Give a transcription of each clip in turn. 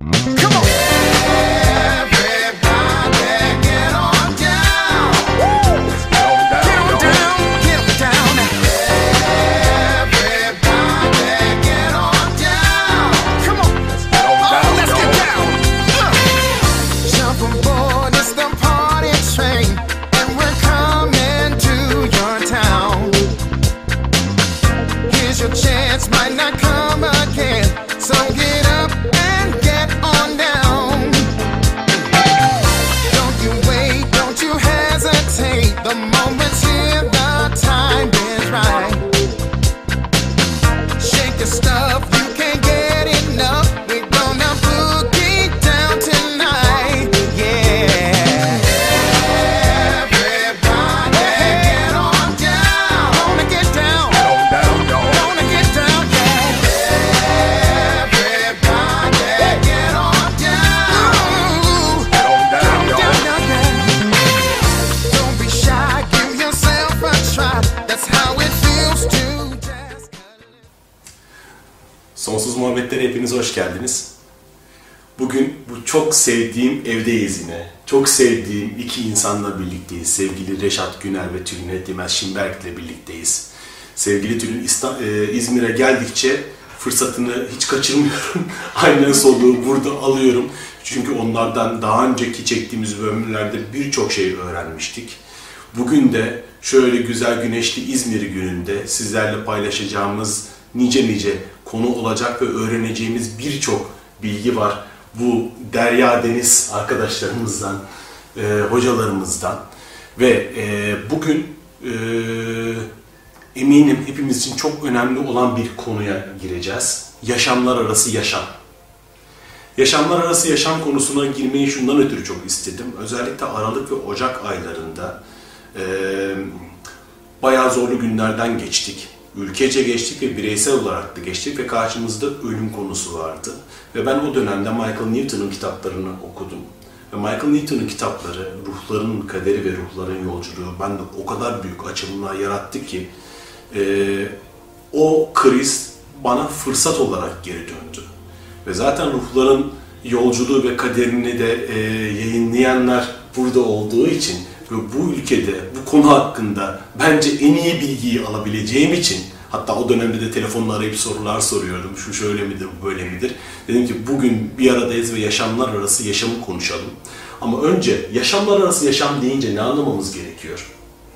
Come on. Everybody get on down. Get on down. Get on down. Everybody get on down. Come on. Let's get down. Jump aboard, it's the party train, and we're coming to your town. Here's your chance, might not come again, so get up and get on down. Don't you wait, don't you hesitate, the moment's here, the time is right. Shake your stuff, you can't get enough, we're gonna boogie down tonight, yeah. Everybody get on down, wanna get down, wanna get down, yeah. Everybody get on down, down. Don't be shy, give yourself a try, that's how it feels to just. Sonsuz Muhabbetlere hepiniz hoş geldiniz. Bugün bu çok sevdiğim evdeyiz yine. Çok sevdiğim iki insanla birlikteyiz. Sevgili Reşat Güner ve Tülin Ettimez Şimberk ile birlikteyiz. Sevgili Tülin İzmir'e geldikçe fırsatını hiç kaçırmıyorum. Aynen soluğu burada alıyorum. Çünkü onlardan daha önceki çektiğimiz bölümlerde birçok şey öğrenmiştik. Bugün de şöyle güzel güneşli İzmir gününde sizlerle paylaşacağımız nice konu olacak ve öğreneceğimiz birçok bilgi var. Bu derya deniz arkadaşlarımızdan, hocalarımızdan ve bugün eminim hepimiz için çok önemli olan bir konuya gireceğiz. Yaşamlar arası yaşam. Yaşamlar arası yaşam konusuna girmeyi şundan ötürü çok istedim. Özellikle Aralık ve Ocak aylarında bayağı zorlu günlerden geçtik. Ülkece geçtik ve bireysel olarak da geçtik ve karşımızda ölüm konusu vardı. Ve ben o dönemde Michael Newton'un kitaplarını okudum. Ve Michael Newton'un kitapları, ruhların kaderi ve ruhların yolculuğu bende o kadar büyük açılımlar yarattı ki o kriz bana fırsat olarak geri döndü. Ve zaten ruhların yolculuğu ve kaderini de yayınlayanlar burada olduğu için ve bu ülkede bu konu hakkında bence en iyi bilgiyi alabileceğim için, hatta o dönemde de telefonla arayıp sorular soruyordum. Şu şöyle midir, bu böyle midir? Dedim ki bugün bir aradayız ve yaşamlar arası yaşamı konuşalım. Ama önce yaşamlar arası yaşam deyince ne anlamamız gerekiyor?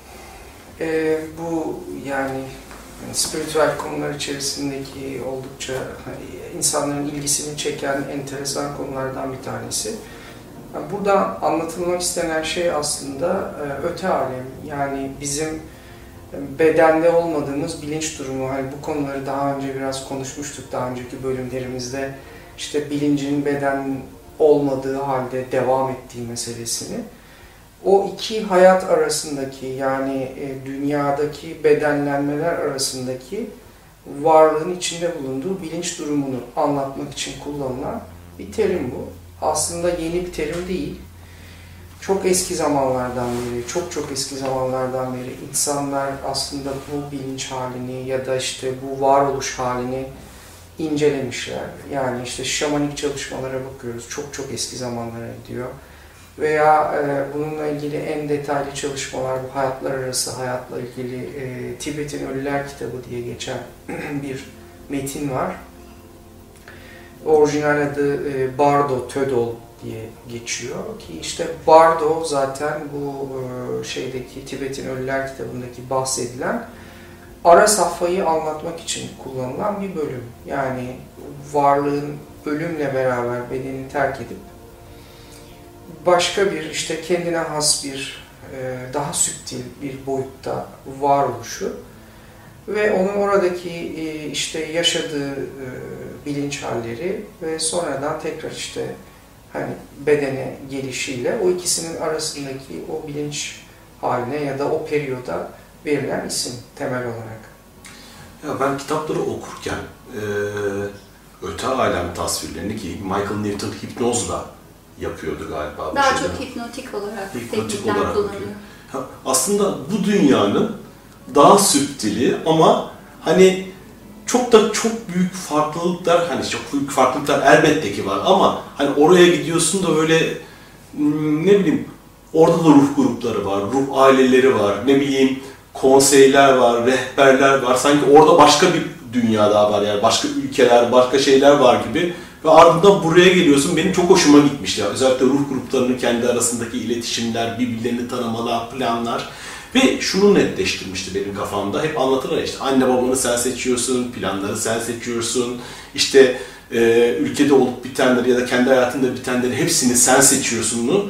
Bu yani spiritüel konular içerisindeki oldukça insanların ilgisini çeken enteresan konulardan bir tanesi. Burada anlatılmak istenen şey aslında öte alem. Yani bizim bedende olmadığımız bilinç durumu. Hani bu konuları daha önce biraz konuşmuştuk daha önceki bölümlerimizde. İşte bilincin beden olmadığı halde devam ettiği meselesini. O iki hayat arasındaki yani dünyadaki bedenlenmeler arasındaki varlığın içinde bulunduğu bilinç durumunu anlatmak için kullanılan bir terim bu. Aslında yeni bir terim değil. Çok eski zamanlardan beri, çok eski zamanlardan beri insanlar aslında bu bilinç halini ya da işte bu varoluş halini incelemişler. Yani işte şamanik çalışmalara bakıyoruz. Çok eski zamanlara gidiyor. Veya bununla ilgili en detaylı çalışmalar bu hayatlar arası hayatla ilgili Tibet'in Ölüler Kitabı diye geçen bir metin var. Orijinal adı Bardo Tödol diye geçiyor ki işte Bardo zaten bu şeydeki Tibet'in Ölüler Kitabı'ndaki bahsedilen ara safhayı anlatmak için kullanılan bir bölüm. Yani varlığın ölümle beraber bedenini terk edip başka bir işte kendine has bir daha süptil bir boyutta varoluşu ve onun oradaki işte yaşadığı bilinç halleri ve sonradan tekrar işte hani bedene gelişiyle o ikisinin arasındaki o bilinç haline ya da o periyoda verilen isim temel olarak. Ya ben kitapları okurken öte alem tasvirlerini ki Michael Newton hipnozla yapıyordu galiba. Daha çok hipnotik olarak teknikler kullanıyor. Aslında bu dünyanın daha süptili ama hani çok büyük farklılıklar, hani çok büyük farklılıklar elbette ki var ama hani oraya gidiyorsun da böyle ne bileyim orada da ruh grupları var, ruh aileleri var, ne bileyim konseyler var, rehberler var. Sanki orada başka bir dünya daha var yani başka ülkeler, başka şeyler var gibi. Ve ardından buraya geliyorsun. Benim çok hoşuma gitmişti. Özellikle ruh gruplarının kendi arasındaki iletişimler, birbirlerini tanımalar, planlar. Ve şunu netleştirmişti benim kafamda. Hep anlatırlar işte anne babanı sen seçiyorsun, planları sen seçiyorsun. İşte ülkede olup bitenleri ya da kendi hayatında bitenleri hepsini sen seçiyorsun'u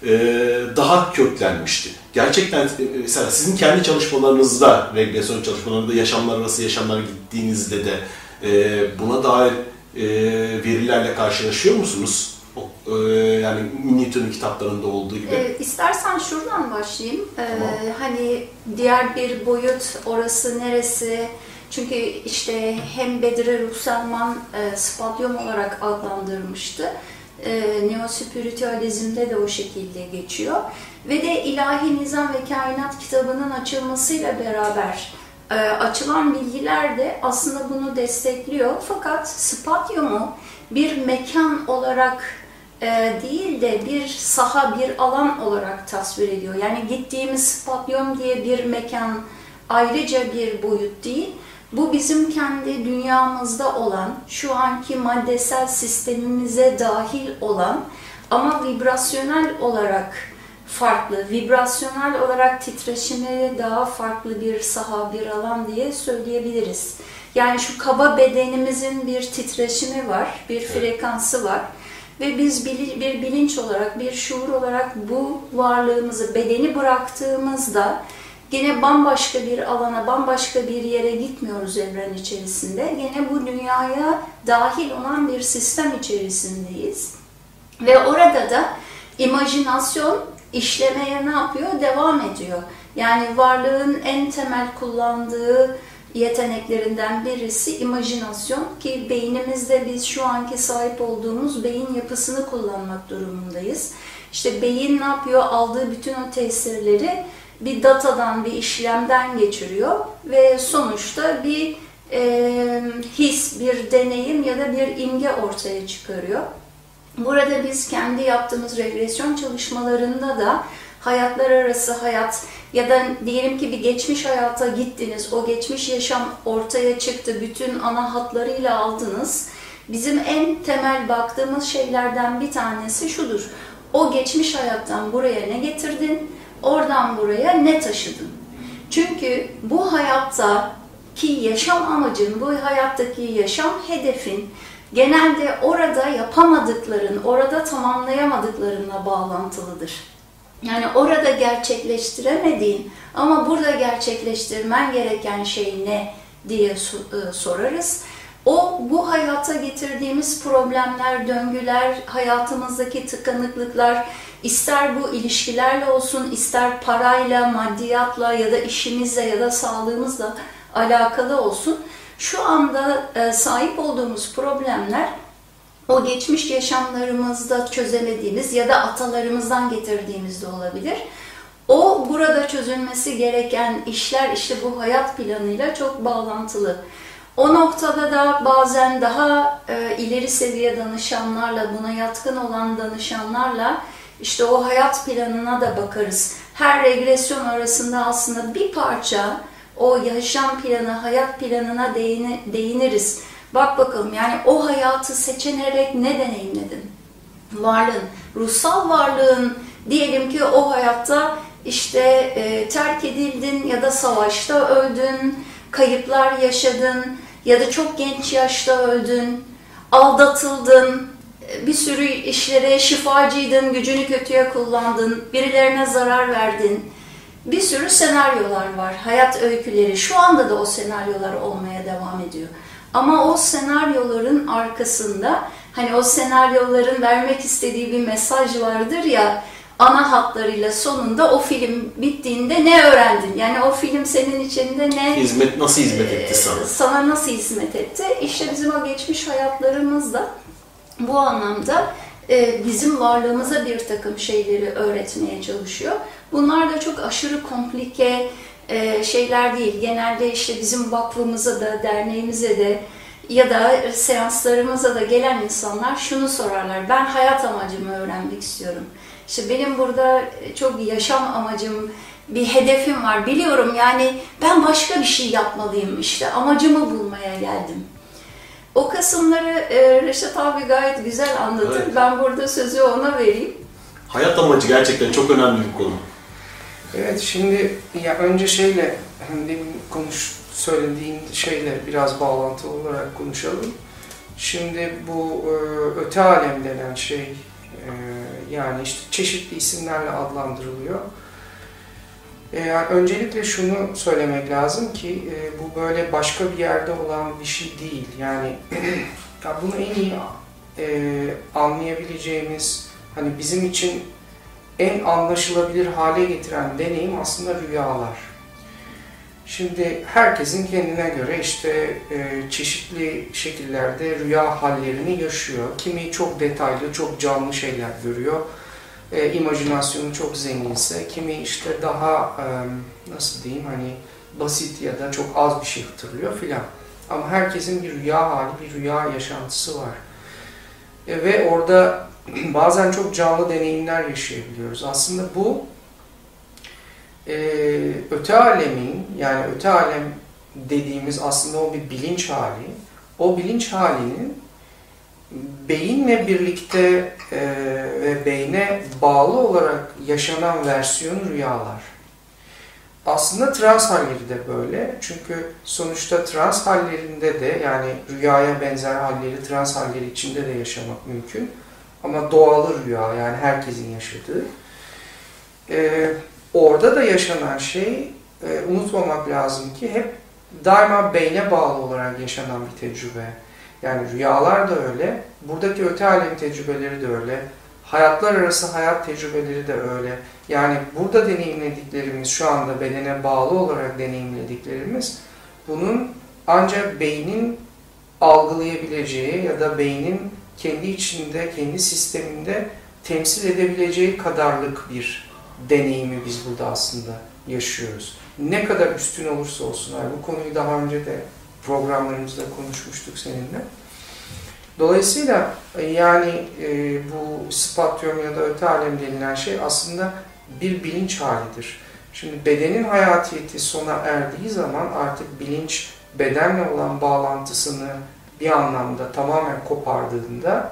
daha köklenmişti. Gerçekten mesela sizin kendi çalışmalarınızda, regresyon çalışmalarında yaşamlar arası yaşamlar gittiğinizde de buna dair verilerle karşılaşıyor musunuz? Yani Newton'un kitaplarında olduğu gibi. İstersen şuradan başlayayım. Tamam. Hani diğer bir boyut orası neresi? Çünkü işte hem Bedri Ruhselman spadyum olarak adlandırmıştı. Neospiritüalizmde de o şekilde geçiyor. Ve de İlahi Nizam ve Kainat kitabının açılmasıyla beraber açılan bilgiler de aslında bunu destekliyor. Fakat spadyumu bir mekan olarak değil de bir saha, bir alan olarak tasvir ediyor. Yani gittiğimiz spadyum diye bir mekan ayrıca bir boyut değil. Bu bizim kendi dünyamızda olan, şu anki maddesel sistemimize dahil olan ama vibrasyonel olarak farklı, vibrasyonel olarak titreşimi daha farklı bir saha, bir alan diye söyleyebiliriz. Yani şu kaba bedenimizin bir titreşimi var, bir frekansı var ve biz bir bilinç olarak, bir şuur olarak bu varlığımızı, bedeni bıraktığımızda yine bambaşka bir alana, bambaşka bir yere gitmiyoruz evren içerisinde. Yine bu dünyaya dahil olan bir sistem içerisindeyiz. Ve orada da imajinasyon işlemeye ne yapıyor? Devam ediyor. Yani varlığın en temel kullandığı yeteneklerinden birisi imajinasyon ki beynimizde biz şu anki sahip olduğumuz beyin yapısını kullanmak durumundayız. İşte beyin ne yapıyor? Aldığı bütün o tesirleri bir datadan, bir işlemden geçiriyor ve sonuçta bir his, bir deneyim ya da bir imge ortaya çıkarıyor. Burada biz kendi yaptığımız regresyon çalışmalarında da hayatlar arası hayat ya da diyelim ki bir geçmiş hayata gittiniz, o geçmiş yaşam ortaya çıktı, bütün ana hatlarıyla aldınız. Bizim en temel baktığımız şeylerden bir tanesi şudur. O geçmiş hayattan buraya ne getirdin, oradan buraya ne taşıdın? Çünkü bu hayattaki yaşam amacın, bu hayattaki yaşam hedefin genelde orada yapamadıkların, orada tamamlayamadıklarınla bağlantılıdır. Yani orada gerçekleştiremediğin ama burada gerçekleştirmen gereken şey ne diye sorarız. Bu hayata getirdiğimiz problemler, döngüler, hayatımızdaki tıkanıklıklar, ister bu ilişkilerle olsun, ister parayla, maddiyatla ya da işimizle ya da sağlığımızla alakalı olsun, şu anda sahip olduğumuz problemler o geçmiş yaşamlarımızda çözemediğimiz ya da atalarımızdan getirdiğimiz de olabilir. O burada çözülmesi gereken işler işte bu hayat planıyla çok bağlantılı. O noktada da bazen daha ileri seviye danışanlarla, buna yatkın olan danışanlarla işte o hayat planına da bakarız. Her regresyon arasında aslında bir parça o yaşam planı, hayat planına değiniriz. Bak bakalım yani o hayatı seçenerek ne deneyimledin? Varlığın, ruhsal varlığın diyelim ki o hayatta işte terk edildin ya da savaşta öldün, kayıplar yaşadın ya da çok genç yaşta öldün, aldatıldın, bir sürü işlere şifacıydın, gücünü kötüye kullandın, birilerine zarar verdin. Bir sürü senaryolar var, hayat öyküleri. Şu anda da o senaryolar olmaya devam ediyor. Ama o senaryoların arkasında, hani o senaryoların vermek istediği bir mesaj vardır ya, ana hatlarıyla sonunda o film bittiğinde ne öğrendin? Yani o film senin içinde ne... Nasıl hizmet etti sana? Sana nasıl hizmet etti? İşte bizim o geçmiş hayatlarımızda bu anlamda bizim varlığımıza bir takım şeyleri öğretmeye çalışıyor. Bunlar da çok aşırı komplike, şeyler değil. Genelde işte bizim vakfımıza da, derneğimize de ya da seanslarımıza da gelen insanlar şunu sorarlar. Ben hayat amacımı öğrenmek istiyorum. İşte benim burada çok yaşam amacım, bir hedefim var. Biliyorum yani ben başka bir şey yapmalıyım işte. Amacımı bulmaya geldim. O kısımları Reşat abi gayet güzel anlatır. Evet. Ben burada sözü ona vereyim. Hayat amacı gerçekten çok önemli bir konu. Evet, şimdi ya önce şeyle, demin söylediğin şeyle biraz bağlantılı olarak konuşalım. Şimdi bu öte alem denen şey, yani işte çeşitli isimlerle adlandırılıyor. Yani öncelikle şunu söylemek lazım ki bu böyle başka bir yerde olan bir şey değil. Yani ya bunu en iyi anlayabileceğimiz, hani bizim için en anlaşılabilir hale getiren deneyim aslında rüyalar. Şimdi herkesin kendine göre işte çeşitli şekillerde rüya hallerini yaşıyor. Kimi çok detaylı, çok canlı şeyler görüyor. İmajinasyonu çok zenginse, kimi işte daha nasıl diyeyim, hani basit ya da çok az bir şey hatırlıyor filan. Ama herkesin bir rüya hali, bir rüya yaşantısı var. Ve orada bazen çok canlı deneyimler yaşayabiliyoruz. Aslında bu öte alemin, yani öte alem dediğimiz aslında o bir bilinç hali. O bilinç halinin beyinle birlikte ve beyne bağlı olarak yaşanan versiyonu rüyalar. Aslında trans halleri de böyle. Çünkü sonuçta trans hallerinde de, yani rüyaya benzer halleri trans halleri içinde de yaşamak mümkün. Ama doğalı rüya, yani herkesin yaşadığı. Orada da yaşanan şey, unutmamak lazım ki hep daima beyne bağlı olarak yaşanan bir tecrübe. Yani rüyalar da öyle, buradaki öte alem tecrübeleri de öyle, hayatlar arası hayat tecrübeleri de öyle. Yani burada deneyimlediklerimiz, şu anda bedene bağlı olarak deneyimlediklerimiz, bunun ancak beynin algılayabileceği ya da beynin kendi içinde, kendi sisteminde temsil edebileceği kadarlık bir deneyimi biz burada aslında yaşıyoruz. Ne kadar üstün olursa olsun, yani bu konuyu daha önce de programlarımızda konuşmuştuk seninle. Dolayısıyla yani bu spatyum ya da öte alem denilen şey aslında bir bilinç halidir. Şimdi bedenin hayatiyeti sona erdiği zaman artık bilinç bedenle olan bağlantısını bir anlamda tamamen kopardığında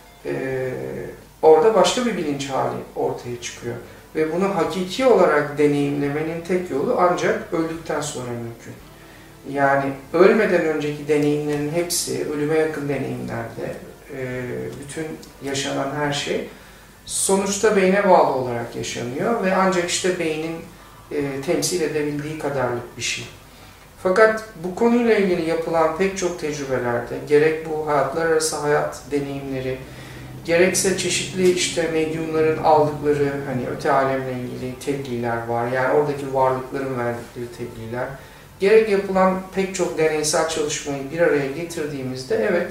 orada başka bir bilinç hali ortaya çıkıyor. Ve bunu hakiki olarak deneyimlemenin tek yolu ancak öldükten sonra mümkün. Yani ölmeden önceki deneyimlerin hepsi, ölüme yakın deneyimlerde bütün yaşanan her şey sonuçta beyne bağlı olarak yaşanıyor ve ancak işte beynin temsil edebildiği kadarlık bir şey. Fakat bu konuyla ilgili yapılan pek çok tecrübelerde, gerek bu hayatlar arası hayat deneyimleri, gerekse çeşitli işte medyumların aldıkları hani öte alemle ilgili tebliğler var. Yani oradaki varlıkların verdikleri tebliğler. Gerek yapılan pek çok deneysel çalışmayı bir araya getirdiğimizde evet,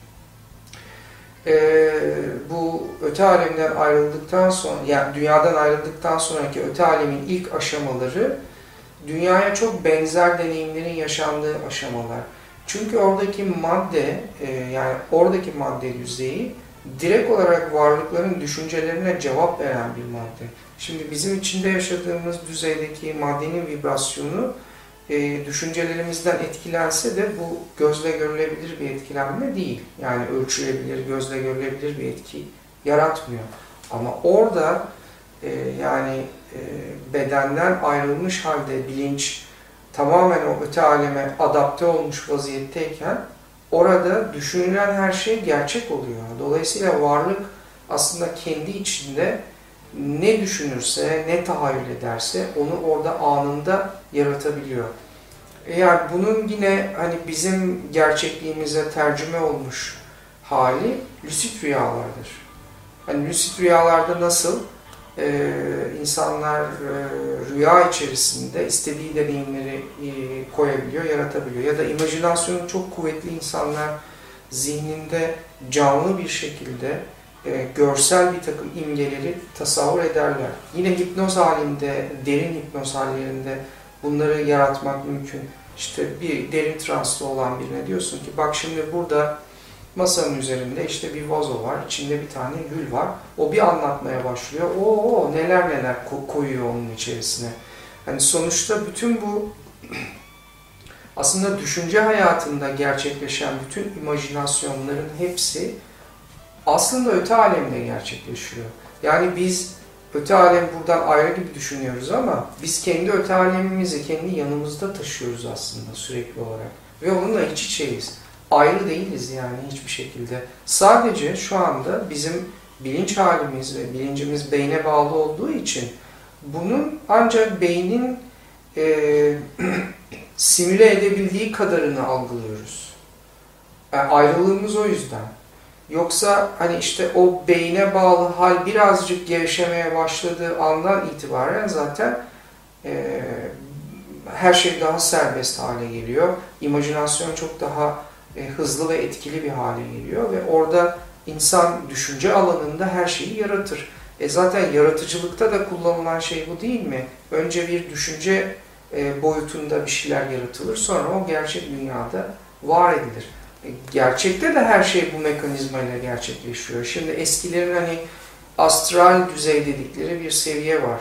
bu öte alemden ayrıldıktan sonra, yani dünyadan ayrıldıktan sonraki öte alemin ilk aşamaları dünyaya çok benzer deneyimlerin yaşandığı aşamalar. Çünkü oradaki madde, yani oradaki madde yüzeyi direkt olarak varlıkların düşüncelerine cevap veren bir madde. Şimdi bizim içinde yaşadığımız düzeydeki maddenin vibrasyonu düşüncelerimizden etkilense de bu gözle görülebilir bir etkilenme değil. Yani ölçülebilir, gözle görülebilir bir etki yaratmıyor. Ama orada yani bedenden ayrılmış halde bilinç tamamen o öte aleme adapte olmuş vaziyetteyken orada düşünülen her şey gerçek oluyor. Dolayısıyla varlık aslında kendi içinde ne düşünürse, ne tahayyül ederse onu orada anında yaratabiliyor. Yani bunun yine hani bizim gerçekliğimize tercüme olmuş hali lucid rüyalardır. Hani lucid rüyalarda nasıl insanlar rüya içerisinde istediği deneyimleri koyabiliyor, yaratabiliyor. Ya da imajinasyonu çok kuvvetli insanlar zihninde canlı bir şekilde görsel bir takım imgeleri tasavvur ederler. Yine hipnoz halinde, derin hipnoz hallerinde bunları yaratmak mümkün. İşte bir derin transta olan birine diyorsun ki bak şimdi burada masanın üzerinde işte bir vazo var, içinde bir tane gül var. O bir anlatmaya başlıyor. Oo neler neler koyuyor onun içerisine. Hani sonuçta bütün bu aslında düşünce hayatında gerçekleşen bütün imajinasyonların hepsi aslında öte alemde gerçekleşiyor. Yani biz öte alem buradan ayrı gibi düşünüyoruz ama biz kendi öte alemimizi kendi yanımızda taşıyoruz aslında sürekli olarak. Ve onunla iç içeyiz. Ayrı değiliz yani hiçbir şekilde. Sadece şu anda bizim bilinç halimiz ve bilincimiz beyne bağlı olduğu için bunun ancak beynin simüle edebildiği kadarını algılıyoruz. Yani ayrılığımız o yüzden. Yoksa hani işte o beyne bağlı hal birazcık gevşemeye başladığı andan itibaren zaten her şey daha serbest hale geliyor. İmajinasyon çok daha hızlı ve etkili bir hale geliyor ve orada insan düşünce alanında her şeyi yaratır. Zaten yaratıcılıkta da kullanılan şey bu değil mi? Önce bir düşünce boyutunda bir şeyler yaratılır, sonra o gerçek dünyada var edilir. Gerçekte de her şey bu mekanizmayla gerçekleşiyor. Şimdi eskilerin hani astral düzey dedikleri bir seviye var.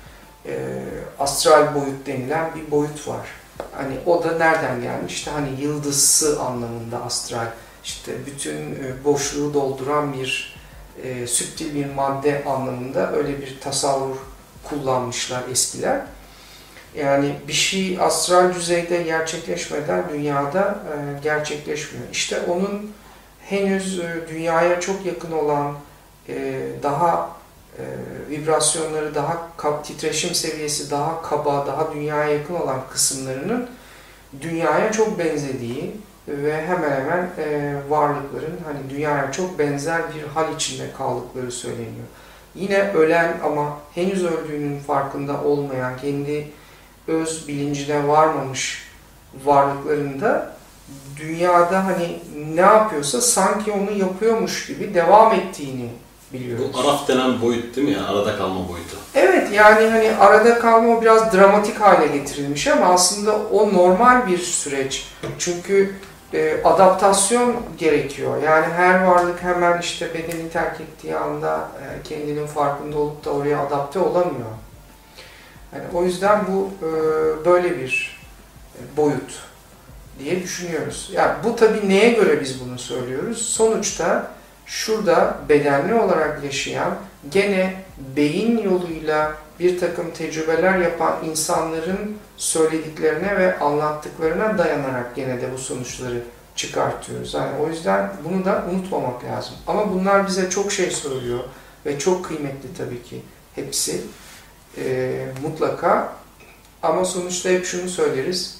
Astral boyut denilen bir boyut var. Hani o da nereden gelmiş? İşte hani yıldızsı anlamında astral. İşte bütün boşluğu dolduran bir süptil bir madde anlamında öyle bir tasavvur kullanmışlar eskiler. Yani bir şey astral düzeyde gerçekleşmeden dünyada gerçekleşmiyor. İşte onun henüz dünyaya çok yakın olan daha vibrasyonları daha titreşim seviyesi daha kaba, daha dünyaya yakın olan kısımlarının dünyaya çok benzediği ve hemen hemen varlıkların hani dünyaya çok benzer bir hal içinde kaldıkları söyleniyor. Yine ölen ama henüz öldüğünün farkında olmayan, kendi öz bilincine varmamış varlıklarında dünyada hani ne yapıyorsa sanki onu yapıyormuş gibi devam ettiğini biliyoruz. Bu araf denen boyut değil mi yani? Arada kalma boyutu. Evet yani hani arada kalma biraz dramatik hale getirilmiş ama aslında o normal bir süreç. Çünkü adaptasyon gerekiyor. Yani her varlık hemen işte bedeni terk ettiği anda kendinin farkında olup da oraya adapte olamıyor. Yani o yüzden bu böyle bir boyut diye düşünüyoruz. Yani bu tabii neye göre biz bunu söylüyoruz? Sonuçta şurada bedenli olarak yaşayan, gene beyin yoluyla bir takım tecrübeler yapan insanların söylediklerine ve anlattıklarına dayanarak gene de bu sonuçları çıkartıyoruz. Yani o yüzden bunu da unutmamak lazım. Ama bunlar bize çok şey söylüyor ve çok kıymetli tabii ki hepsi. Mutlaka ama sonuçta hep şunu söyleriz.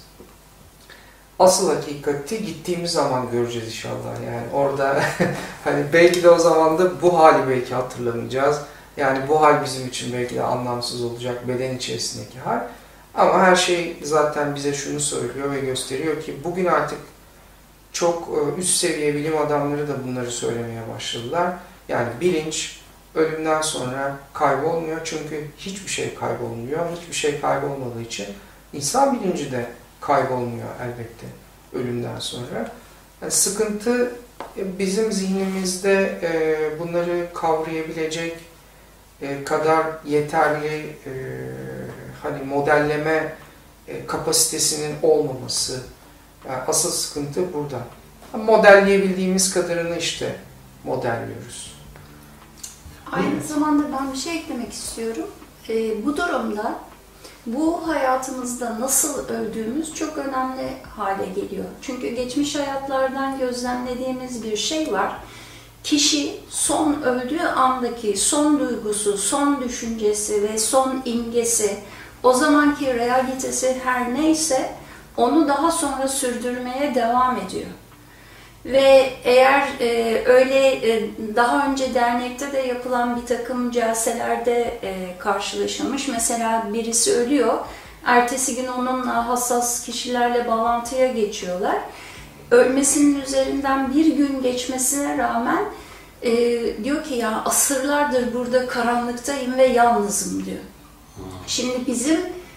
Asıl hakikati gittiğimiz zaman göreceğiz inşallah. Yani orada hani belki de o zaman da bu hali belki hatırlamayacağız. Yani bu hal bizim için belki de anlamsız olacak, beden içerisindeki hal. Ama her şey zaten bize şunu söylüyor ve gösteriyor ki bugün artık çok üst seviye bilim adamları da bunları söylemeye başladılar. Yani bilinç ölümden sonra kaybolmuyor çünkü hiçbir şey kaybolmuyor. Hiçbir şey kaybolmadığı için insan bilinci de kaybolmuyor elbette ölümden sonra. Yani sıkıntı bizim zihnimizde bunları kavrayabilecek kadar yeterli hani modelleme kapasitesinin olmaması. Yani asıl sıkıntı burada. Modelleyebildiğimiz kadarını işte modelliyoruz. Aynı zamanda ben bir şey eklemek istiyorum. Bu durumda bu hayatımızda nasıl öldüğümüz çok önemli hale geliyor. Çünkü geçmiş hayatlardan gözlemlediğimiz bir şey var. Kişi son öldüğü andaki son duygusu, son düşüncesi ve son imgesi, o zamanki realitesi her neyse onu daha sonra sürdürmeye devam ediyor. Ve eğer öyle daha önce dernekte de yapılan bir takım celselerde karşılaşılmış, mesela birisi ölüyor, ertesi gün onunla hassas kişilerle bağlantıya geçiyorlar. Ölmesinin üzerinden bir gün geçmesine rağmen diyor ki ya asırlardır burada karanlıktayım ve yalnızım diyor. Şimdi bizim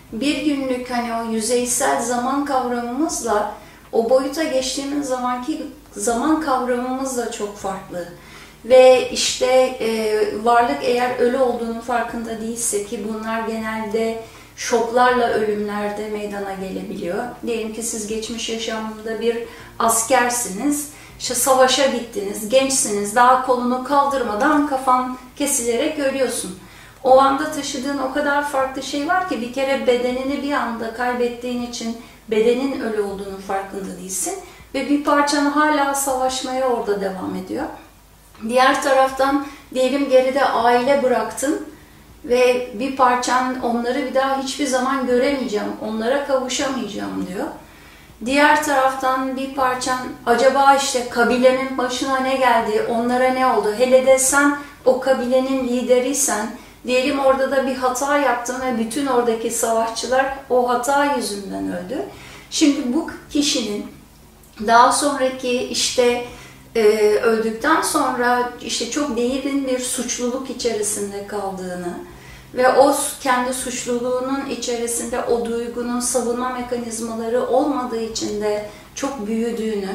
bir günlük hani o yüzeysel zaman kavramımızla o boyuta geçtiğimiz zamanki zaman kavramımız da çok farklı. Ve işte varlık eğer ölü olduğunu farkında değilse, ki bunlar genelde şoklarla ölümlerde meydana gelebiliyor. Diyelim ki siz geçmiş yaşamında bir askersiniz, işte savaşa gittiniz, gençsiniz, daha kolunu kaldırmadan kafan kesilerek ölüyorsun. O anda taşıdığın o kadar farklı şey var ki bir kere bedenini bir anda kaybettiğin için bedenin ölü olduğunu farkında değilsin. Ve bir parçan hala savaşmaya orada devam ediyor. Diğer taraftan diyelim geride aile bıraktın ve bir parçan onları bir daha hiçbir zaman göremeyeceğim, onlara kavuşamayacağım diyor. Diğer taraftan bir parçan acaba işte kabilemin başına ne geldi, onlara ne oldu? Hele de sen o kabilenin lideriysen, diyelim orada da bir hata yaptın ve bütün oradaki savaşçılar o hata yüzünden öldü. Şimdi bu kişinin daha sonraki işte öldükten sonra işte çok derin bir suçluluk içerisinde kaldığını ve o kendi suçluluğunun içerisinde o duygunun savunma mekanizmaları olmadığı için de çok büyüdüğünü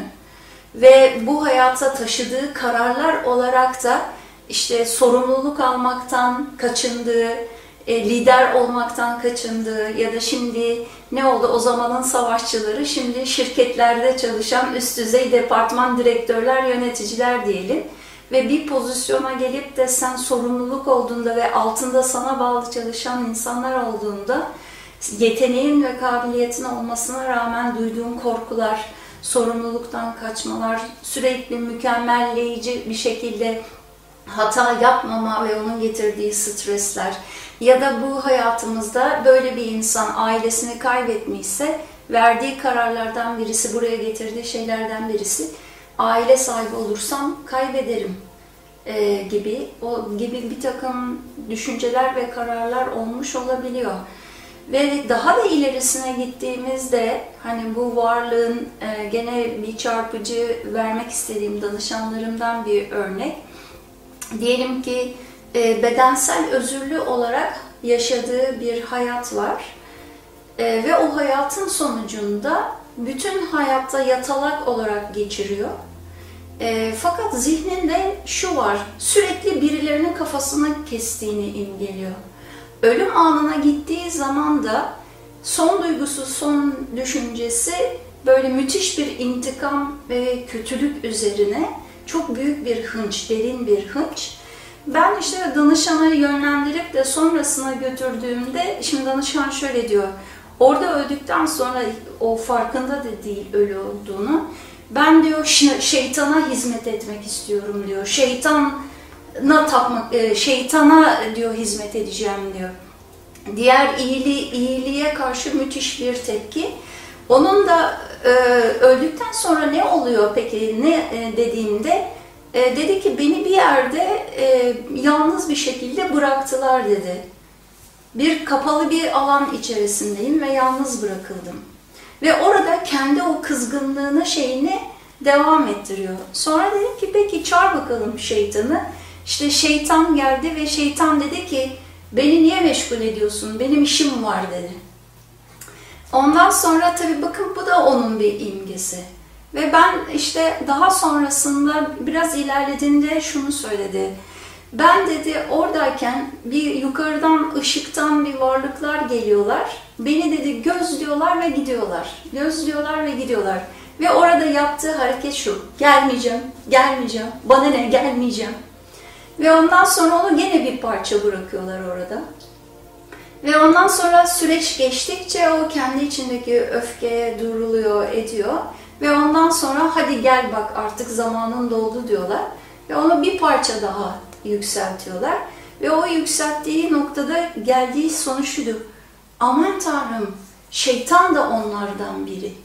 ve bu hayata taşıdığı kararlar olarak da işte sorumluluk almaktan kaçındığı, lider olmaktan kaçındığı ya da şimdi ne oldu o zamanın savaşçıları şimdi şirketlerde çalışan üst düzey departman direktörler, yöneticiler diyelim ve bir pozisyona gelip de sen sorumluluk olduğunda ve altında sana bağlı çalışan insanlar olduğunda yeteneğin ve kabiliyetin olmasına rağmen duyduğun korkular, sorumluluktan kaçmalar, sürekli mükemmelleyici bir şekilde hata yapmama ve onun getirdiği stresler ya da bu hayatımızda böyle bir insan ailesini kaybetmişse verdiği kararlardan birisi, buraya getirdiği şeylerden birisi aile sahibi olursam kaybederim gibi bir takım düşünceler ve kararlar olmuş olabiliyor. Ve daha da ilerisine gittiğimizde hani bu varlığın gene bir çarpıcı vermek istediğim danışanlarımdan bir örnek. Diyelim ki bedensel özürlü olarak yaşadığı bir hayat var ve o hayatın sonucunda bütün hayatta yatalak olarak geçiriyor. Fakat zihninde şu var, sürekli birilerinin kafasını kestiğini imgeliyor. Ölüm anına gittiği zaman da son duygusu, son düşüncesi böyle müthiş bir intikam ve kötülük üzerine çok büyük bir hınç, derin bir hınç. Ben işte danışana yönlendirip de sonrasına götürdüğümde, şimdi danışan şöyle diyor, orada öldükten sonra o farkında da değil ölü olduğunu. Ben diyor şeytana hizmet etmek istiyorum diyor. Şeytana diyor hizmet edeceğim diyor. Diğer iyiliğe karşı müthiş bir tepki. Onun da öldükten sonra ne oluyor peki dediğimde dedi ki beni bir yerde yalnız bir şekilde bıraktılar dedi. Bir kapalı bir alan içerisindeyim ve yalnız bırakıldım. Ve orada kendi o kızgınlığını devam ettiriyor. Sonra dedim ki peki çağır bakalım şeytanı. İşte şeytan geldi ve şeytan dedi ki beni niye meşgul ediyorsun? Benim işim var dedi. Ondan sonra tabii bakın bu da onun bir imgesi. Ve ben işte daha sonrasında biraz ilerlediğinde şunu söyledi. Ben dedi oradayken bir yukarıdan ışıktan bir varlıklar geliyorlar. Beni dedi gözlüyorlar ve gidiyorlar. Gözlüyorlar ve gidiyorlar. Ve orada yaptığı hareket şu. Gelmeyeceğim, gelmeyeceğim, bana ne gelmeyeceğim. Ve ondan sonra onu gene bir parça bırakıyorlar orada. Ve ondan sonra süreç geçtikçe o kendi içindeki öfkeye duruluyor, ediyor. Ve ondan sonra hadi gel bak artık zamanın doldu diyorlar. Ve onu bir parça daha yükseltiyorlar. Ve o yükselttiği noktada geldiği sonuç şudur. Aman Tanrım, şeytan da onlardan biri.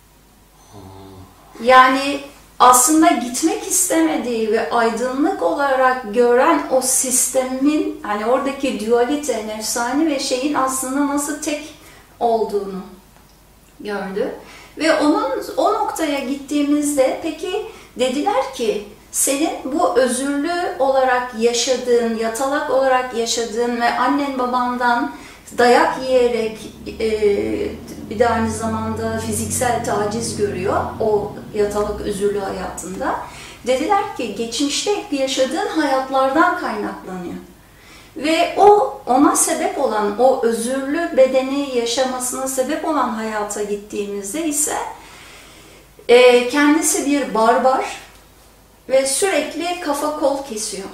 Yani aslında gitmek istemediği ve aydınlık olarak gören o sistemin, hani oradaki dualite, nefsani ve şeyin aslında nasıl tek olduğunu gördü. Ve o noktaya gittiğimizde peki dediler ki senin bu özürlü olarak yaşadığın, yatalak olarak yaşadığın ve annen babandan dayak yiyerek bir de aynı zamanda fiziksel taciz görüyor o yatalak özürlü hayatında. Dediler ki geçmişte yaşadığın hayatlardan kaynaklanıyor. Ve ona sebep olan, o özürlü bedeni yaşamasına sebep olan hayata gittiğimizde ise kendisi bir barbar ve sürekli kafa kol kesiyor.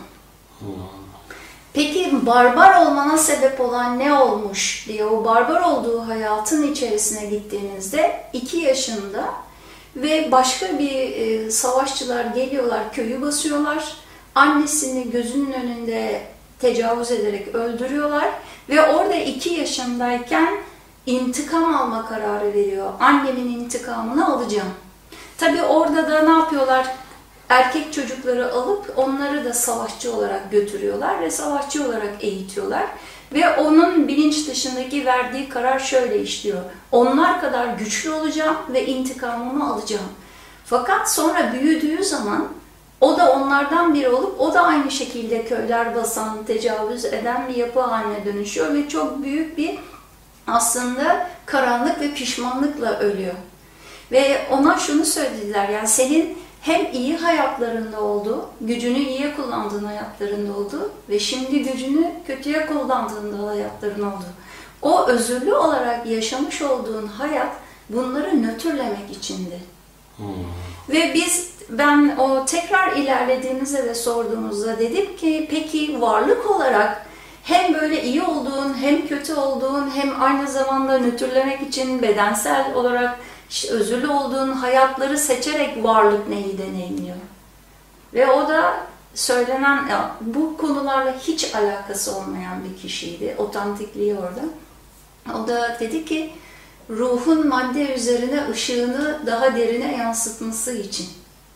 Peki barbar olmana sebep olan ne olmuş diye o barbar olduğu hayatın içerisine gittiğinizde 2 yaşında ve başka bir savaşçılar geliyorlar, köyü basıyorlar. Annesini gözünün önünde tecavüz ederek öldürüyorlar ve orada 2 yaşındayken intikam alma kararı veriyor. Annemin intikamını alacağım. Tabii orada da ne yapıyorlar? Erkek çocukları alıp onları da savaşçı olarak götürüyorlar ve savaşçı olarak eğitiyorlar. Ve onun bilinç dışındaki verdiği karar şöyle işliyor. Onlar kadar güçlü olacağım ve intikamımı alacağım. Fakat sonra büyüdüğü zaman o da onlardan biri olup o da aynı şekilde köyler basan, tecavüz eden bir yapı haline dönüşüyor ve çok büyük bir aslında karanlık ve pişmanlıkla ölüyor. Ve ona şunu söylediler, yani senin hem iyi hayatlarında oldu, gücünü iyiye kullandığın hayatlarında oldu ve şimdi gücünü kötüye kullandığında hayatların oldu. O özürlü olarak yaşamış olduğun hayat bunları nötrlemek içindi. Ve ben o tekrar ilerlediğimizde ve sorduğumuzda dedim ki peki varlık olarak hem böyle iyi olduğun hem kötü olduğun hem aynı zamanda nötrlemek için bedensel olarak özürlü olduğun hayatları seçerek varlık neyi deneyimliyor? Ve o da söylenen, bu konularla hiç alakası olmayan bir kişiydi. Otantikliği orada. O da dedi ki ruhun madde üzerine ışığını daha derine yansıtması için.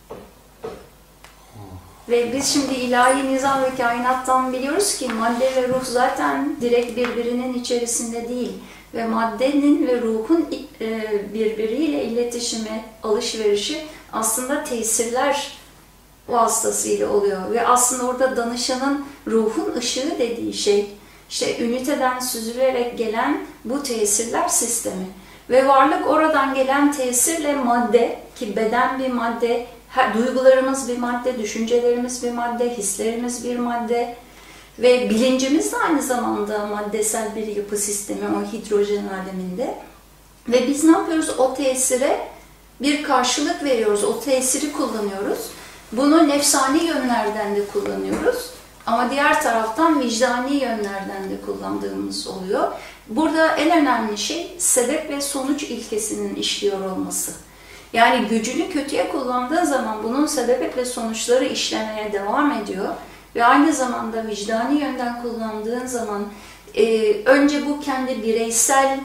Ve biz şimdi ilahi nizam ve kainattan biliyoruz ki madde ve ruh zaten direkt birbirinin içerisinde değil. Ve maddenin ve ruhun birbiriyle iletişimi, alışverişi aslında tesirler vasıtasıyla oluyor. Ve aslında orada danışanın ruhun ışığı dediği şey, işte üniteden süzülerek gelen bu tesirler sistemi. Ve varlık oradan gelen tesirle madde, ki beden bir madde, duygularımız bir madde, düşüncelerimiz bir madde, hislerimiz bir madde ve bilincimiz de aynı zamanda maddesel bir yapı sistemi, o hidrojen aleminde. Ve biz ne yapıyoruz? O tesire bir karşılık veriyoruz, o tesiri kullanıyoruz. Bunu nefsani yönlerden de kullanıyoruz. Ama diğer taraftan vicdani yönlerden de kullandığımız oluyor. Burada en önemli şey sebep ve sonuç ilkesinin işliyor olması. Yani gücünü kötüye kullandığın zaman bunun sebep ve sonuçları işlemeye devam ediyor. Ve aynı zamanda vicdani yönden kullandığın zaman önce bu kendi bireysel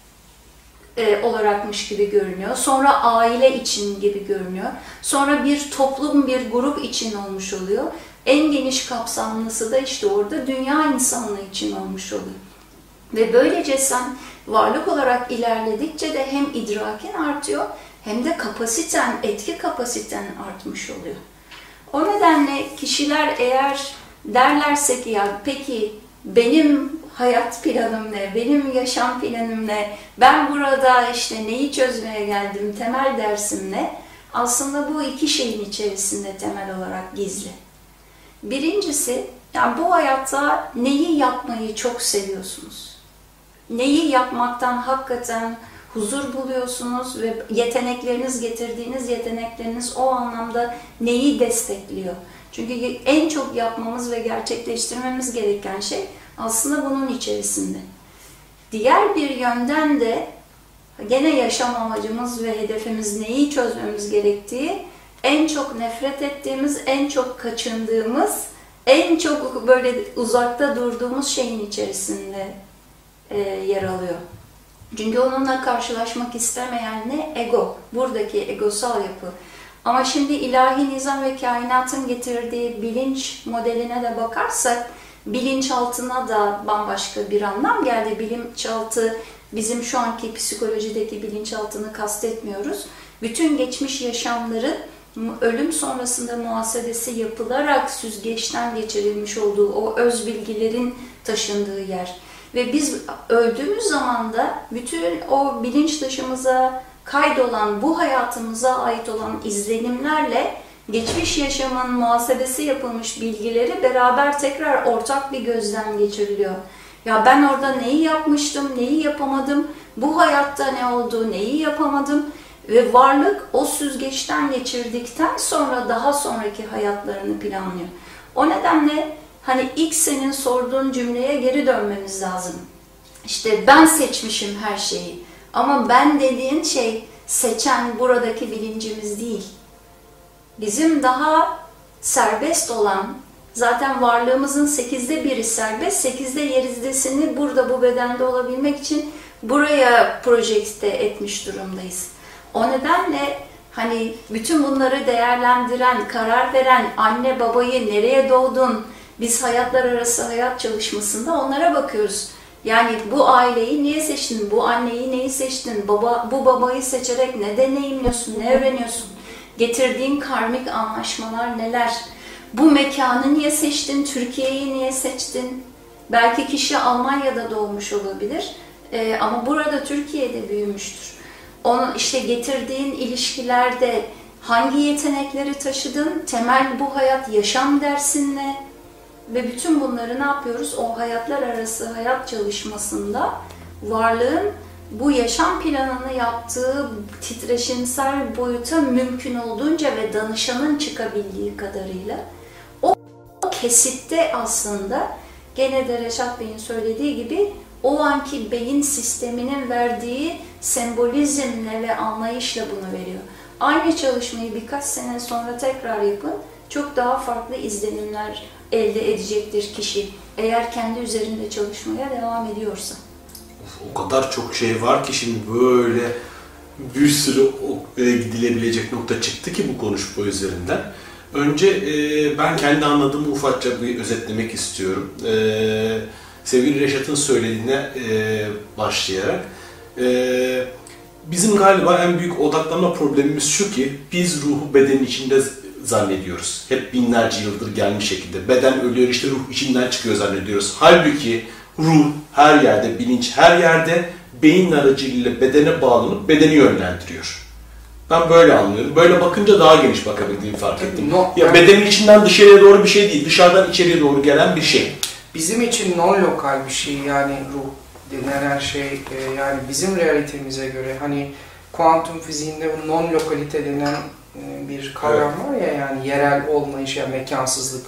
olarakmış gibi görünüyor. Sonra aile için gibi görünüyor. Sonra bir toplum, bir grup için olmuş oluyor. En geniş kapsamlısı da işte orada dünya insanlığı için olmuş oluyor. Ve böylece sen varlık olarak ilerledikçe de hem idrakin artıyor hem de kapasiten, etki kapasiten artmış oluyor. O nedenle kişiler eğer derlerse ki ya peki benim hayat planım ne, benim yaşam planım ne, ben burada işte neyi çözmeye geldim, temel dersim ne? Aslında bu 2 şeyin içerisinde temel olarak gizli. Birincisi, yani bu hayatta neyi yapmayı çok seviyorsunuz? Neyi yapmaktan hakikaten huzur buluyorsunuz ve yetenekleriniz, getirdiğiniz yetenekleriniz o anlamda neyi destekliyor? Çünkü en çok yapmamız ve gerçekleştirmemiz gereken şey aslında bunun içerisinde. Diğer bir yönden de gene yaşam amacımız ve hedefimiz neyi çözmemiz gerektiği, en çok nefret ettiğimiz, en çok kaçındığımız, en çok böyle uzakta durduğumuz şeyin içerisinde yer alıyor. Çünkü onunla karşılaşmak istemeyen ne? Ego. Buradaki egosal yapı. Ama şimdi ilahi nizam ve kainatın getirdiği bilinç modeline de bakarsak, bilinçaltına da bambaşka bir anlam geldi. Bilinçaltı, bizim şu anki psikolojideki bilinçaltını kastetmiyoruz. Bütün geçmiş yaşamların ölüm sonrasında muhasebesi yapılarak süzgeçten geçirilmiş olduğu o öz bilgilerin taşındığı yer. Ve biz öldüğümüz zaman da bütün o bilinç dışımıza kaydolan, bu hayatımıza ait olan izlenimlerle geçmiş yaşamın muhasebesi yapılmış bilgileri beraber tekrar ortak bir gözden geçiriliyor. Ya ben orada neyi yapmıştım, neyi yapamadım, bu hayatta ne oldu, neyi yapamadım ve varlık o süzgeçten geçirdikten sonra daha sonraki hayatlarını planlıyor. O nedenle hani ilk senin sorduğun cümleye geri dönmemiz lazım. İşte ben seçmişim her şeyi ama ben dediğin şey seçen buradaki bilincimiz değil. Bizim daha serbest olan, zaten varlığımızın 1/8'i serbest, 7/8'ini burada bu bedende olabilmek için buraya projekte etmiş durumdayız. O nedenle hani bütün bunları değerlendiren, karar veren anne babayı, nereye doğdun, biz hayatlar arası hayat çalışmasında onlara bakıyoruz. Yani bu aileyi niye seçtin, bu anneyi neyi seçtin, bu babayı seçerek ne deneyimliyorsun, ne öğreniyorsun, getirdiğin karmik anlaşmalar neler, bu mekanı niye seçtin, Türkiye'yi niye seçtin, belki kişi Almanya'da doğmuş olabilir ama burada Türkiye'de büyümüştür. Onun işte getirdiğin ilişkilerde hangi yetenekleri taşıdın, temel bu hayat yaşam dersin ne? Ve bütün bunları ne yapıyoruz? O hayatlar arası hayat çalışmasında varlığın bu yaşam planını yaptığı titreşimsel boyuta mümkün olduğunca ve danışanın çıkabildiği kadarıyla o kesitte aslında gene de Reşat Bey'in söylediği gibi o anki beyin sisteminin verdiği sembolizmle ve anlayışla bunu veriyor. Aynı çalışmayı birkaç sene sonra tekrar yapın. Çok daha farklı izlenimler elde edecektir kişi. Eğer kendi üzerinde çalışmaya devam ediyorsa. O kadar çok şey var ki şimdi böyle bir sürü gidilebilecek nokta çıktı ki bu konuşma üzerinden. Önce ben kendi anladığımı ufakça bir özetlemek istiyorum. Sevgili Reşat'ın söylediğine başlayarak. Bizim galiba en büyük odaklanma problemimiz şu ki biz ruhu bedenin içinde zannediyoruz. Hep binlerce yıldır gelmiş şekilde. Beden ölüyor işte ruh içinden çıkıyor zannediyoruz. Halbuki ruh her yerde, bilinç her yerde beyin aracılığıyla bedene bağlanıp bedeni yönlendiriyor. Ben böyle anlıyorum. Böyle bakınca daha geniş bakabildiğimi fark ettim. Ya bedenin içinden dışarıya doğru bir şey değil, dışarıdan içeriye doğru gelen bir şey. Bizim için non-lokal bir şey yani ruh denen şey yani bizim realitemize göre hani kuantum fiziğinde bu non-lokalite denen bir kavram var ya yani yerel olmayış ya mekansızlık.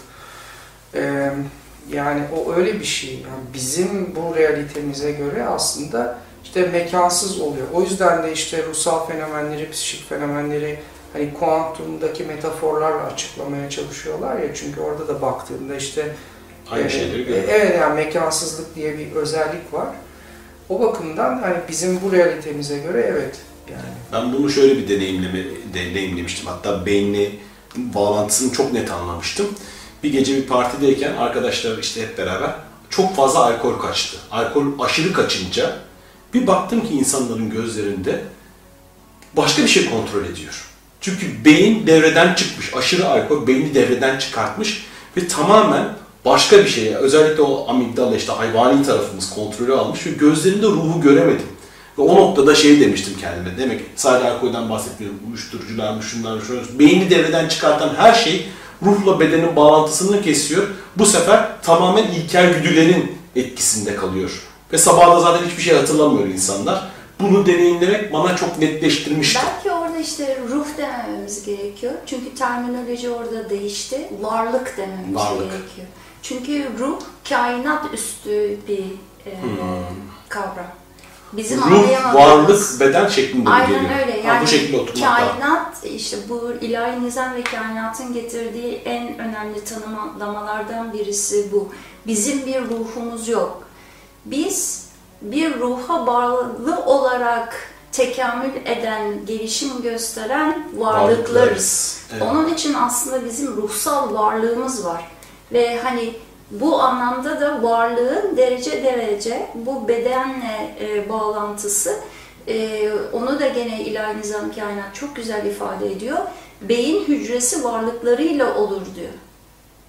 Yani o öyle bir şey. Yani bizim bu realitemize göre aslında işte mekansız oluyor. O yüzden de işte ruhsal fenomenleri, psikik fenomenleri hani kuantumdaki metaforlarla açıklamaya çalışıyorlar ya çünkü orada da baktığında işte aynı şeyleri görüyoruz. Evet yani mekansızlık diye bir özellik var. O bakımdan hani bizim bu realitemize göre evet yani. Ben bunu şöyle bir deneyimlemiştim. Hatta beyinle bağlantısını çok net anlamıştım. Bir gece bir partideyken arkadaşlar işte hep beraber çok fazla alkol kaçtı. Alkol aşırı kaçınca bir baktım ki insanların gözlerinde başka bir şey kontrol ediyor. Çünkü beyin devreden çıkmış. Aşırı alkol beyni devreden çıkartmış ve tamamen başka bir şeye, özellikle o amigdala işte hayvani tarafımız kontrolü almış ve gözlerinde ruhu göremedim. Ve o noktada şey demiştim kendime, demek ki sadece alkolden bahsetmiyorum, uyuşturucular, şunlar, beyni devreden çıkartan her şey ruhla bedenin bağlantısını kesiyor. Bu sefer tamamen ilkel güdülerin etkisinde kalıyor. Ve sabahda zaten hiçbir şey hatırlamıyor insanlar. Bunu deneyimlemek bana çok netleştirmişti. Belki orada işte ruh demememiz gerekiyor. Çünkü terminoloji orada değişti. Varlık dememiz gerekiyor. Çünkü ruh kainat üstü bir kavram. Bizim ruh, varlık, beden şeklinde mi geliyor? Aynen öyle. Yani bu şekilde oturmak kainat, işte bu ilahi nizam ve kainatın getirdiği en önemli tanımlamalardan birisi bu. Bizim bir ruhumuz yok. Biz bir ruha bağlı olarak tekamül eden, gelişim gösteren varlıklarız. Evet. Onun için aslında bizim ruhsal varlığımız var. Ve hani bu anlamda da varlığın derece bu bedenle bağlantısı, onu da gene ilahi nizam kainat çok güzel ifade ediyor. Beyin hücresi varlıklarıyla olur diyor.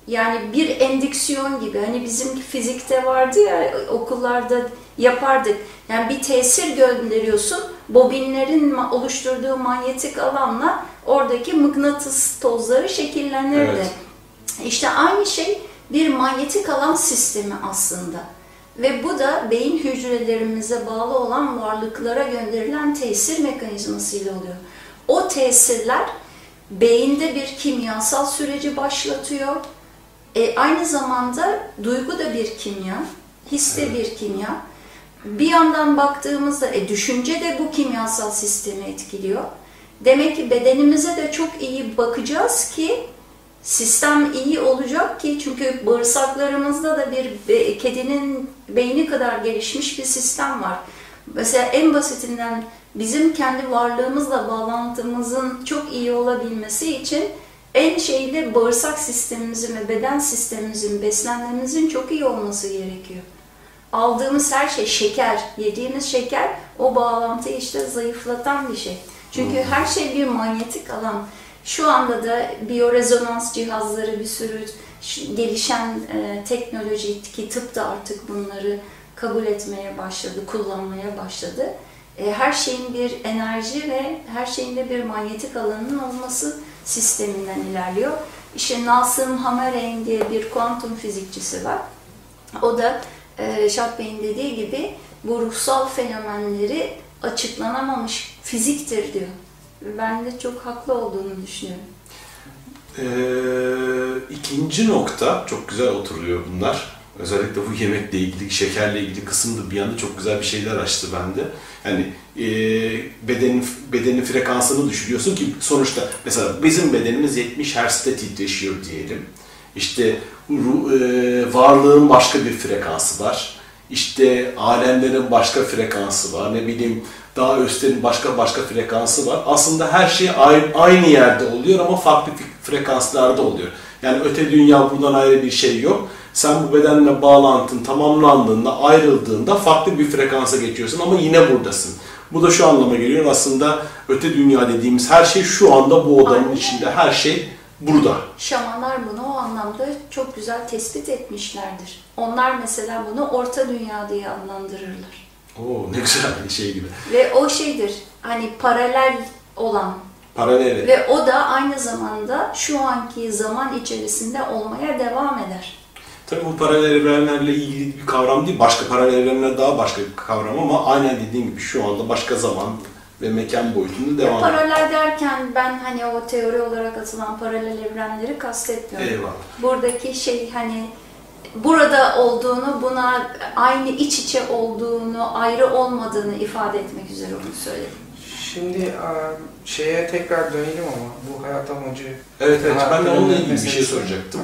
Yani bir endüksiyon gibi, hani bizim fizikte vardı ya, okullarda yapardık. Yani bir tesir gönderiyorsun, bobinlerin oluşturduğu manyetik alanla oradaki mıknatıs tozları şekillenirdi. Evet. İşte aynı şey bir manyetik alan sistemi aslında. Ve bu da beyin hücrelerimize bağlı olan varlıklara gönderilen tesir mekanizmasıyla oluyor. O tesirler beyinde bir kimyasal süreci başlatıyor. Aynı zamanda duygu da bir kimya, his de bir kimya. Bir yandan baktığımızda düşünce de bu kimyasal sistemi etkiliyor. Demek ki bedenimize de çok iyi bakacağız ki sistem iyi olacak ki, çünkü bağırsaklarımızda da bir kedinin beyni kadar gelişmiş bir sistem var. Mesela en basitinden bizim kendi varlığımızla bağlantımızın çok iyi olabilmesi için en şeyde bağırsak sistemimizin ve beden sistemimizin, beslenmemizin çok iyi olması gerekiyor. Aldığımız her şey, şeker, yediğimiz şeker o bağlantıyı işte zayıflatan bir şey. Çünkü her şey bir manyetik alan. Şu anda da biyorezonans cihazları, bir sürü gelişen teknoloji, ki tıp da artık bunları kabul etmeye başladı, kullanmaya başladı. Her şeyin bir enerji ve her şeyin de bir manyetik alanının olması sisteminden ilerliyor. İşte Nassim Haramein diye bir kuantum fizikçisi var. O da Şat Bey'in dediği gibi bu ruhsal fenomenleri açıklanamamış fiziktir diyor. Ben de çok haklı olduğunu düşünüyorum. İkinci nokta, çok güzel oturuyor bunlar. Özellikle bu yemekle ilgili, şekerle ilgili kısımda bir anda çok güzel bir şeyler açtı bende. Yani bedenin frekansını düşürüyorsun ki sonuçta mesela bizim bedenimiz 70 Hz'de titreşiyor diyelim. İşte varlığın başka bir frekansı var. İşte alemlerin başka frekansı var. Ne bileyim, daha üstlerin başka frekansı var. Aslında her şey aynı yerde oluyor ama farklı frekanslarda oluyor. Yani öte dünya, buradan ayrı bir şey yok. Sen bu bedenle bağlantın tamamlandığında, ayrıldığında farklı bir frekansa geçiyorsun ama yine buradasın. Bu da şu anlama geliyor, aslında öte dünya dediğimiz her şey şu anda bu odanın Aynen. içinde, her şey burada. Şamanlar bunu o anlamda çok güzel tespit etmişlerdir. Onlar mesela bunu Orta Dünya diye adlandırırlar. Oo, ne güzel bir şey gibi. Ve o şeydir, hani paralel olan. Paralel. Ve o da aynı zamanda şu anki zaman içerisinde olmaya devam eder. Tabii bu paralel evrenlerle ilgili bir kavram değil, başka paralel evrenler daha başka bir kavram ama aynen dediğim gibi şu anda başka zaman ve mekan boyutunda devam ediyor. Paralel derken ben hani o teori olarak atılan paralel evrenleri kastetmiyorum. Eyvallah. Buradaki şey hani burada olduğunu, buna aynı iç içe olduğunu, ayrı olmadığını ifade etmek üzere onu söyledim. Şimdi şeye tekrar dönelim ama bu hayat amacı. Evet, ben de onunla ilgili bir meselesi. şey soracaktım.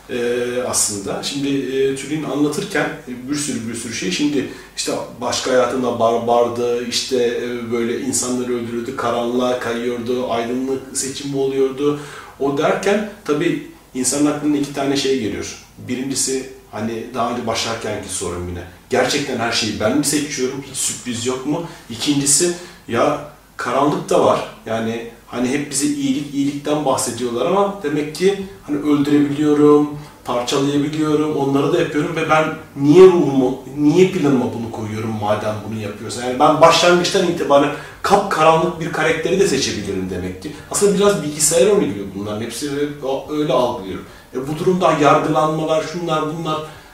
Aslında şimdi Tülin anlatırken bir sürü şey, şimdi işte başka hayatında barbardı, işte böyle insanları öldürüyordu, karanlığa kayıyordu, aydınlık seçimi oluyordu. O derken tabii insanın aklına iki tane şey geliyor. Birincisi, hani daha önce başlarkenki sorum yine, gerçekten her şeyi ben mi seçiyorum, hiç sürpriz yok mu? İkincisi, ya karanlık da var, yani hani hep bize iyilikten bahsediyorlar ama demek ki hani öldürebiliyorum, parçalayabiliyorum, onları da yapıyorum ve ben niye planıma bunu koyuyorum madem bunu yapıyorsa? Yani ben başlangıçtan itibaren kapkaranlık bir karakteri de seçebilirim demek ki. Aslında biraz bilgisayar oyunu gibi bunların hepsi, öyle algılıyorum. Bu durumda yargılanmalar, şunlar bunlar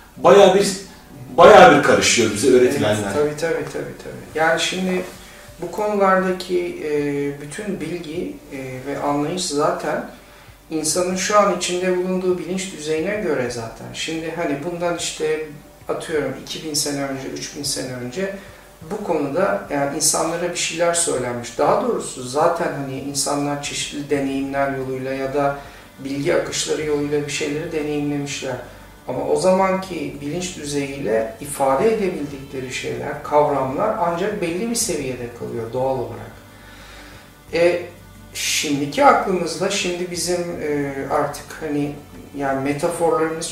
bayağı bir karışıyor bize öğretilenler. Evet, tabii. Yani şimdi bu konulardaki bütün bilgi ve anlayış zaten insanın şu an içinde bulunduğu bilinç düzeyine göre zaten. Şimdi hani bundan işte atıyorum 2000 sene önce, 3000 sene önce bu konuda yani insanlara bir şeyler söylenmiş. Daha doğrusu zaten hani insanlar çeşitli deneyimler yoluyla ya da bilgi akışları yoluyla bir şeyleri deneyimlemişler. Ama o zamanki bilinç düzeyiyle ifade edebildikleri şeyler, kavramlar ancak belli bir seviyede kalıyor doğal olarak. Şimdiki aklımızda, şimdi bizim artık hani yani metaforlarımız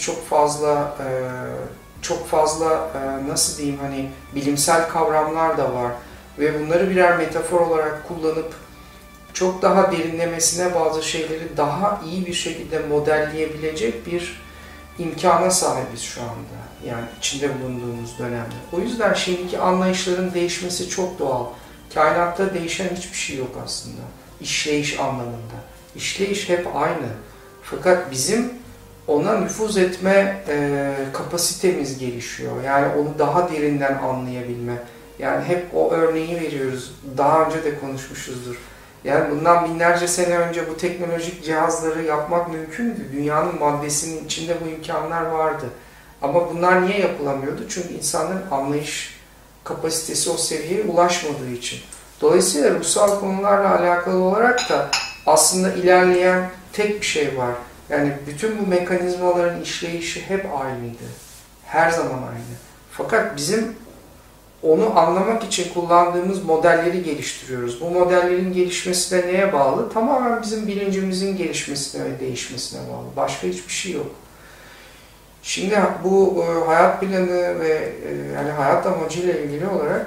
çok fazla nasıl diyeyim, hani bilimsel kavramlar da var ve bunları birer metafor olarak kullanıp çok daha derinlemesine bazı şeyleri daha iyi bir şekilde modelleyebilecek bir imkana sahibiz şu anda. Yani içinde bulunduğumuz dönemde. O yüzden şimdiki anlayışların değişmesi çok doğal. Kainatta değişen hiçbir şey yok aslında. İşleyiş anlamında. İşleyiş hep aynı. Fakat bizim ona nüfuz etme kapasitemiz gelişiyor. Yani onu daha derinden anlayabilme. Yani hep o örneği veriyoruz. Daha önce de konuşmuşuzdur. Yani bundan binlerce sene önce bu teknolojik cihazları yapmak mümkündü. Dünyanın maddesinin içinde bu imkanlar vardı. Ama bunlar niye yapılamıyordu? Çünkü insanların anlayış kapasitesi o seviyeye ulaşmadığı için. Dolayısıyla ruhsal konularla alakalı olarak da aslında ilerleyen tek bir şey var. Yani bütün bu mekanizmaların işleyişi hep aynıydı. Her zaman aynı. Fakat bizim onu anlamak için kullandığımız modelleri geliştiriyoruz. Bu modellerin gelişmesi de neye bağlı? Tamamen bizim bilincimizin gelişmesine ve değişmesine bağlı. Başka hiçbir şey yok. Şimdi bu hayat planı ve yani hayat amacıyla ilgili olarak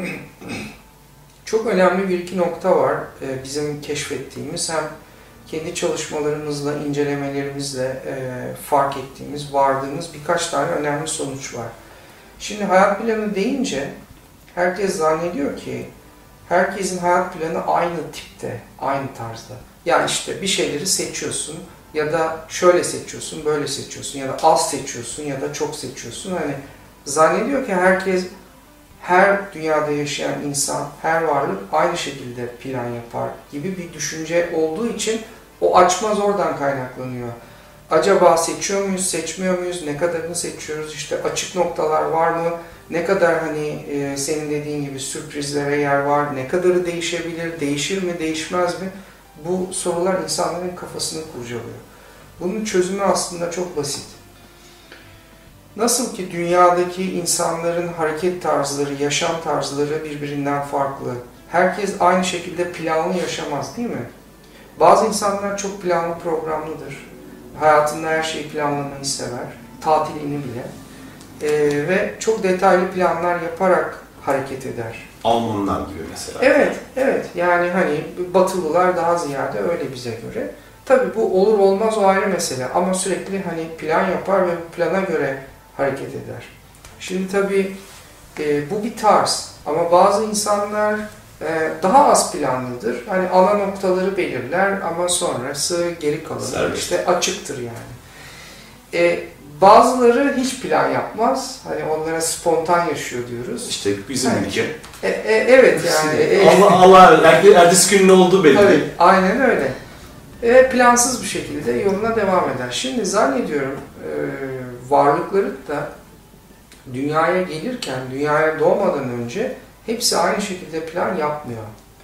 çok önemli bir iki nokta var bizim keşfettiğimiz. Hem kendi çalışmalarımızla, incelemelerimizle fark ettiğimiz, vardığımız birkaç tane önemli sonuç var. Şimdi hayat planı deyince herkes zannediyor ki herkesin hayat planı aynı tipte, aynı tarzda. Yani işte bir şeyleri seçiyorsun ya da şöyle seçiyorsun, böyle seçiyorsun ya da az seçiyorsun ya da çok seçiyorsun. Hani zannediyor ki herkes, her dünyada yaşayan insan, her varlık aynı şekilde plan yapar gibi bir düşünce olduğu için o açmaz oradan kaynaklanıyor. Acaba seçiyor muyuz, seçmiyor muyuz, ne kadarını seçiyoruz, işte açık noktalar var mı, ne kadar hani senin dediğin gibi sürprizlere yer var, ne kadarı değişebilir, değişir mi, değişmez mi? Bu sorular insanların kafasını kurcalıyor. Bunun çözümü aslında çok basit. Nasıl ki dünyadaki insanların hareket tarzları, yaşam tarzları birbirinden farklı. Herkes aynı şekilde planlı yaşamaz, değil mi? Bazı insanlar çok planlı programlıdır. Hayatında her şeyi planlamayı sever. Tatilini bile. Ve çok detaylı planlar yaparak hareket eder. Almanlar gibi mesela. Evet, evet. Yani hani Batılılar daha ziyade öyle bize göre. Tabii bu olur olmaz o ayrı mesele. Ama sürekli hani plan yapar ve bu plana göre hareket eder. Şimdi tabii bu bir tarz. Ama bazı insanlar daha az planlıdır. Hani ana noktaları belirler ama sonrası geri kalanı Serbest. işte açıktır yani. Bazıları hiç plan yapmaz. Hani onlara spontan yaşıyor diyoruz. İşte bizim ülke. Evet yani. Allah ertesi gün ne olduğu belli Tabii, değil. aynen öyle. Plansız bir şekilde yoluna devam eder. Şimdi zannediyorum varlıkları da dünyaya gelirken, dünyaya doğmadan önce hepsi aynı şekilde plan yapmıyor.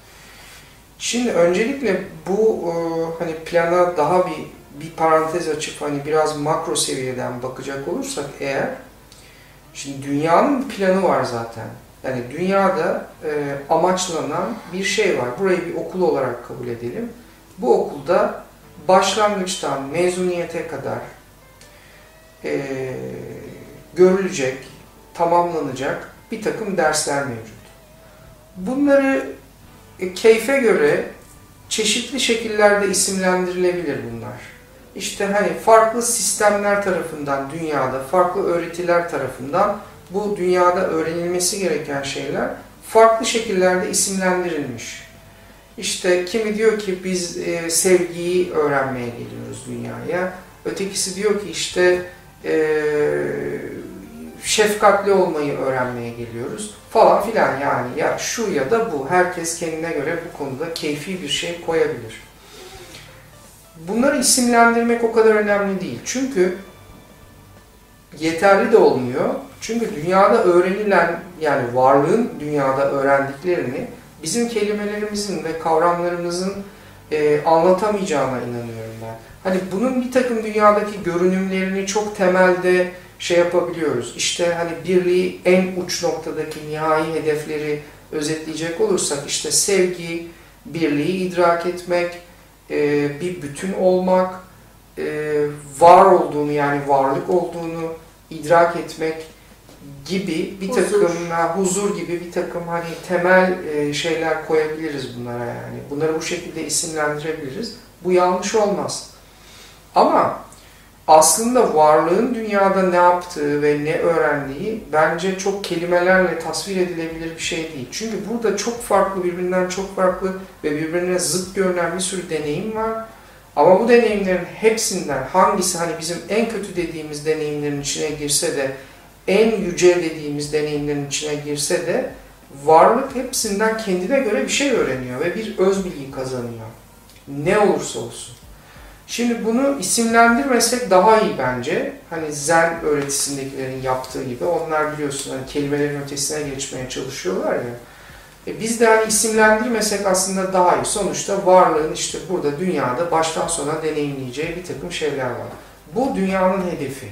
Şimdi öncelikle bu hani plana daha bir parantez açıp hani biraz makro seviyeden bakacak olursak eğer, şimdi dünyanın planı var zaten. Yani dünyada amaçlanan bir şey var. Burayı bir okul olarak kabul edelim. Bu okulda başlangıçtan mezuniyete kadar görülecek, tamamlanacak bir takım dersler mevcut. Bunları keyfe göre çeşitli şekillerde isimlendirilebilir bunlar. İşte hani farklı sistemler tarafından dünyada, farklı öğretiler tarafından bu dünyada öğrenilmesi gereken şeyler farklı şekillerde isimlendirilmiş. İşte kimi diyor ki biz sevgiyi öğrenmeye geliyoruz dünyaya. Ötekisi diyor ki işte şefkatli olmayı öğrenmeye geliyoruz falan filan yani. Ya şu ya da bu. Herkes kendine göre bu konuda keyfi bir şey koyabilir. Bunları isimlendirmek o kadar önemli değil. Çünkü yeterli de olmuyor. Çünkü dünyada öğrenilen, yani varlığın dünyada öğrendiklerini bizim kelimelerimizin ve kavramlarımızın anlatamayacağına inanıyorum ben. Hani bunun bir takım dünyadaki görünümlerini çok temelde şey yapabiliyoruz. İşte hani birliği en uç noktadaki nihai hedefleri özetleyecek olursak işte sevgi, birliği idrak etmek, bir bütün olmak, var olduğunu yani varlık olduğunu idrak etmek gibi bir takım huzur gibi bir takım hani temel şeyler koyabiliriz bunlara yani. Bunları bu şekilde isimlendirebiliriz. Bu yanlış olmaz. Ama aslında varlığın dünyada ne yaptığı ve ne öğrendiği bence çok kelimelerle tasvir edilebilir bir şey değil. Çünkü burada çok farklı, birbirinden çok farklı ve birbirine zıt görünen bir sürü deneyim var. Ama bu deneyimlerin hepsinden hangisi hani bizim en kötü dediğimiz deneyimlerin içine girse de, en yüce dediğimiz deneyimlerin içine girse de varlık hepsinden kendine göre bir şey öğreniyor ve bir öz bilgi kazanıyor. Ne olursa olsun. Şimdi bunu isimlendirmesek daha iyi bence. Hani Zen öğretisindekilerin yaptığı gibi. Onlar biliyorsun hani kelimelerin ötesine geçmeye çalışıyorlar ya. Biz de hani isimlendirmesek aslında daha iyi. Sonuçta varlığın işte burada dünyada baştan sona deneyimleyeceği bir takım şeyler var. Bu dünyanın hedefi.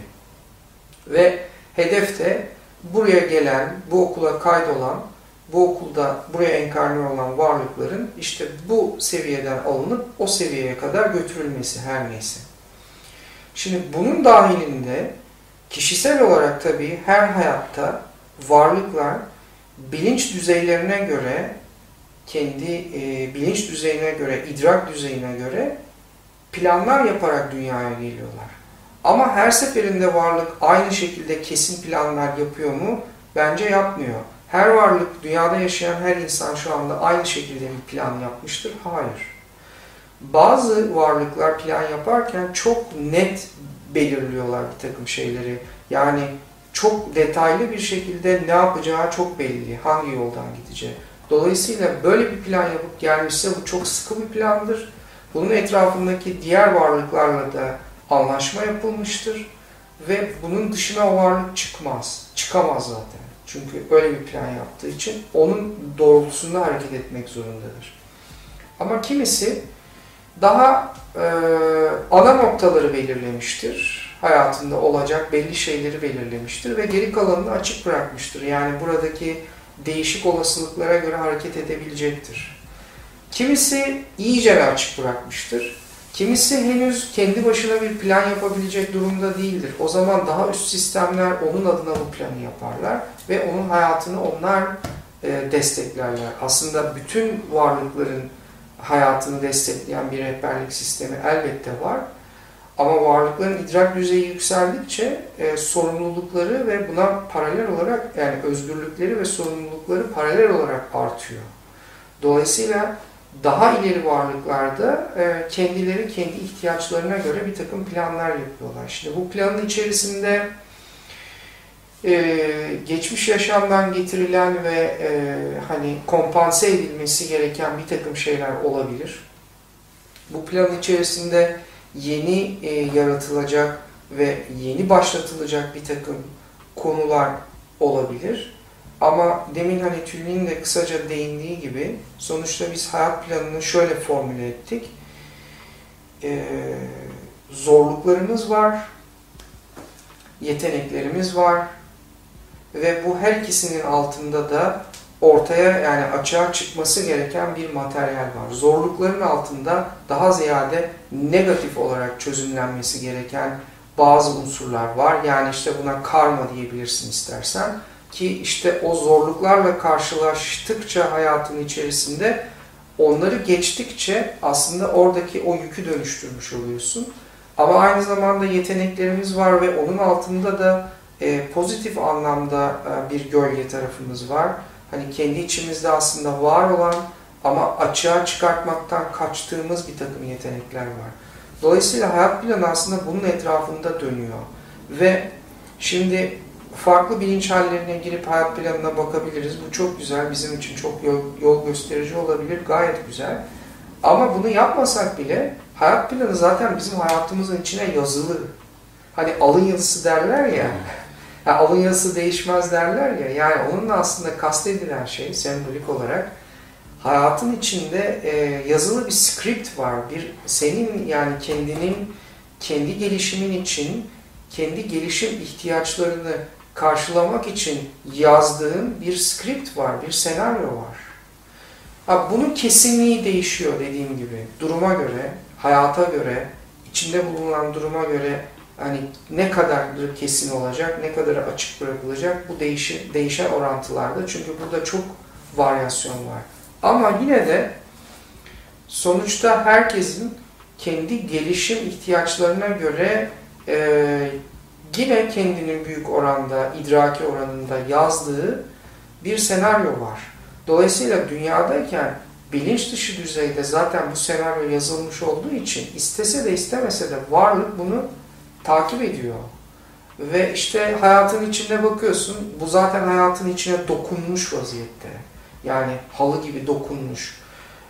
Ve hedef de buraya gelen, bu okula kaydolan, bu okulda buraya enkarne olan varlıkların işte bu seviyeden alınıp o seviyeye kadar götürülmesi her neyse. Şimdi bunun dahilinde kişisel olarak tabii her hayatta varlıklar bilinç düzeylerine göre, kendi bilinç düzeyine göre, idrak düzeyine göre planlar yaparak dünyaya geliyorlar. Ama her seferinde varlık aynı şekilde kesin planlar yapıyor mu? Bence yapmıyor. Her varlık, dünyada yaşayan her insan şu anda aynı şekilde bir plan yapmıştır. Hayır. Bazı varlıklar plan yaparken çok net belirliyorlar bir takım şeyleri. Yani çok detaylı bir şekilde ne yapacağı çok belli, hangi yoldan gideceği. Dolayısıyla böyle bir plan yapıp gelmişse bu çok sıkı bir plandır. Bunun etrafındaki diğer varlıklarla da anlaşma yapılmıştır ve bunun dışına o varlık çıkmaz. Çıkamaz zaten. Çünkü öyle bir plan yaptığı için onun doğrultusunda hareket etmek zorundadır. Ama kimisi daha ana noktaları belirlemiştir. Hayatında olacak belli şeyleri belirlemiştir ve geri kalanını açık bırakmıştır. Yani buradaki değişik olasılıklara göre hareket edebilecektir. Kimisi iyice açık bırakmıştır. Kimisi henüz kendi başına bir plan yapabilecek durumda değildir. O zaman daha üst sistemler onun adına bu planı yaparlar ve onun hayatını onlar desteklerler. Aslında bütün varlıkların hayatını destekleyen bir rehberlik sistemi elbette var. Ama varlıkların idrak düzeyi yükseldikçe sorumlulukları ve buna paralel olarak yani özgürlükleri ve sorumlulukları paralel olarak artıyor. Dolayısıyla daha ileri varlıklarda kendileri kendi ihtiyaçlarına göre bir takım planlar yapıyorlar. Şimdi bu planın içerisinde geçmiş yaşamdan getirilen ve hani kompanse edilmesi gereken bir takım şeyler olabilir. Bu planın içerisinde yeni yaratılacak ve yeni başlatılacak bir takım konular olabilir. Ama demin hani Tülin'in de kısaca değindiği gibi sonuçta biz hayat planını şöyle formüle ettik. Zorluklarımız var, yeteneklerimiz var ve bu her ikisinin altında da ortaya yani açığa çıkması gereken bir materyal var. Zorlukların altında daha ziyade negatif olarak çözümlenmesi gereken bazı unsurlar var. Yani işte buna karma diyebilirsin istersen. Ki işte o zorluklarla karşılaştıkça hayatın içerisinde onları geçtikçe aslında oradaki o yükü dönüştürmüş oluyorsun. Ama aynı zamanda yeteneklerimiz var ve onun altında da pozitif anlamda bir gölge tarafımız var. Hani kendi içimizde aslında var olan ama açığa çıkartmaktan kaçtığımız bir takım yetenekler var. Dolayısıyla hayat planı aslında bunun etrafında dönüyor. Ve şimdi farklı bilinç hallerine girip hayat planına bakabiliriz. Bu çok güzel, bizim için çok yol gösterici olabilir, gayet güzel. Ama bunu yapmasak bile hayat planı zaten bizim hayatımızın içine yazılı. Hani alın yazısı derler ya, yani alın yazısı değişmez derler ya, yani onunla aslında kastedilen şey sembolik olarak hayatın içinde yazılı bir script var. Senin yani kendi gelişimin için, kendi gelişim ihtiyaçlarını karşılamak için yazdığın bir script var, bir senaryo var. Bunun kesinliği değişiyor dediğim gibi. Duruma göre, hayata göre, içinde bulunan duruma göre hani ne kadar kesin olacak, ne kadar açık bırakılacak bu değişen orantılarda. Çünkü burada çok varyasyon var. Ama yine de sonuçta herkesin kendi gelişim ihtiyaçlarına göre Yine kendinin büyük oranda, idraki oranında yazdığı bir senaryo var. Dolayısıyla dünyadayken bilinç dışı düzeyde zaten bu senaryo yazılmış olduğu için istese de istemese de varlık bunu takip ediyor. Ve işte hayatın içine bakıyorsun, bu zaten hayatın içine dokunmuş vaziyette. Yani halı gibi dokunmuş.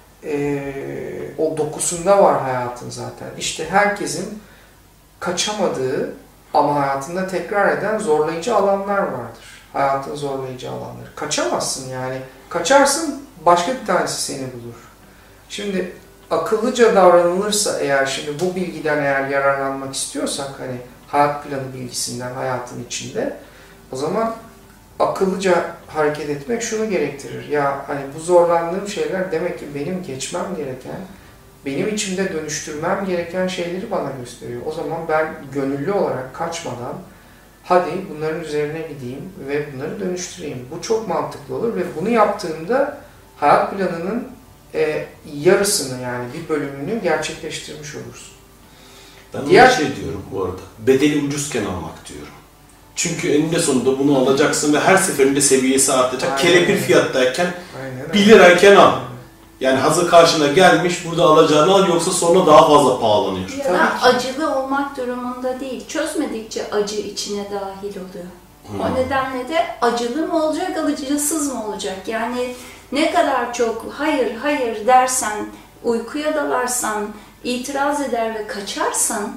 O dokusunda var hayatın zaten. İşte herkesin kaçamadığı ama hayatında tekrar eden zorlayıcı alanlar vardır. Hayatın zorlayıcı alanları. Kaçamazsın yani. Kaçarsın, başka bir tanesi seni bulur. Şimdi akıllıca davranılırsa eğer, şimdi bu bilgiden eğer yararlanmak istiyorsak, hani hayat planı bilgisinden hayatın içinde, o zaman akıllıca hareket etmek şunu gerektirir. Ya hani bu zorlandığım şeyler demek ki benim geçmem gereken, benim içimde dönüştürmem gereken şeyleri bana gösteriyor. O zaman ben gönüllü olarak kaçmadan hadi bunların üzerine gideyim ve bunları dönüştüreyim. Bu çok mantıklı olur ve bunu yaptığımda hayat planının yarısını, yani bir bölümünü gerçekleştirmiş olursun. Ben bir şey diyorum bu arada. Bedeli ucuzken almak diyorum. Çünkü eninde sonunda bunu alacaksın ve her seferinde seviyesi artacak. Aynen. Kelepir fiyattayken Aynen. 1 lirayken al. Yani hazır karşına gelmiş, burada alacağını al, yoksa sonra daha fazla pahalanıyor. Ya da acılı olmak durumunda değil. Çözmedikçe acı içine dahil oluyor. O nedenle de acılı mı olacak, acısız mı olacak? Yani ne kadar çok hayır hayır dersen, uykuya dalarsan, itiraz eder ve kaçarsan,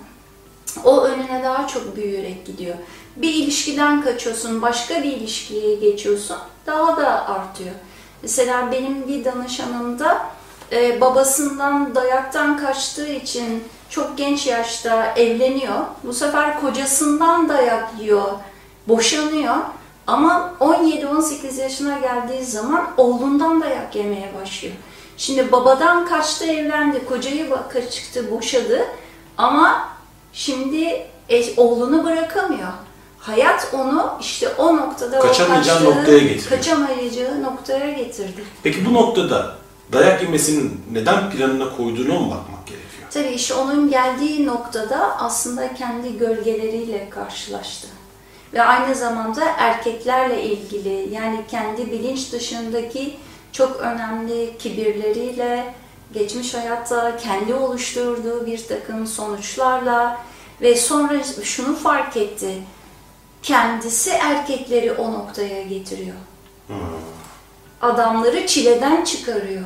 o önüne daha çok büyüyerek gidiyor. Bir ilişkiden kaçıyorsun, başka bir ilişkiye geçiyorsun, daha da artıyor. Mesela benim bir danışanım da babasından dayaktan kaçtığı için çok genç yaşta evleniyor. Bu sefer kocasından dayak yiyor, boşanıyor. Ama 17-18 yaşına geldiği zaman oğlundan dayak yemeye başlıyor. Şimdi babadan kaçtı, evlendi, kocayı kaçtı, boşadı. Ama şimdi oğlunu bırakamıyor. Hayat onu işte o noktada, kaçamayacağı noktaya getirdi. Kaçamayacağı noktaya getirdi. Peki bu noktada dayak yemesinin neden planına koyduğuna mı bakmak gerekiyor? Tabii işte onun geldiği noktada aslında kendi gölgeleriyle karşılaştı. Ve aynı zamanda erkeklerle ilgili, yani kendi bilinç dışındaki çok önemli kibirleriyle, geçmiş hayatta kendi oluşturduğu bir takım sonuçlarla ve sonra şunu fark etti. Kendisi erkekleri o noktaya getiriyor. Adamları çileden çıkarıyor.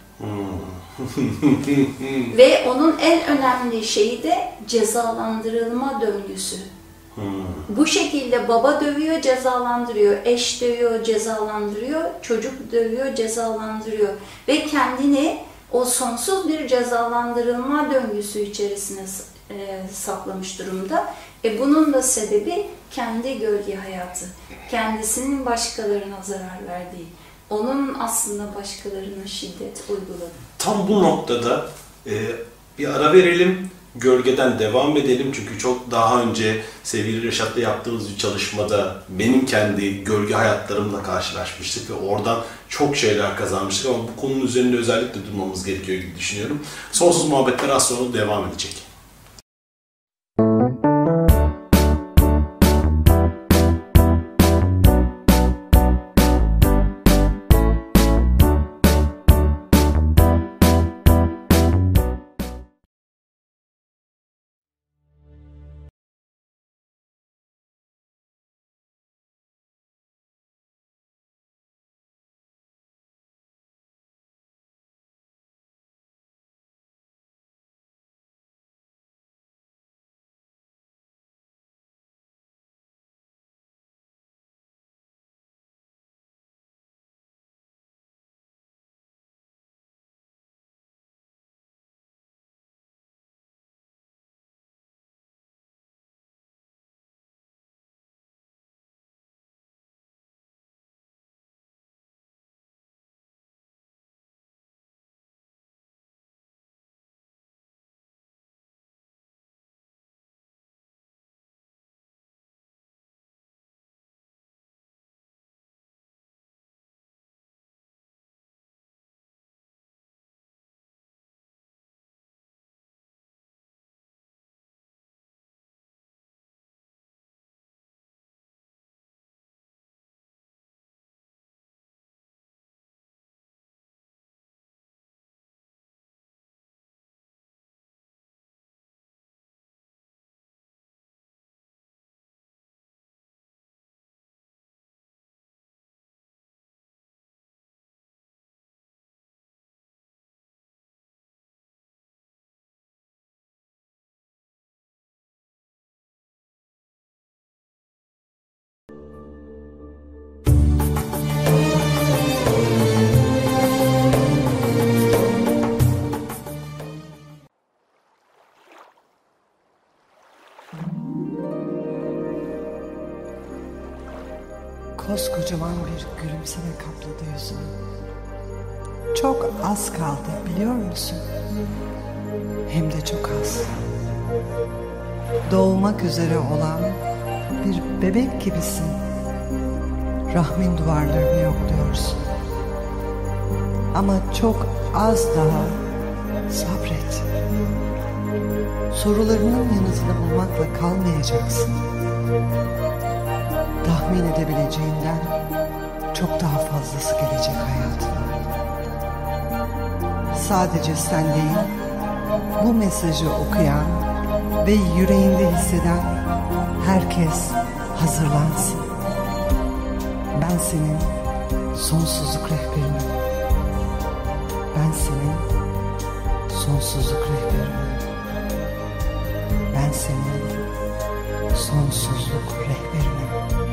Ve onun en önemli şeyi de cezalandırılma döngüsü. Bu şekilde baba dövüyor, cezalandırıyor, eş dövüyor, cezalandırıyor, çocuk dövüyor, cezalandırıyor. Ve kendini o sonsuz bir cezalandırılma döngüsü içerisine saklamış durumda. Bunun da sebebi kendi gölge hayatı. Kendisinin başkalarına zarar verdiği. Onun aslında başkalarına şiddet uyguladığı. Tam bu noktada bir ara verelim, gölgeden devam edelim. Çünkü çok daha önce sevgili Reşat'la yaptığımız bir çalışmada benim kendi gölge hayatlarımla karşılaşmıştık ve oradan çok şeyler kazanmıştık ama bu konunun üzerinde özellikle durmamız gerekiyor gibi düşünüyorum. Sonsuz muhabbetler az sonra devam edecek. Koskocaman bir gülümseme kapladı yüzünü. Çok az kaldı, biliyor musun? Hem de çok az. Doğmak üzere olan bir bebek gibisin. Rahmin duvarlarını yokluyorsun. Ama çok az daha sabret. Sorularının yanıtını bulmakla kalmayacaksın. Tahmin edebileceğinden çok daha fazlası gelecek hayatına. Sadece sen değil, bu mesajı okuyan ve yüreğinde hisseden herkes hazırlansın. Ben senin sonsuzluk rehberinim. Ben senin sonsuzluk rehberinim. Ben senin sonsuzluk rehberinim.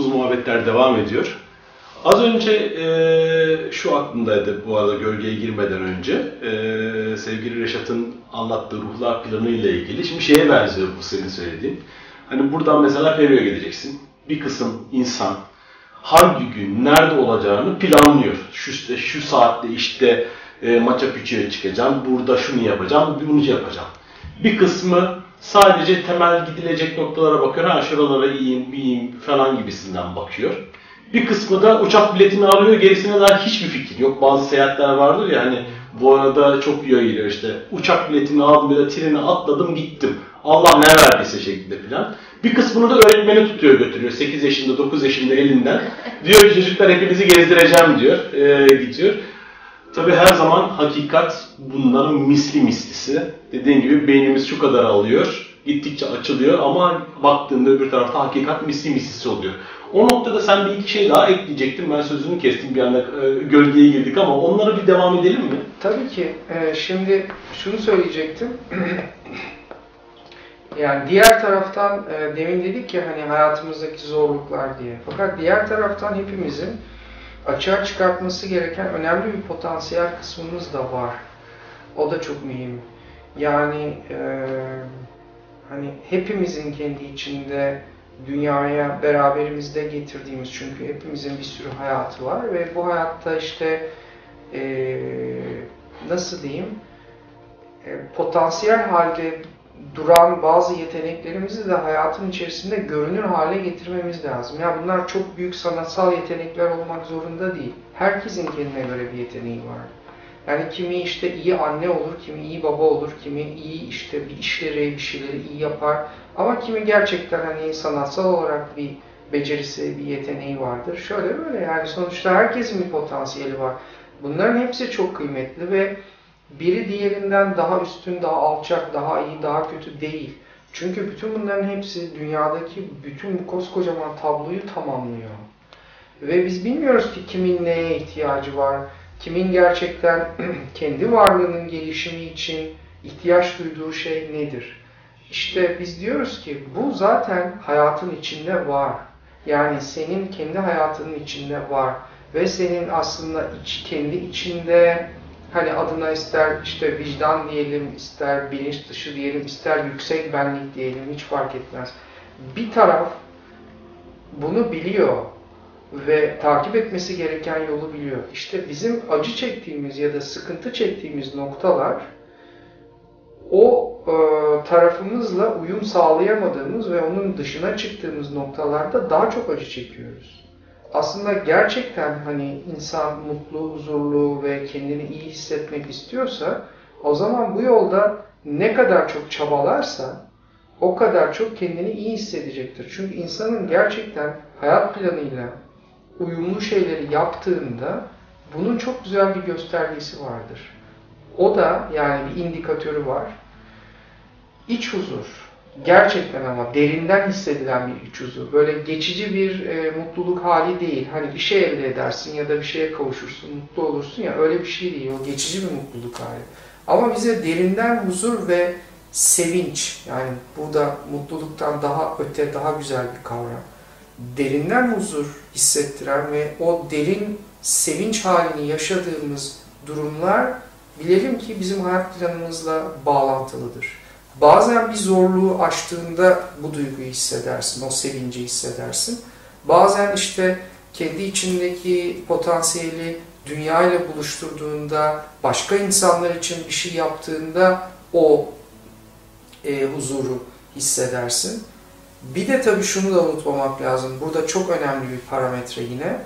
Ruhsuz Muhabbetler devam ediyor. Az önce şu aklımdaydı bu arada gölgeye girmeden önce. Sevgili Reşat'ın anlattığı ruhlar planı ile ilgili. Şimdi şeye benziyor bu senin söylediğin. Hani buradan mesela Peru'ya gideceksin. Bir kısım insan hangi gün, nerede olacağını planlıyor. Şu saatte işte Machu Picchu'ya çıkacağım, burada şunu yapacağım, bunu yapacağım. Bir kısmı sadece temel gidilecek noktalara bakıyor. Ha şuralara iyiyim falan gibisinden bakıyor. Bir kısmı da uçak biletini alıyor, gerisine dair hiçbir fikir yok. Bazı seyahatler vardır ya hani bu arada çok yayılıyor işte. Uçak biletini aldım ya da treni atladım gittim. Allah ne verdiyse şeklinde falan. Bir kısmını da öğretmeni tutuyor götürüyor. 8 yaşında 9 yaşında elinden. Diyor ki çocuklar hepinizi gezdireceğim diyor. Gidiyor. Tabii her zaman hakikat bunların mislisi. Dediğim gibi beynimiz şu kadar alıyor. Gittikçe açılıyor ama baktığında öbür tarafta hakikat mislisi oluyor. O noktada sen bir iki şey daha ekleyecektin. Ben sözünü kestim bir anda gölgeye girdik ama onlara bir devam edelim mi? Tabii ki. Şimdi şunu söyleyecektim. Yani diğer taraftan demin dedik ya hani hayatımızdaki zorluklar diye. Fakat diğer taraftan hepimizin açığa çıkartması gereken önemli bir potansiyel kısmımız da var. O da çok mühim. Yani hani hepimizin kendi içinde dünyaya beraberimizde getirdiğimiz çünkü hepimizin bir sürü hayatı var ve bu hayatta işte nasıl diyeyim potansiyel halde duran bazı yeteneklerimizi de hayatın içerisinde görünür hale getirmemiz lazım. Ya bunlar çok büyük sanatsal yetenekler olmak zorunda değil. Herkesin kendine göre bir yeteneği var. Yani kimi işte iyi anne olur, kimi iyi baba olur, kimi iyi işte bir işleri, bir şeyleri iyi yapar. Ama kimi gerçekten hani sanatsal olarak bir becerisi, bir yeteneği vardır. Şöyle böyle yani sonuçta herkesin bir potansiyeli var. Bunların hepsi çok kıymetli ve biri diğerinden daha üstün, daha alçak, daha iyi, daha kötü değil. Çünkü bütün bunların hepsi dünyadaki bütün koskocaman tabloyu tamamlıyor. Ve biz bilmiyoruz ki kimin neye ihtiyacı var, kimin gerçekten kendi varlığının gelişimi için ihtiyaç duyduğu şey nedir? İşte biz diyoruz ki bu zaten hayatın içinde var. Yani senin kendi hayatının içinde var. Ve senin aslında kendi içinde hani adına ister işte vicdan diyelim, ister bilinç dışı diyelim, ister yüksek benlik diyelim hiç fark etmez. Bir taraf bunu biliyor ve takip etmesi gereken yolu biliyor. İşte bizim acı çektiğimiz ya da sıkıntı çektiğimiz noktalar o tarafımızla uyum sağlayamadığımız ve onun dışına çıktığımız noktalarda daha çok acı çekiyoruz. Aslında gerçekten hani insan mutlu, huzurlu ve kendini iyi hissetmek istiyorsa o zaman bu yolda ne kadar çok çabalarsa o kadar çok kendini iyi hissedecektir. Çünkü insanın gerçekten hayat planıyla uyumlu şeyleri yaptığında bunun çok güzel bir göstergesi vardır. O da yani bir indikatörü var. İç huzur. Gerçekten ama derinden hissedilen bir iç huzur. Böyle geçici bir mutluluk hali değil. Hani bir şey elde edersin ya da bir şeye kavuşursun, mutlu olursun ya öyle bir şey değil. O geçici bir mutluluk hali. Ama bize derinden huzur ve sevinç, yani burada mutluluktan daha öte, daha güzel bir kavram. Derinden huzur hissettiren ve o derin sevinç halini yaşadığımız durumlar bilelim ki bizim hayat planımızla bağlantılıdır. Bazen bir zorluğu aştığında bu duyguyu hissedersin, o sevinci hissedersin. Bazen işte kendi içindeki potansiyeli dünyayla buluşturduğunda, başka insanlar için bir şey yaptığında o huzuru hissedersin. Bir de tabii şunu da unutmamak lazım. Burada çok önemli bir parametre yine.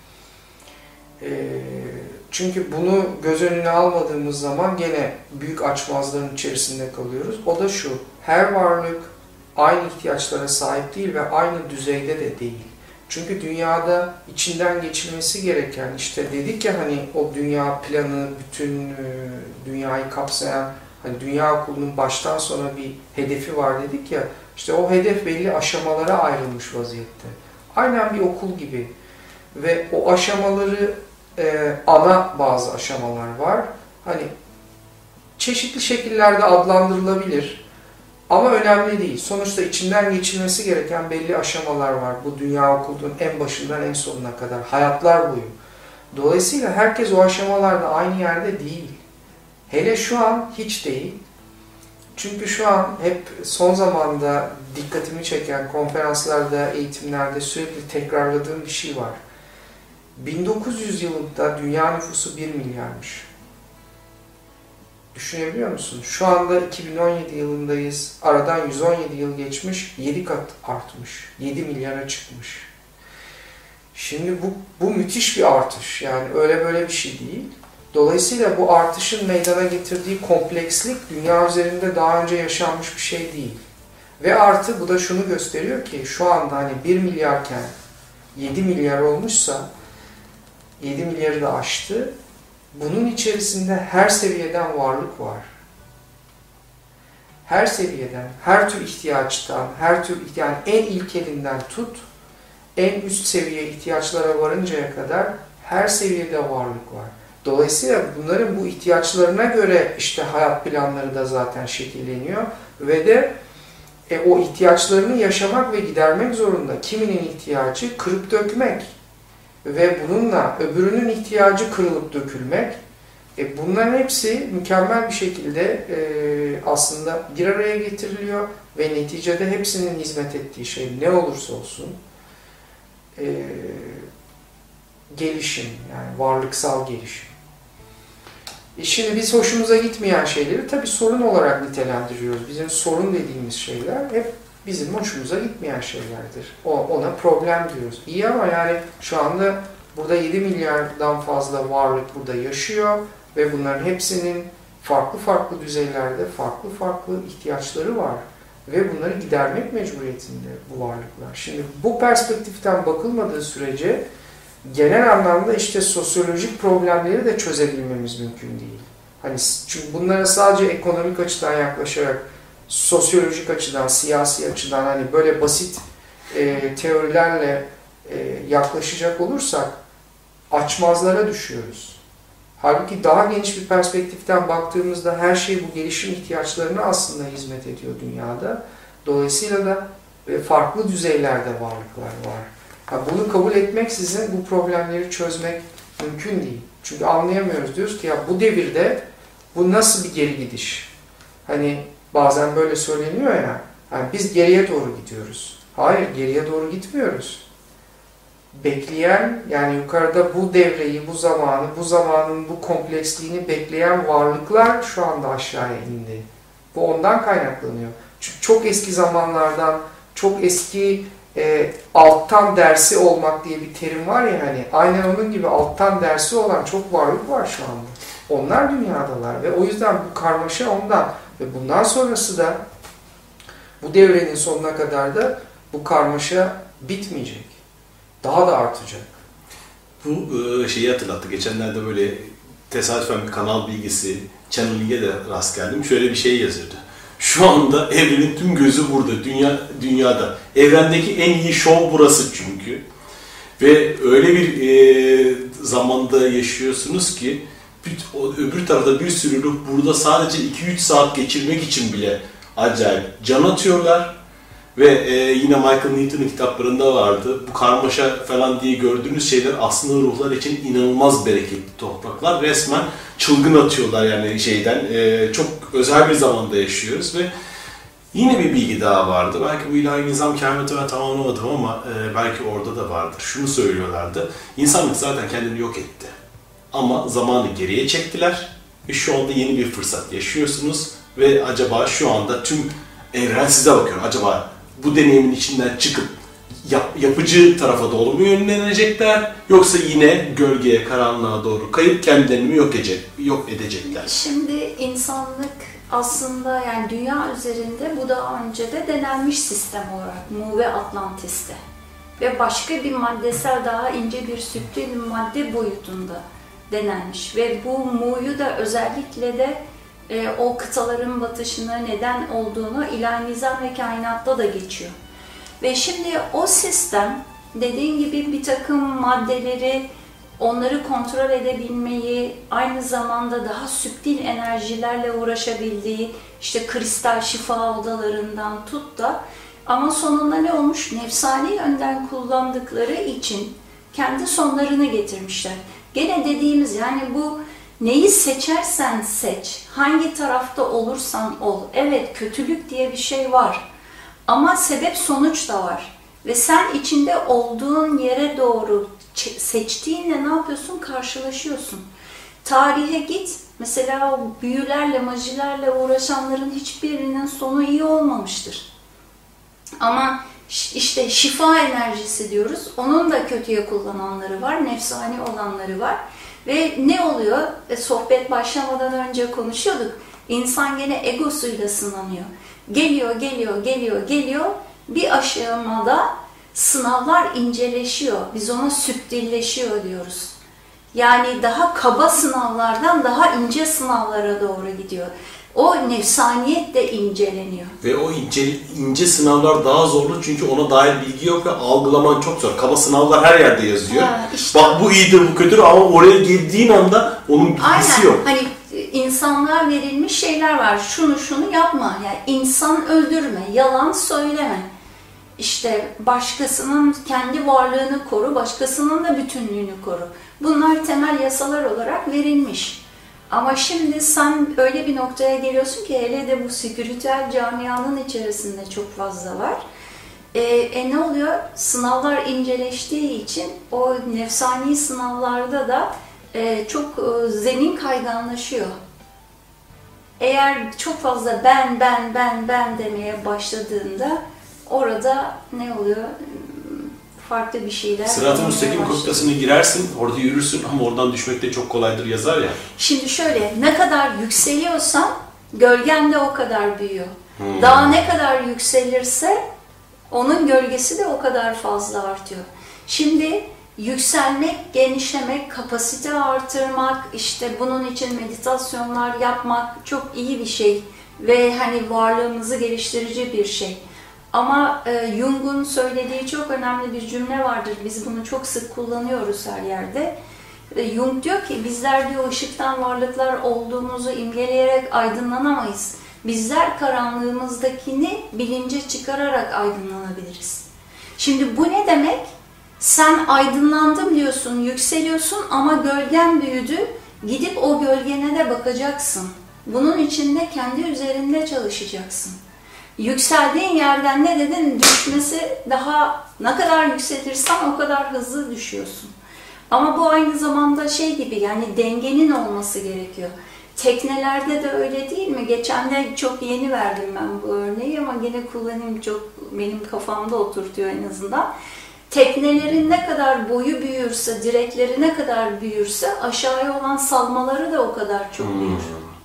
Çünkü bunu göz önüne almadığımız zaman gene büyük açmazların içerisinde kalıyoruz. O da şu, her varlık aynı ihtiyaçlara sahip değil ve aynı düzeyde de değil. Çünkü dünyada içinden geçilmesi gereken, işte dedik ya hani o dünya planı, bütün dünyayı kapsayan, hani dünya okulunun baştan sona bir hedefi var dedik ya, işte o hedef belli aşamalara ayrılmış vaziyette. Aynen bir okul gibi. Ve o aşamaları ana bazı aşamalar var. Hani çeşitli şekillerde adlandırılabilir. Ama önemli değil. Sonuçta içinden geçilmesi gereken belli aşamalar var. Bu dünya okulunun en başından en sonuna kadar. Hayatlar boyu. Dolayısıyla herkes o aşamalarda aynı yerde değil. Hele şu an hiç değil. Çünkü şu an hep son zamanda dikkatimi çeken konferanslarda, eğitimlerde sürekli tekrarladığım bir şey var. 1900 yılında dünya nüfusu 1 milyarmış. Düşünebiliyor musun? Şu anda 2017 yılındayız. Aradan 117 yıl geçmiş, 7 kat artmış. 7 milyara çıkmış. Şimdi bu müthiş bir artış. Yani öyle böyle bir şey değil. Dolayısıyla bu artışın meydana getirdiği komplekslik dünya üzerinde daha önce yaşanmış bir şey değil. Ve artı bu da şunu gösteriyor ki şu anda hani 1 milyarken 7 milyar olmuşsa 7 milyarı da aştı. Bunun içerisinde her seviyeden varlık var. Her seviyeden, her tür ihtiyaçtan, her tür yani en ilkelinden tut, en üst seviye ihtiyaçlara varıncaya kadar her seviyede varlık var. Dolayısıyla bunların bu ihtiyaçlarına göre işte hayat planları da zaten şekilleniyor ve de o ihtiyaçlarını yaşamak ve gidermek zorunda. Kiminin ihtiyacı kırıp dökmek ve bununla öbürünün ihtiyacı kırılıp dökülmek. Bunların hepsi mükemmel bir şekilde aslında bir araya getiriliyor ve neticede hepsinin hizmet ettiği şey ne olursa olsun gelişim, yani varlıksal gelişim. Şimdi biz hoşumuza gitmeyen şeyleri tabii sorun olarak nitelendiriyoruz. Bizim sorun dediğimiz şeyler hep bizim hoşumuza gitmeyen şeylerdir. Ona problem diyoruz. İyi ama yani şu anda burada 7 milyardan fazla varlık burada yaşıyor ve bunların hepsinin farklı farklı düzeylerde farklı farklı ihtiyaçları var. Ve bunları gidermek mecburiyetinde bu varlıklar. Şimdi bu perspektiften bakılmadığı sürece genel anlamda işte sosyolojik problemleri de çözebilmemiz mümkün değil. Hani çünkü bunlara sadece ekonomik açıdan yaklaşarak, sosyolojik açıdan, siyasi açıdan hani böyle basit teorilerle yaklaşacak olursak açmazlara düşüyoruz. Halbuki daha geniş bir perspektiften baktığımızda her şey bu gelişim ihtiyaçlarına aslında hizmet ediyor dünyada. Dolayısıyla da farklı düzeylerde varlıklar var. Bunu kabul etmeksizin bu problemleri çözmek mümkün değil. Çünkü anlayamıyoruz. Diyoruz ki ya bu devirde bu nasıl bir geri gidiş? Hani bazen böyle söyleniyor ya, yani biz geriye doğru gidiyoruz. Hayır, geriye doğru gitmiyoruz. Bekleyen, yani yukarıda bu devreyi, bu zamanı, bu zamanın bu kompleksliğini bekleyen varlıklar şu anda aşağıya indi. Bu ondan kaynaklanıyor. Çünkü çok eski zamanlardan, çok eski alttan dersi olmak diye bir terim var ya hani, aynen onun gibi alttan dersi olan çok varlık var şu anda. Onlar dünyadalar ve o yüzden bu karmaşa ondan ve bundan sonrası da bu devrenin sonuna kadar da bu karmaşa bitmeyecek. Daha da artacak. Bu şeyi hatırlattı. Geçenlerde böyle tesadüfen bir kanal bilgisi channeling'e de rast geldim. Şöyle bir şey yazıyordu. Şu anda evrenin tüm gözü burada. Dünyada. Evrendeki en iyi şov burası çünkü. Ve öyle bir zamanda yaşıyorsunuz ki öbür tarafta bir sürü ruh burada sadece 2-3 saat geçirmek için bile acayip can atıyorlar. Ve yine Michael Newton'un kitaplarında vardı. Bu karmaşa falan diye gördüğünüz şeyler aslında ruhlar için inanılmaz bereketli topraklar. Resmen çılgın atıyorlar yani şeyden. Çok özel bir zamanda yaşıyoruz ve yine bir bilgi daha vardı. Belki bu ilahi nizam kainatı ben tamamlamadım ama belki orada da vardır. Şunu söylüyorlardı. İnsanlık zaten kendini yok etti. Ama zamanı geriye çektiler. Ve şu anda yeni bir fırsat yaşıyorsunuz. Ve acaba şu anda tüm evren size bakıyor. Acaba bu deneyimin içinden çıkıp yapıcı tarafa doğru mu yönlenecekler, yoksa yine gölgeye, karanlığa doğru kayıp kendilerini mi yok edecekler? Şimdi insanlık aslında yani dünya üzerinde bu daha önce de denenmiş sistem olarak Mu ve Atlantis'te ve başka bir maddesel daha ince bir sütlü madde boyutunda denenmiş ve bu Mu'yu da özellikle de o kıtaların batışına neden olduğunu ilahi nizam ve kainatta da geçiyor. Ve şimdi o sistem dediğin gibi bir takım maddeleri onları kontrol edebilmeyi, aynı zamanda daha süptil enerjilerle uğraşabildiği, işte kristal şifa odalarından tut da, ama sonunda ne olmuş? Nefsani yönden kullandıkları için kendi sonlarını getirmişler. Gene dediğimiz, yani bu neyi seçersen seç, hangi tarafta olursan ol. Evet, kötülük diye bir şey var ama sebep sonuç da var. Ve sen içinde olduğun yere doğru seçtiğinle ne yapıyorsun? Karşılaşıyorsun. Tarihe git, mesela o büyülerle, majilerle uğraşanların hiçbirinin sonu iyi olmamıştır. Ama işte şifa enerjisi diyoruz, onun da kötüye kullananları var, nefsani olanları var. Ve ne oluyor? Sohbet başlamadan önce konuşuyorduk. İnsan gene egosuyla sınanıyor. Geliyor. Bir aşamada sınavlar inceleşiyor. Biz ona süptilleşiyor diyoruz. Yani daha kaba sınavlardan daha ince sınavlara doğru gidiyor. O nefsaniyet de inceleniyor. Ve o ince sınavlar daha zorlu çünkü ona dair bilgi yok ve algılaman çok zor. Kaba sınavlar her yerde yazıyor. İşte, bak bu iyidir, bu kötüdür ama oraya girdiğin anda onun bilgisi yok. Hani insanlığa verilmiş şeyler var. Şunu yapma. Yani insan öldürme, yalan söyleme. İşte başkasının kendi varlığını koru, başkasının da bütünlüğünü koru. Bunlar temel yasalar olarak verilmiş. Ama şimdi sen öyle bir noktaya geliyorsun ki, hele de bu spiritüel camianın içerisinde çok fazla var. Ne oluyor? Sınavlar inceleştiği için o nefsani sınavlarda da çok zemin kayganlaşıyor. Eğer çok fazla ben demeye başladığında orada ne oluyor? Farklı bir şeyler. Sırat-ı müstakim noktasına girersin, orada yürürsün ama oradan düşmek de çok kolaydır yazar ya. Şimdi şöyle, ne kadar yükseliyorsan gölgen de o kadar büyüyor. Dağ ne kadar yükselirse onun gölgesi de o kadar fazla artıyor. Şimdi yükselmek, genişlemek, kapasite artırmak, işte bunun için meditasyonlar yapmak çok iyi bir şey ve hani varlığımızı geliştirici bir şey. Ama Jung'un söylediği çok önemli bir cümle vardır. Biz bunu çok sık kullanıyoruz her yerde. Jung diyor ki, bizler diyor ışıktan varlıklar olduğumuzu imgeleyerek aydınlanamayız. Bizler karanlığımızdakini bilince çıkararak aydınlanabiliriz. Şimdi bu ne demek? Sen aydınlandım diyorsun, yükseliyorsun ama gölgen büyüdü. Gidip o gölgene de bakacaksın. Bunun için de kendi üzerinde çalışacaksın. Yükseldiğin yerden ne dedin? Düşmesi daha, ne kadar yükselirsen o kadar hızlı düşüyorsun. Ama bu aynı zamanda şey gibi, yani dengenin olması gerekiyor. Teknelerde de öyle değil mi? Geçen de çok yeni verdim ben bu örneği ama gene kullanayım, çok benim kafamda oturtuyor en azından. Teknelerin ne kadar boyu büyürse, direkleri ne kadar büyürse aşağıya olan salmaları da o kadar çok büyür.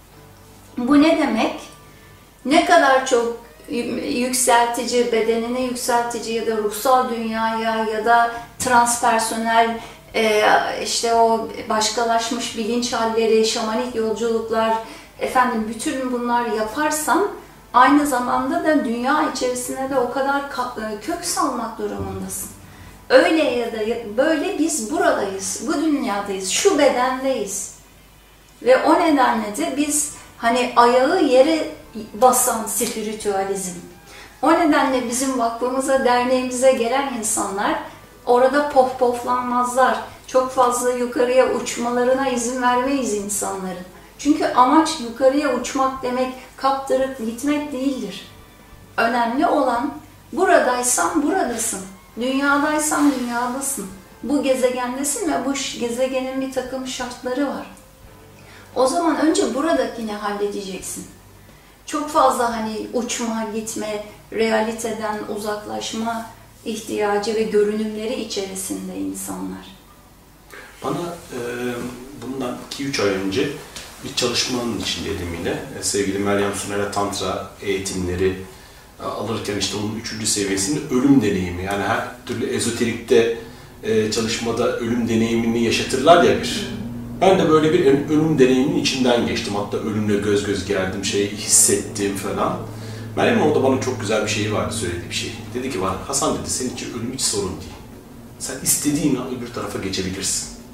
Bu ne demek? Ne kadar çok yükseltici, bedenine yükseltici ya da ruhsal dünyaya ya da transpersonel işte o başkalaşmış bilinç halleri, şamanik yolculuklar, efendim bütün bunlar yaparsan aynı zamanda da dünya içerisine de o kadar kök salmak durumundasın. Öyle ya da böyle biz buradayız, bu dünyadayız, şu bedendeyiz. Ve o nedenle de biz hani ayağı yere basan spiritüalizm. O nedenle bizim vakfımıza, derneğimize gelen insanlar orada poflanmazlar. Çok fazla yukarıya uçmalarına izin vermeyiz insanların. Çünkü amaç yukarıya uçmak demek, kaptırıp gitmek değildir. Önemli olan, buradaysan buradasın. Dünyadaysan dünyadasın. Bu gezegendesin ve bu gezegenin bir takım şartları var. O zaman önce buradakini halledeceksin. Çok fazla hani uçma, gitme, realiteden uzaklaşma ihtiyacı ve görünümleri içerisinde insanlar. Bana bundan 2-3 ay önce bir çalışmanın içindeydim yine. Sevgili Meryem Suner'e Tantra eğitimleri alırken işte onun 3. seviyesinde ölüm deneyimi. Yani her türlü ezoterikte çalışmada ölüm deneyimini yaşatırlar ya bir. Ben de böyle bir ölüm deneyiminin içinden geçtim. Hatta ölümle göz göz geldim, hissettim falan. Meryem'in orada bana çok güzel bir şey vardı, söylediği bir şey. Dedi ki bana, Hasan dedi, senin için ölüm hiç sorun değil. Sen istediğin an öbür tarafa geçebilirsin.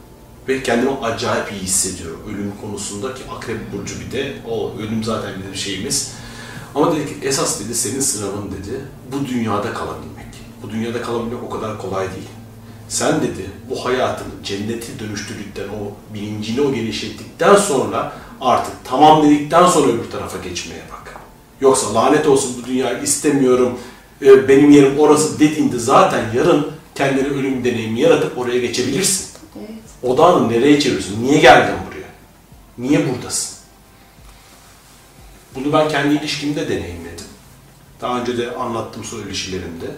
Ve kendimi acayip iyi hissediyorum ölüm konusunda ki Akrep Burcu bir de o ölüm zaten bizim şeyimiz. Ama dedi ki esas dedi senin sınavın dedi bu dünyada kalabilmek. Bu dünyada kalabilmek o kadar kolay değil. Sen dedi bu hayatını cenneti dönüştürdükten, o bilincini o genişlettikten sonra artık tamam dedikten sonra öbür tarafa geçmeye bak. Yoksa lanet olsun bu dünyayı istemiyorum, benim yerim orası dediğinde zaten yarın kendine ölüm deneyimi yaratıp oraya geçebilirsin. Evet. Odağını nereye çeviriyorsun? Niye geldin buraya? Niye buradasın? Bunu ben kendi ilişkimde deneyimledim. Daha önce de anlattım söyleşilerimde.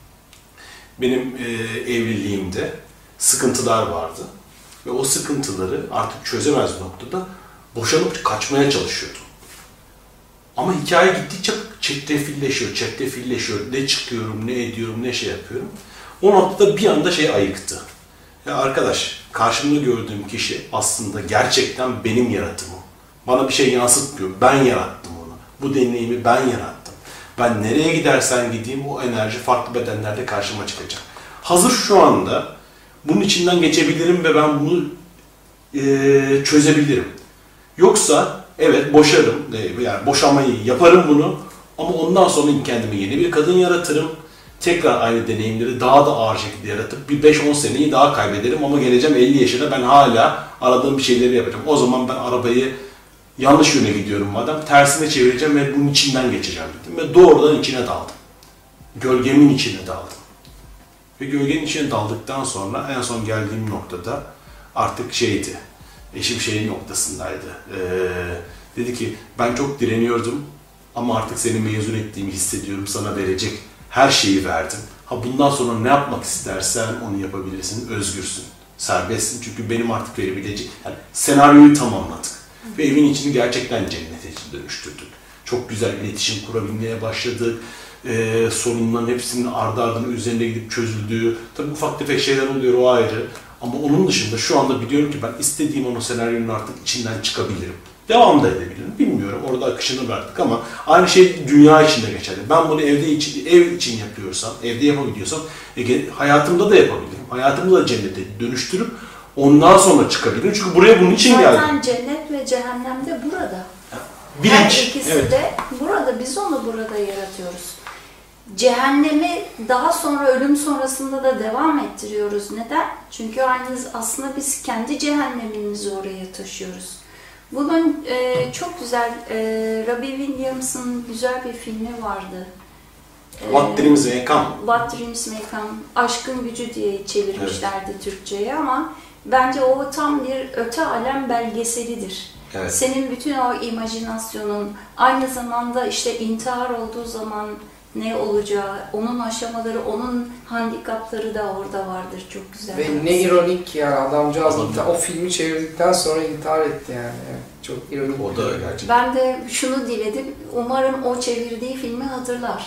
Benim evliliğimde sıkıntılar vardı. Ve o sıkıntıları artık çözemez noktada boşanıp kaçmaya çalışıyordum. Ama hikaye gittikçe çetrefilleşiyor. Ne çıkıyorum, ne ediyorum, ne şey yapıyorum. O noktada bir anda şey ayıktı. Ya arkadaş, karşımda gördüğüm kişi aslında gerçekten benim yaratımım. Bana bir şey yansıtmıyor. Ben yarattım onu. Bu deneyimi ben yarattım. Ben nereye gidersen gideyim o enerji farklı bedenlerde karşıma çıkacak. Hazır şu anda bunun içinden geçebilirim ve ben bunu çözebilirim. Yoksa evet boşarım, yani boşamayı yaparım bunu ama ondan sonra kendime yeni bir kadın yaratırım. Tekrar aynı deneyimleri daha da ağır şekilde yaratıp bir 5-10 seneyi daha kaybederim ama geleceğim 50 yaşına ben hala aradığım bir şeyleri yapacağım. O zaman ben arabayı yanlış yöne gidiyorum madem, tersine çevireceğim ve bunun içinden geçeceğim dedim. Ve doğrudan içine daldım. Gölgemin içine daldım. Ve gölgenin içine daldıktan sonra en son geldiğim noktada artık şeydi, eşim şeyin noktasındaydı. Dedi ki ben çok direniyordum ama artık seni mezun ettiğimi hissediyorum, sana verecek her şeyi verdim. Ha bundan sonra ne yapmak istersen onu yapabilirsin, özgürsün, serbestsin. Çünkü benim artık verebileceğim, yani senaryoyu tamamladık. Ve evin içini gerçekten cennete dönüştürdük. Çok güzel iletişim kurabilmeye başladık. Sorunların hepsinin ardı ardına üzerine gidip çözüldüğü, tabii ufak tefek şeyler oluyor o ayrı. Ama onun dışında şu anda biliyorum ki ben istediğim onun senaryonun artık içinden çıkabilirim. Devam da edebilirim. Bilmiyorum. Orada akışını verdik ama aynı şey dünya içinde geçerli. Ben bunu ev için yapıyorsam, evde yapabiliyorsam hayatımda da yapabilirim. Hayatımda da cennete dönüştürüp ondan sonra çıkabilirim. Çünkü buraya bunun için geldim. Zaten cennet ve cehennem de burada. Bilinç. Her ikisi Evet. de burada. Biz onu burada yaratıyoruz. Cehennemi daha sonra ölüm sonrasında da devam ettiriyoruz. Neden? Çünkü aslında biz kendi cehennemimizi oraya taşıyoruz. Bunun çok güzel, Robbie Williams'ın güzel bir filmi vardı. What Dreams May Come. What Dreams May Come. Aşkın Gücü diye çevirmişlerdi Türkçe'ye ama bence o tam bir öte alem belgeselidir. Evet. Senin bütün o imajinasyonun, aynı zamanda işte intihar olduğu zaman ne olacağı, onun aşamaları, onun handikapları da orada vardır. Çok güzel. Ve ne ironik ya, adamcağız o filmi çevirdikten sonra intihar etti yani. Çok ironik. O da gerçekten. Ben de şunu diledim, umarım o çevirdiği filmi hatırlar.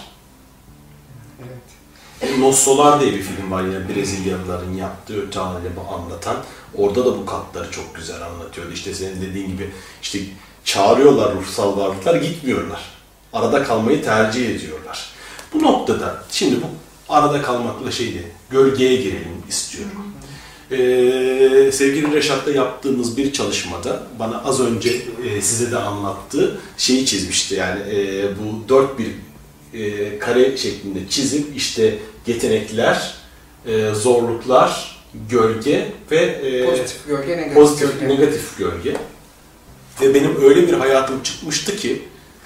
Evet. Los Solar diye bir film var yine Brezilyalıların yaptığı öte alemi anlatan. Orada da bu katları çok güzel anlatıyordu. İşte senin dediğin gibi işte çağırıyorlar ruhsal varlıklar, gitmiyorlar. Arada kalmayı tercih ediyorlar. Bu noktada şimdi bu arada kalmakla gölgeye girelim istiyorum. Sevgili Reşat'la yaptığımız bir çalışmada bana az önce size de anlattığı şeyi çizmişti. Yani bu 4 bir kare şeklinde çizip işte yetenekler, zorluklar, gölge ve Pozitif gölge, negatif gölge. Ve benim öyle bir hayatım çıkmıştı ki,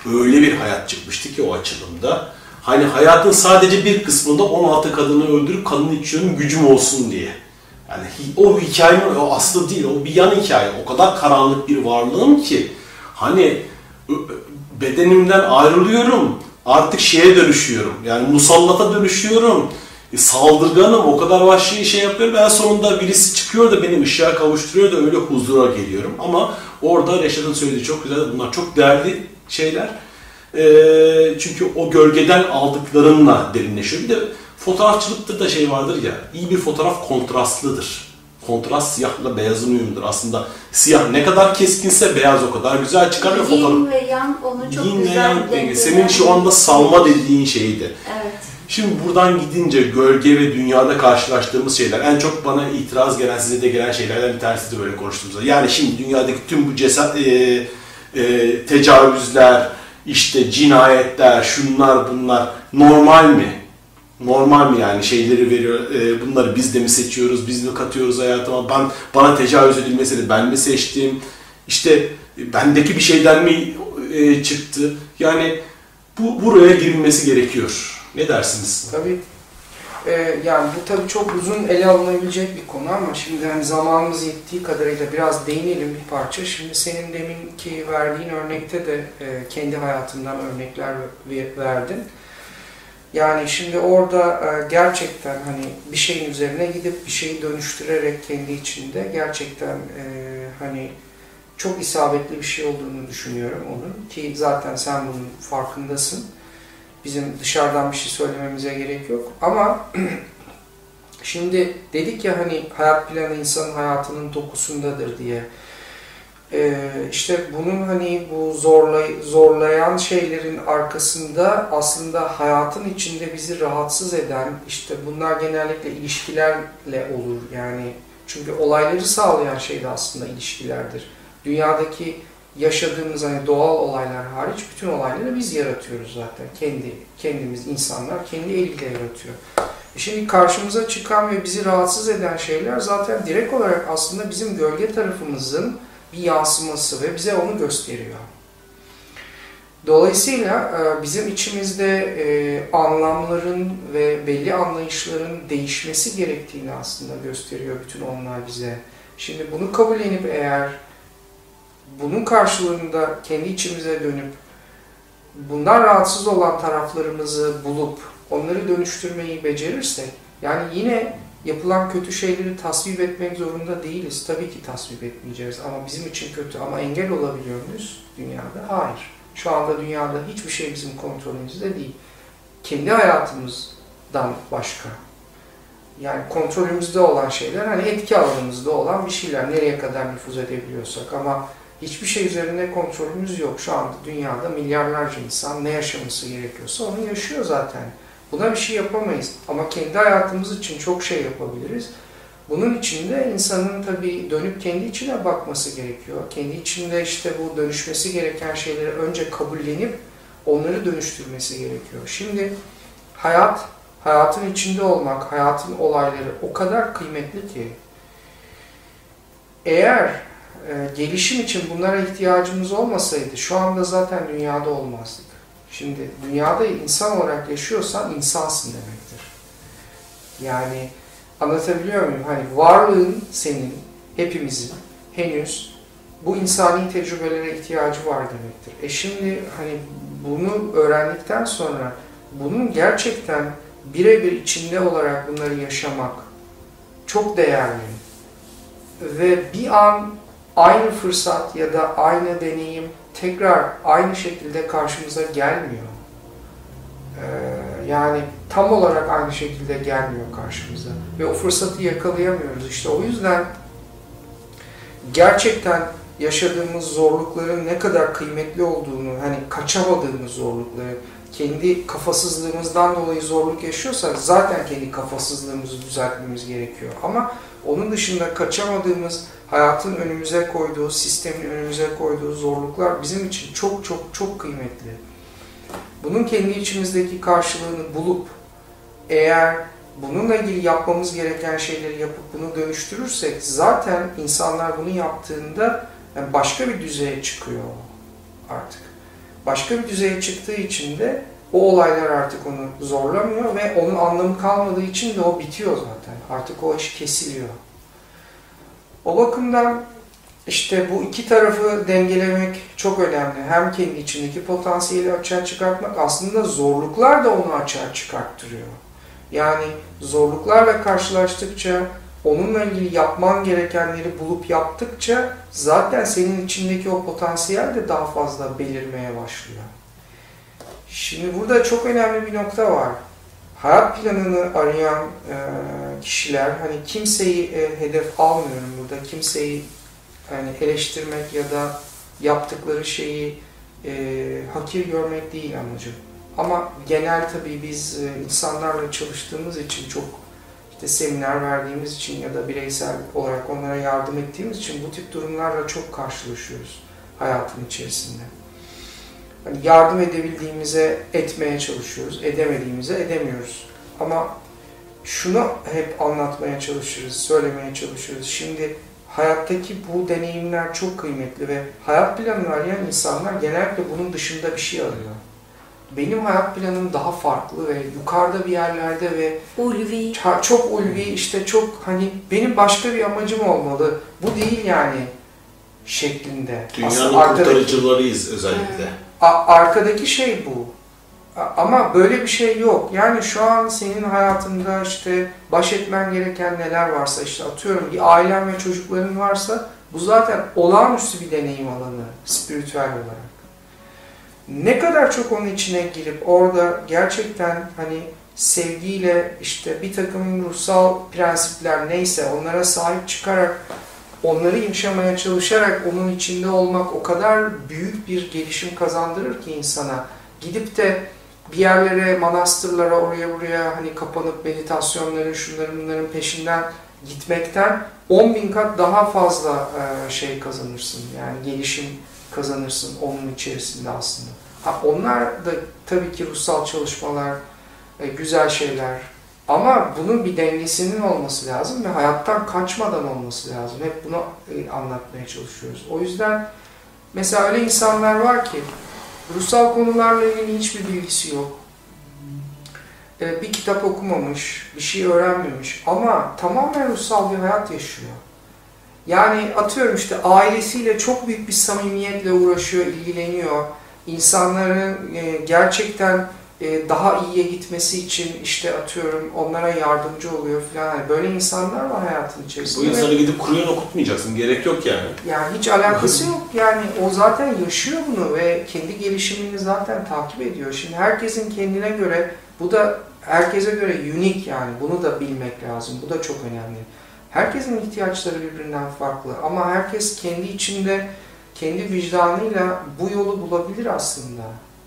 o açılımda. Hani hayatın sadece bir kısmında 16 kadını öldürüp kadını içiyorum gücüm olsun diye. Yani o hikayenin o aslı değil, o bir yan hikaye. O kadar karanlık bir varlığım ki hani bedenimden ayrılıyorum, artık şeye dönüşüyorum. Yani musallata dönüşüyorum. Saldırganım, o kadar vahşi yapıyorum. En sonunda birisi çıkıyor da beni ışığa kavuşturuyor da öyle huzura geliyorum. Ama orada Reşat'ın söylediği çok güzel, bunlar çok değerli şeyler. Çünkü o gölgeden aldıklarınla derinleşiyor. Bir de fotoğrafçılıkta da vardır ya, iyi bir fotoğraf kontrastlıdır. Kontrast siyahla beyazın uyumudur. Aslında siyah ne kadar keskinse beyaz o kadar güzel çıkar ve fotoğraf. Yin ve Yang onu çok Yin ve güzel Yang denge. Senin şu anda salma dediğin şeydi. Evet. Şimdi buradan gidince gölge ve dünyada karşılaştığımız şeyler, en çok bana itiraz gelen, size de gelen şeylerden bir tanesi de böyle konuştuğumuzda. Yani şimdi dünyadaki tüm bu tecavüzler, işte cinayetler, şunlar bunlar normal mi? Normal mi yani şeyleri veriyor, bunları biz de mi seçiyoruz, biz mi katıyoruz hayatıma, bana tecavüz edilmesini ben mi seçtim, işte bendeki bir şeyden mi çıktı? Yani buraya girilmesi gerekiyor. Ne dersiniz? Tabii. Yani bu tabii çok uzun ele alınabilecek bir konu ama şimdi hani zamanımız yettiği kadarıyla biraz değinelim bir parça. Şimdi senin deminki verdiğin örnekte de kendi hayatından örnekler verdin. Yani şimdi orada gerçekten hani bir şeyin üzerine gidip bir şeyi dönüştürerek kendi içinde gerçekten hani çok isabetli bir şey olduğunu düşünüyorum onun. Ki zaten sen bunun farkındasın. Bizim dışarıdan bir şey söylememize gerek yok. Ama şimdi dedik ya hani hayat planı insanın hayatının dokusundadır diye. İşte bunun hani bu zorlayan şeylerin arkasında aslında hayatın içinde bizi rahatsız eden, işte bunlar genellikle ilişkilerle olur. Yani çünkü olayları sağlayan şey de aslında ilişkilerdir. Dünyadaki yaşadığımız hani doğal olaylar hariç bütün olayları biz yaratıyoruz zaten. Kendimiz insanlar kendi eliyle yaratıyor. Şimdi karşımıza çıkan ve bizi rahatsız eden şeyler zaten direkt olarak aslında bizim gölge tarafımızın bir yansıması ve bize onu gösteriyor. Dolayısıyla bizim içimizde anlamların ve belli anlayışların değişmesi gerektiğini aslında gösteriyor bütün onlar bize. Şimdi bunu kabullenip eğer bunun karşılığında kendi içimize dönüp bundan rahatsız olan taraflarımızı bulup onları dönüştürmeyi becerirsek, yani yine yapılan kötü şeyleri tasvip etmek zorunda değiliz. Tabii ki tasvip etmeyeceğiz ama bizim için kötü, ama engel olabiliyor muyuz dünyada? Hayır. Şu anda dünyada hiçbir şey bizim kontrolümüzde değil. Kendi hayatımızdan başka. Yani kontrolümüzde olan şeyler, hani etki alanımızda olan bir şeyler, nereye kadar nüfuz edebiliyorsak, ama hiçbir şey üzerinde kontrolümüz yok. Şu anda dünyada milyarlarca insan ne yaşaması gerekiyorsa onu yaşıyor zaten. Buna bir şey yapamayız. Ama kendi hayatımız için çok şey yapabiliriz. Bunun için de insanın tabii dönüp kendi içine bakması gerekiyor. Kendi içinde işte bu dönüşmesi gereken şeyleri önce kabullenip onları dönüştürmesi gerekiyor. Şimdi hayatın içinde olmak, hayatın olayları o kadar kıymetli ki eğer gelişim için bunlara ihtiyacımız olmasaydı şu anda zaten dünyada olmazdık. Şimdi dünyada insan olarak yaşıyorsan insansın demektir. Yani anlatabiliyor muyum? Hani varlığın senin, hepimizin henüz bu insani tecrübelere ihtiyacı var demektir. Şimdi hani bunu öğrendikten sonra bunun gerçekten birebir içinde olarak bunları yaşamak çok değerli. Ve bir an aynı fırsat ya da aynı deneyim tekrar aynı şekilde karşımıza gelmiyor. Yani tam olarak aynı şekilde gelmiyor karşımıza. Ve o fırsatı yakalayamıyoruz. İşte o yüzden gerçekten yaşadığımız zorlukların ne kadar kıymetli olduğunu, hani kaçamadığımız zorlukları, kendi kafasızlığımızdan dolayı zorluk yaşıyorsak zaten kendi kafasızlığımızı düzeltmemiz gerekiyor. Ama onun dışında kaçamadığımız, hayatın önümüze koyduğu, sistemin önümüze koyduğu zorluklar bizim için çok çok çok kıymetli. Bunun kendi içimizdeki karşılığını bulup eğer bununla ilgili yapmamız gereken şeyleri yapıp bunu dönüştürürsek zaten insanlar bunu yaptığında yani başka bir düzeye çıkıyor artık. Başka bir düzeye çıktığı için de o olaylar artık onu zorlamıyor ve onun anlamı kalmadığı için de o bitiyor zaten. Artık o iş kesiliyor. O bakımdan işte bu iki tarafı dengelemek çok önemli. Hem kendi içindeki potansiyeli açığa çıkartmak, aslında zorluklar da onu açığa çıkarttırıyor. Yani zorluklarla karşılaştıkça, onunla ilgili yapman gerekenleri bulup yaptıkça zaten senin içindeki o potansiyel de daha fazla belirmeye başlıyor. Şimdi burada çok önemli bir nokta var. Hayat planını arayan kişiler, hani kimseyi hedef almıyorum burada, kimseyi hani eleştirmek ya da yaptıkları şeyi hakir görmek değil amacım. Ama genel tabii biz insanlarla çalıştığımız için, çok işte seminer verdiğimiz için ya da bireysel olarak onlara yardım ettiğimiz için bu tip durumlarla çok karşılaşıyoruz hayatın içerisinde. Yani yardım edebildiğimize etmeye çalışıyoruz, edemediğimize edemiyoruz. Ama şunu hep anlatmaya çalışırız, söylemeye çalışırız. Şimdi hayattaki bu deneyimler çok kıymetli ve hayat planını arayan insanlar genellikle bunun dışında bir şey arıyor. Benim hayat planım daha farklı ve yukarıda bir yerlerde ve Ulvi. çok ulvi, işte çok hani benim başka bir amacım olmalı. Bu değil yani şeklinde. Dünyanın kurtarıcılarıyız özellikle. Arkadaki şey bu. Ama böyle bir şey yok. Yani şu an senin hayatında işte baş etmen gereken neler varsa, işte atıyorum bir ailen ve çocukların varsa, bu zaten olağanüstü bir deneyim alanı spiritüel olarak. Ne kadar çok onun içine girip orada gerçekten hani sevgiyle, işte bir takım ruhsal prensipler neyse onlara sahip çıkarak, onları yaşamaya çalışarak onun içinde olmak o kadar büyük bir gelişim kazandırır ki insana. Gidip de bir yerlere, manastırlara, oraya buraya hani kapanıp meditasyonların, şunların bunların peşinden gitmekten 10.000 kat daha fazla şey kazanırsın. Yani gelişim kazanırsın onun içerisinde aslında. Onlar da tabii ki ruhsal çalışmalar, güzel şeyler. Ama bunun bir dengesinin olması lazım ve hayattan kaçmadan olması lazım. Hep bunu anlatmaya çalışıyoruz. O yüzden mesela öyle insanlar var ki ruhsal konularla ilgili hiçbir bilgisi yok. Bir kitap okumamış, bir şey öğrenmemiş ama tamamen ruhsal bir hayat yaşıyor. Yani atıyorum işte ailesiyle çok büyük bir samimiyetle uğraşıyor, ilgileniyor. İnsanların gerçekten daha iyiye gitmesi için işte atıyorum onlara yardımcı oluyor falan. Yani böyle insanlar var hayatın içerisinde. Bu insanı gidip Kur'an okutmayacaksın. Gerek yok yani. Yani hiç alakası yok. Yani o zaten yaşıyor bunu ve kendi gelişimini zaten takip ediyor. Şimdi herkesin kendine göre, bu da herkese göre unik yani. Bunu da bilmek lazım. Bu da çok önemli. Herkesin ihtiyaçları birbirinden farklı ama herkes kendi içinde, kendi vicdanıyla bu yolu bulabilir aslında.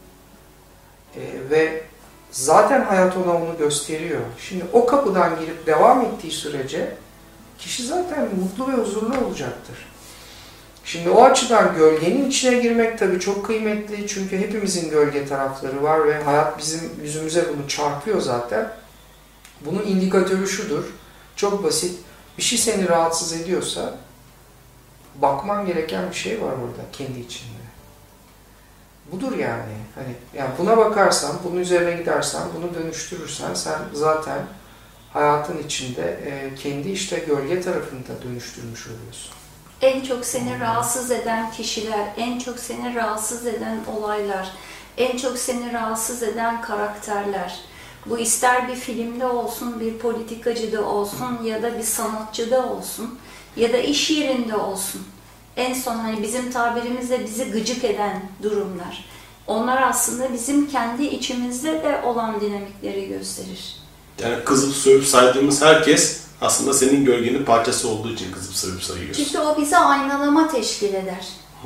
Ve zaten hayat ona onu gösteriyor. Şimdi o kapıdan girip devam ettiği sürece kişi zaten mutlu ve huzurlu olacaktır. Şimdi o açıdan gölgenin içine girmek tabii çok kıymetli. Çünkü hepimizin gölge tarafları var ve hayat bizim yüzümüze bunu çarpıyor zaten. Bunun indikatörü şudur. Çok basit. Bir şey seni rahatsız ediyorsa bakman gereken bir şey var orada kendi içinde. Budur yani. Yani buna bakarsan, bunun üzerine gidersen, bunu dönüştürürsen sen zaten hayatın içinde kendi işte gölge tarafını da dönüştürmüş oluyorsun. En çok seni rahatsız eden kişiler, en çok seni rahatsız eden olaylar, en çok seni rahatsız eden karakterler. Bu ister bir filmde olsun, bir politikacıda olsun ya da bir sanatçıda olsun ya da iş yerinde olsun. En son hani bizim tabirimizle bizi gıcık eden durumlar. Onlar aslında bizim kendi içimizde de olan dinamikleri gösterir. Yani kızıp sövüp saydığımız herkes aslında senin gölgenin parçası olduğu için kızıp sövüp sayıyorsun. Çünkü o bize aynalama teşkil eder.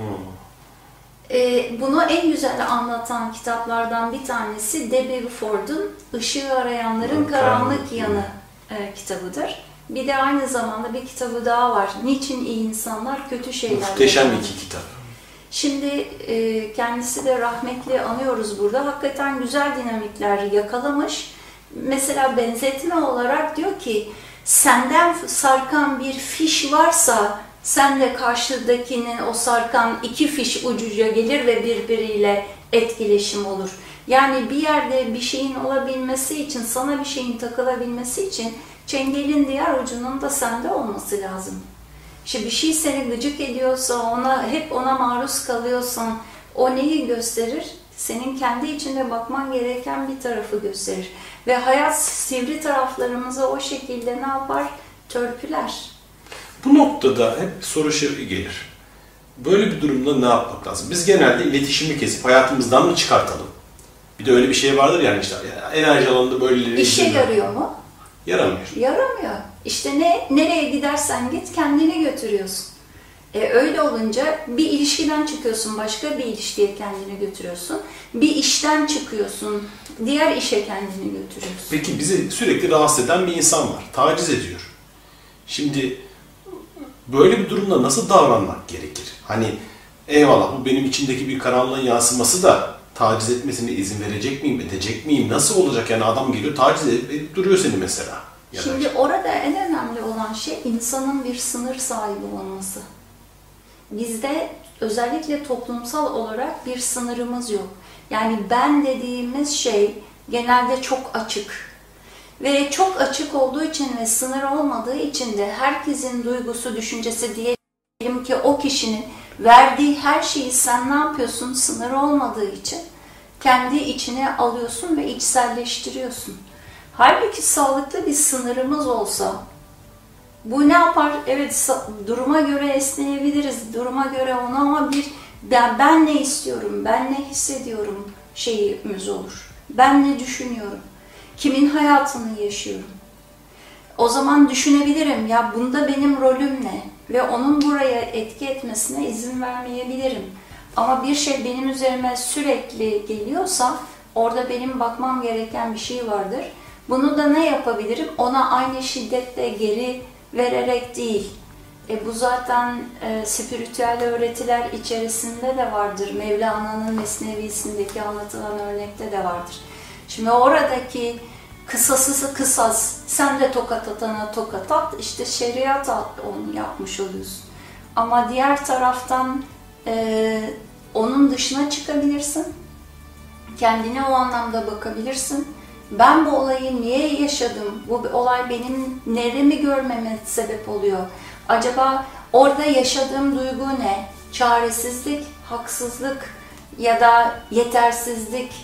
Bunu en güzel anlatan kitaplardan bir tanesi Debbie Ford'un Işığı Arayanların Karanlık Yanı kitabıdır. Bir de aynı zamanda bir kitabı daha var. Niçin iyi insanlar kötü şeyler yapar? Muhteşem iki kitap. Şimdi kendisi de rahmetli anıyoruz burada. Hakikaten güzel dinamikler yakalamış. Mesela benzetme olarak diyor ki senden sarkan bir fiş varsa sen de karşıdakinin o sarkan iki fiş ucuca gelir ve birbiriyle etkileşim olur. Yani bir yerde bir şeyin olabilmesi için, sana bir şeyin takılabilmesi için çengelin diğer ucunun da sende olması lazım. İşte bir şey seni gıcık ediyorsa, hep ona maruz kalıyorsan o neyi gösterir? Senin kendi içinde bakman gereken bir tarafı gösterir. Ve hayat sivri taraflarımızı o şekilde ne yapar? Törpüler. Bu noktada hep soru gelir. Böyle bir durumda ne yapmak lazım? Biz genelde iletişimi kesip hayatımızdan mı çıkartalım? Bir de öyle bir şey vardır yani işte enerji alanında böyleleri... İşe yarıyor mu? Yaramıyor. Yaramıyor. İşte nereye gidersen git kendini götürüyorsun. Öyle olunca bir ilişkiden çıkıyorsun, başka bir ilişkiye kendini götürüyorsun. Bir işten çıkıyorsun, diğer işe kendini götürüyorsun. Peki bizi sürekli rahatsız eden bir insan var. Taciz ediyor. Şimdi böyle bir durumda nasıl davranmak gerekir? Hani eyvallah bu benim içindeki bir karanlığın yansıması da taciz etmesine izin verecek miyim, edecek miyim? Nasıl olacak? Yani adam geliyor taciz edip duruyor seni mesela. Şimdi orada en önemli olan şey insanın bir sınır sahibi olması. Bizde özellikle toplumsal olarak bir sınırımız yok. Yani ben dediğimiz şey genelde çok açık. Ve çok açık olduğu için ve sınır olmadığı için de herkesin duygusu, düşüncesi diyelim ki o kişinin verdiği her şeyi sen ne yapıyorsun? Sınır olmadığı için kendi içine alıyorsun ve içselleştiriyorsun. Halbuki sağlıklı bir sınırımız olsa bu ne yapar? Evet, duruma göre esneyebiliriz, duruma göre onu, ama ben ne istiyorum, ben ne hissediyorum şeyimiz olur. Ben ne düşünüyorum, kimin hayatını yaşıyorum. O zaman düşünebilirim, ya bunda benim rolüm ne? Ve onun buraya etki etmesine izin vermeyebilirim. Ama bir şey benim üzerime sürekli geliyorsa orada benim bakmam gereken bir şey vardır. Bunu da ne yapabilirim? Ona aynı şiddetle geri vererek değil. Bu zaten spiritüel öğretiler içerisinde de vardır. Mevlana'nın Mesnevisindeki anlatılan örnekte de vardır. Şimdi oradaki kısası kısas, sen de tokat atana tokat at, işte şeriat onu yapmış oluyorsun. Ama diğer taraftan onun dışına çıkabilirsin. Kendine o anlamda bakabilirsin. Ben bu olayı niye yaşadım? Bu olay benim neremi görmeme sebep oluyor? Acaba orada yaşadığım duygu ne? Çaresizlik, haksızlık ya da yetersizlik.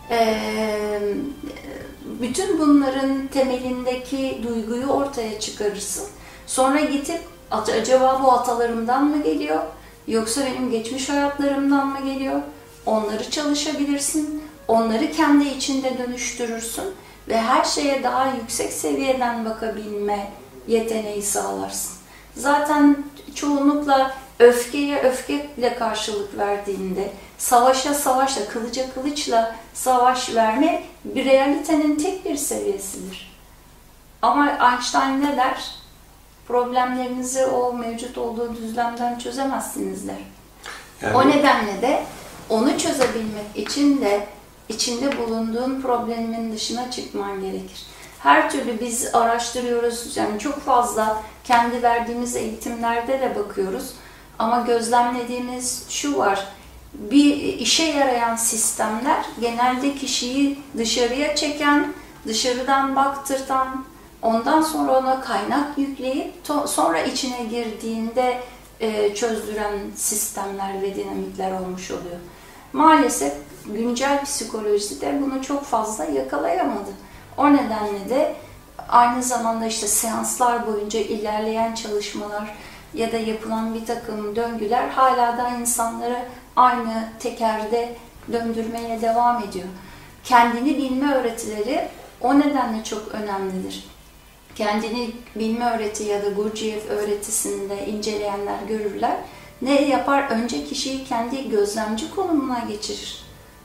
Bütün bunların temelindeki duyguyu ortaya çıkarırsın. Sonra gidip acaba bu atalarımdan mı geliyor? Yoksa benim geçmiş hayatlarımdan mı geliyor? Onları çalışabilirsin. Onları kendi içinde dönüştürürsün ve her şeye daha yüksek seviyeden bakabilme yeteneği sağlarsın. Zaten çoğunlukla öfkeye öfkeyle karşılık verdiğinde, savaşa savaşla, kılıca kılıçla savaş verme bir realitenin tek bir seviyesidir. Ama Einstein ne der? Problemlerinizi o mevcut olduğu düzlemden çözemezsiniz der. Yani o nedenle de onu çözebilmek için de içinde bulunduğun problemin dışına çıkman gerekir. Her türlü biz araştırıyoruz, yani çok fazla kendi verdiğimiz eğitimlerde de bakıyoruz. Ama gözlemlediğimiz şu var, bir işe yarayan sistemler genelde kişiyi dışarıya çeken, dışarıdan baktırtan, ondan sonra ona kaynak yükleyip sonra içine girdiğinde çözdüren sistemler ve dinamikler olmuş oluyor. Maalesef güncel psikolojisi de bunu çok fazla yakalayamadı. O nedenle de aynı zamanda işte seanslar boyunca ilerleyen çalışmalar ya da yapılan bir takım döngüler hala da insanları aynı tekerde döndürmeye devam ediyor. Kendini bilme öğretileri o nedenle çok önemlidir. Kendini bilme öğreti ya da Gurdjieff öğretisinde inceleyenler görürler. Ne yapar? Önce kişiyi kendi gözlemci konumuna geçirir.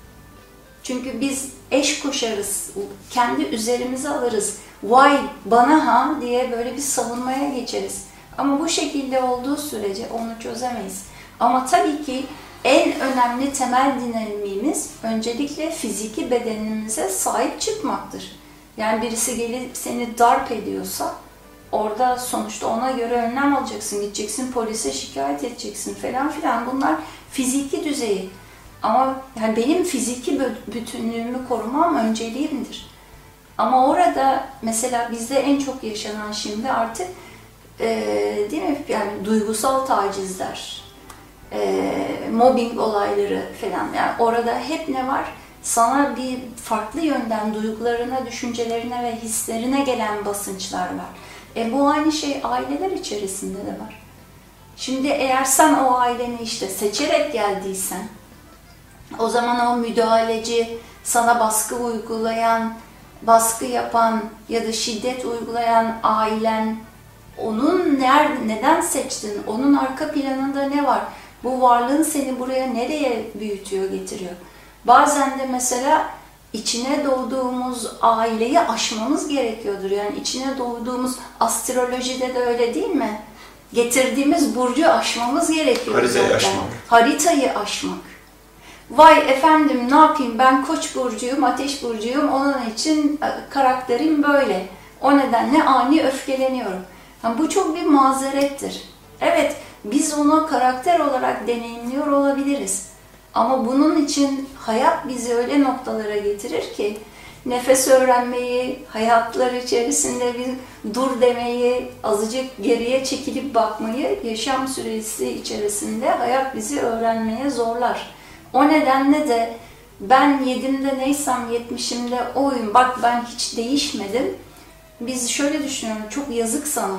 Çünkü biz eş koşarız, kendi üzerimize alırız. Vay bana ha diye böyle bir savunmaya geçeriz. Ama bu şekilde olduğu sürece onu çözemeyiz. Ama tabii ki en önemli temel dinamimiz öncelikle fiziki bedenimize sahip çıkmaktır. Yani birisi gelip seni darp ediyorsa orada sonuçta ona göre önlem alacaksın, gideceksin polise şikayet edeceksin falan filan. Bunlar fiziki düzeyi. Ama yani benim fiziki bütünlüğümü korumam önceliğimdir. Ama orada mesela bizde en çok yaşanan şimdi artık değil mi? Yani duygusal tacizler, mobbing olayları falan. Yani orada hep ne var? Sana bir farklı yönden duygularına, düşüncelerine ve hislerine gelen basınçlar var. Bu aynı şey aileler içerisinde de var. Şimdi eğer sen o aileni işte seçerek geldiysen, o zaman o müdahaleci, sana baskı uygulayan, baskı yapan ya da şiddet uygulayan ailen Onun neden seçtin? Onun arka planında ne var? Bu varlığın seni buraya nereye büyütüyor, getiriyor? Bazen de mesela içine doğduğumuz aileyi aşmamız gerekiyordur. Yani içine doğduğumuz astrolojide de öyle değil mi? Getirdiğimiz burcu aşmamız gerekiyor. Haritayı zaten. aşmak. Haritayı aşmak. Vay efendim ne yapayım, ben Koç burcuyum, Ateş burcuyum, onun için karakterim böyle. O nedenle ani öfkeleniyorum. Yani bu çok bir mazerettir. Evet, biz onu karakter olarak deneyimliyor olabiliriz. Ama bunun için hayat bizi öyle noktalara getirir ki nefes öğrenmeyi, hayatlar içerisinde bir dur demeyi, azıcık geriye çekilip bakmayı yaşam süresi içerisinde hayat bizi öğrenmeye zorlar. O nedenle de ben 7'imde neysem 70'imde oyum, bak ben hiç değişmedim. Biz şöyle düşünüyorum, çok yazık sana.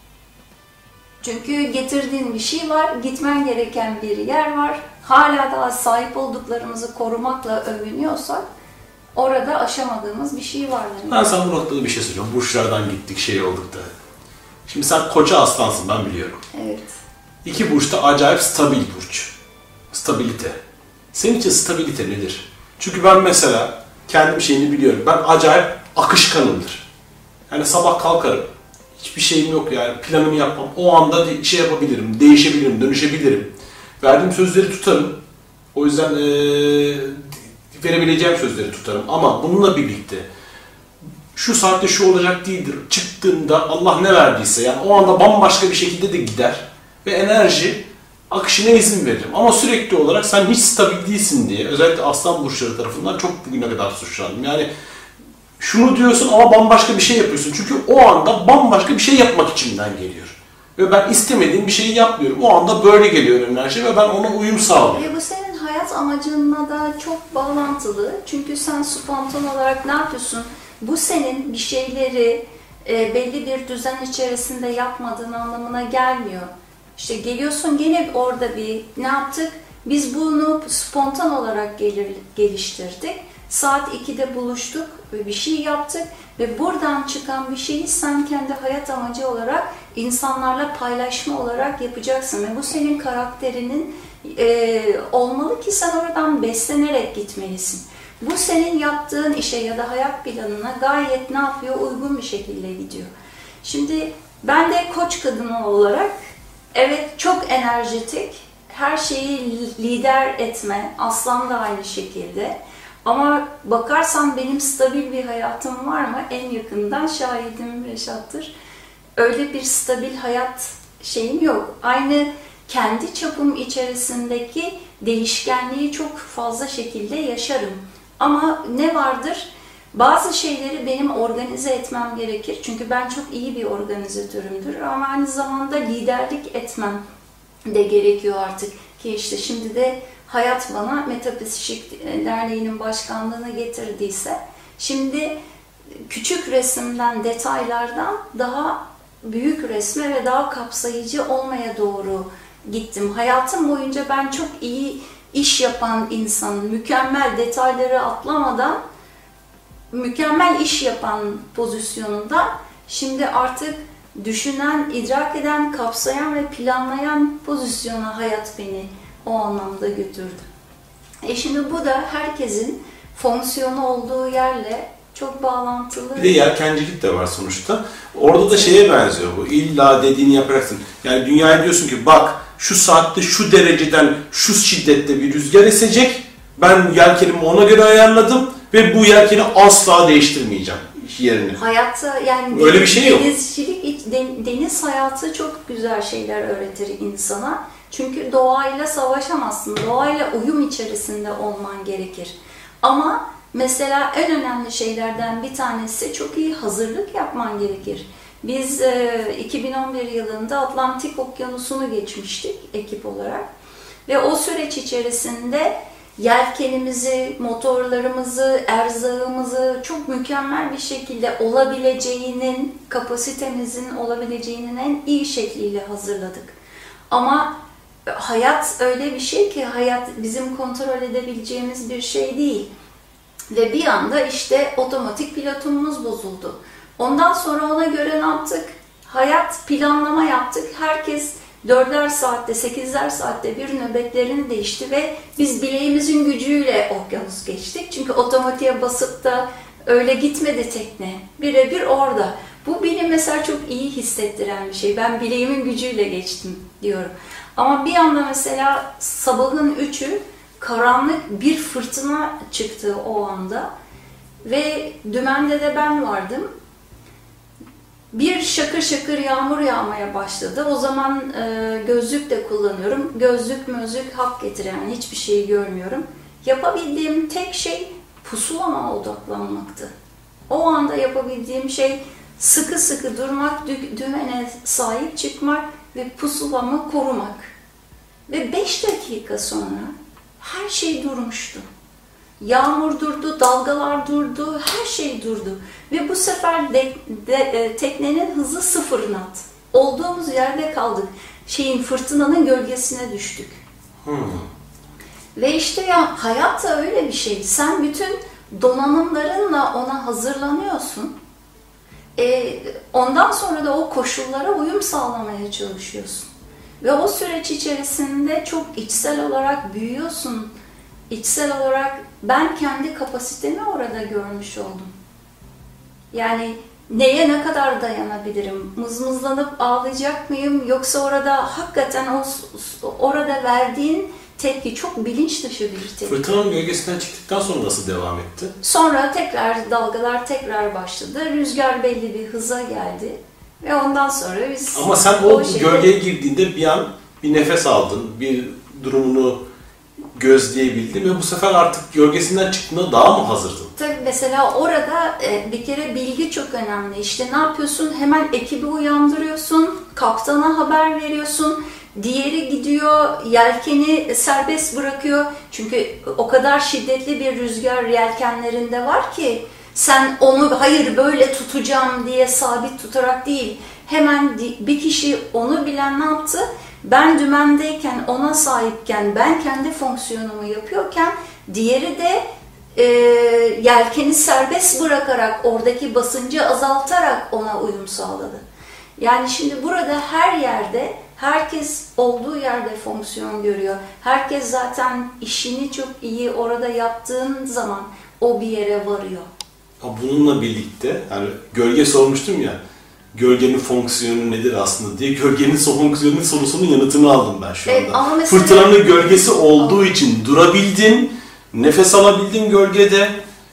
Çünkü getirdiğin bir şey var, gitmen gereken bir yer var. Hala daha sahip olduklarımızı korumakla övünüyorsak orada aşamadığımız bir şey var. Ben sana bu noktada bir şey söyleyeceğim. Burçlardan gittik, şey olduk da. Şimdi sen Koça aslansın, ben biliyorum. Evet. 2 burçta acayip stabil burç. Stabilite. Senin için stabilite nedir? Çünkü ben mesela kendim şeyini biliyorum. Ben acayip akışkanımdır. Yani sabah kalkarım. Hiçbir şeyim yok yani. Planımı yapmam. O anda şey yapabilirim. Değişebilirim, dönüşebilirim. Verdiğim sözleri tutarım. O yüzden verebileceğim sözleri tutarım. Ama bununla birlikte şu saatte şu olacak değildir. Çıktığında Allah ne verdiyse yani o anda bambaşka bir şekilde de gider. Ve enerji akışına izin veririm. Ama sürekli olarak sen hiç stabil değilsin diye özellikle aslan burçları tarafından çok bugüne kadar suçlandım. Yani şunu diyorsun ama bambaşka bir şey yapıyorsun. Çünkü o anda bambaşka bir şey yapmak içimden geliyor. Ve ben istemediğim bir şeyi yapmıyorum. O anda böyle geliyor enerji ve ben ona uyum sağlıyorum. Ve bu senin hayat amacınla da çok bağlantılı. Çünkü sen spontan olarak ne yapıyorsun? Bu senin bir şeyleri belli bir düzen içerisinde yapmadığın anlamına gelmiyor. İşte geliyorsun gene orada bir ne yaptık? Biz bunu spontan olarak geliştirdik. Saat 2'de buluştuk ve bir şey yaptık ve buradan çıkan bir şeyi sen kendi hayat amacı olarak insanlarla paylaşma olarak yapacaksın. Ve bu senin karakterinin olmalı ki sen oradan beslenerek gitmelisin. Bu senin yaptığın işe ya da hayat planına gayet ne yapıyor? Uygun bir şekilde gidiyor. Şimdi ben de Koç kadını olarak evet çok enerjetik, her şeyi lider etme, Aslan da aynı şekilde. Ama bakarsan benim stabil bir hayatım var mı? En yakından şahidim Reşat'tır. Öyle bir stabil hayat şeyim yok. Aynı kendi çapım içerisindeki değişkenliği çok fazla şekilde yaşarım. Ama ne vardır? Bazı şeyleri benim organize etmem gerekir. Çünkü ben çok iyi bir organizatörümdür. Ama aynı zamanda liderlik etmem de gerekiyor artık. Ki işte şimdi de hayat bana Metafizik Derneği'nin başkanlığını getirdiyse, şimdi küçük resimden, detaylardan daha büyük resme ve daha kapsayıcı olmaya doğru gittim. Hayatım boyunca ben çok iyi iş yapan insan, mükemmel detayları atlamadan, mükemmel iş yapan pozisyonunda şimdi artık düşünen, idrak eden, kapsayan ve planlayan pozisyona hayat beni o anlamda götürdü. Şimdi bu da herkesin fonksiyonu olduğu yerle çok bağlantılı. Bir de yelkencilik de var sonuçta. Orada da şeye benziyor bu. İlla dediğini yapacaksın. Yani dünyaya diyorsun ki bak şu saatte şu dereceden şu şiddette bir rüzgar esecek. Ben yelkenimi ona göre ayarladım ve bu yelkeni asla değiştirmeyeceğim yerini. Hayatta yani öyle bir şey yok. Denizcilik, deniz hayatı çok güzel şeyler öğretir insana. Çünkü doğayla savaşamazsın. Doğayla uyum içerisinde olman gerekir. Ama mesela en önemli şeylerden bir tanesi çok iyi hazırlık yapman gerekir. Biz 2011 yılında Atlantik Okyanusu'nu geçmiştik ekip olarak. Ve o süreç içerisinde yelkenimizi, motorlarımızı, erzağımızı çok mükemmel bir şekilde olabileceğinin, kapasitemizin olabileceğinin en iyi şekliyle hazırladık. Ama hayat öyle bir şey ki hayat bizim kontrol edebileceğimiz bir şey değil. Ve bir anda işte otomatik pilotumuz bozuldu. Ondan sonra ona göre ne yaptık? hayat planlama yaptık. Herkes 4'er saatte, 8'er saatte bir nöbetlerini değişti ve biz bileğimizin gücüyle okyanus geçtik. Çünkü otomatiğe basıp da öyle gitmedi tekne. Birebir orada. Bu beni mesela çok iyi hissettiren bir şey. Ben bileğimin gücüyle geçtim diyorum. Ama bir anda mesela sabahın 3'ü karanlık bir fırtına çıktı o anda. Ve dümende de ben vardım. Bir şakır şakır yağmur yağmaya başladı. O zaman gözlük de kullanıyorum. Gözlük hak getiren, hiçbir şeyi görmüyorum. Yapabildiğim tek şey pusulama odaklanmaktı. O anda yapabildiğim şey sıkı sıkı durmak, dümene sahip çıkmak ve pusulamı korumak. Ve 5 dakika sonra her şey durmuştu. Yağmur durdu, dalgalar durdu, her şey durdu. Ve bu sefer teknenin hızı 0 knot. Olduğumuz yerde kaldık. Fırtınanın gölgesine düştük. Ve işte ya hayat da öyle bir şey. Sen bütün donanımlarınla ona hazırlanıyorsun. Ondan sonra da o koşullara uyum sağlamaya çalışıyorsun. Ve o süreç içerisinde çok içsel olarak büyüyorsun. İçsel olarak ben kendi kapasitemi orada görmüş oldum. Yani neye ne kadar dayanabilirim? Mızmızlanıp ağlayacak mıyım? Yoksa orada hakikaten orada verdiğin tepki çok bilinç dışı bir tepki. Fırtınanın gölgesinden çıktıktan sonra nasıl devam etti? Sonra tekrar dalgalar tekrar başladı. Rüzgar belli bir hıza geldi. Ve ondan sonra biz... Ama sen o gölgeye girdiğinde bir an bir nefes aldın, bir durumunu gözleyebildin ve bu sefer artık gölgesinden çıktığında daha mı hazırdın? Tabii mesela orada bir kere bilgi çok önemli. İşte ne yapıyorsun? Hemen ekibi uyandırıyorsun, kaptana haber veriyorsun. Diğeri gidiyor, yelkeni serbest bırakıyor. Çünkü o kadar şiddetli bir rüzgar yelkenlerinde var ki sen onu hayır böyle tutacağım diye sabit tutarak değil. Hemen bir kişi onu bilen ne yaptı? Ben dümendeyken, ona sahipken, ben kendi fonksiyonumu yapıyorken diğeri de yelkeni serbest bırakarak, oradaki basıncı azaltarak ona uyum sağladı. Yani şimdi burada her yerde, herkes olduğu yerde fonksiyon görüyor. Herkes zaten işini çok iyi orada yaptığın zaman o bir yere varıyor. Bununla birlikte, yani gölge sormuştum ya, gölgenin fonksiyonu nedir aslında diye, gölgenin fonksiyonunun sorusunun yanıtını aldım ben şu anda. Mesela, fırtınanın gölgesi olduğu için durabildin, nefes alabildin gölgede,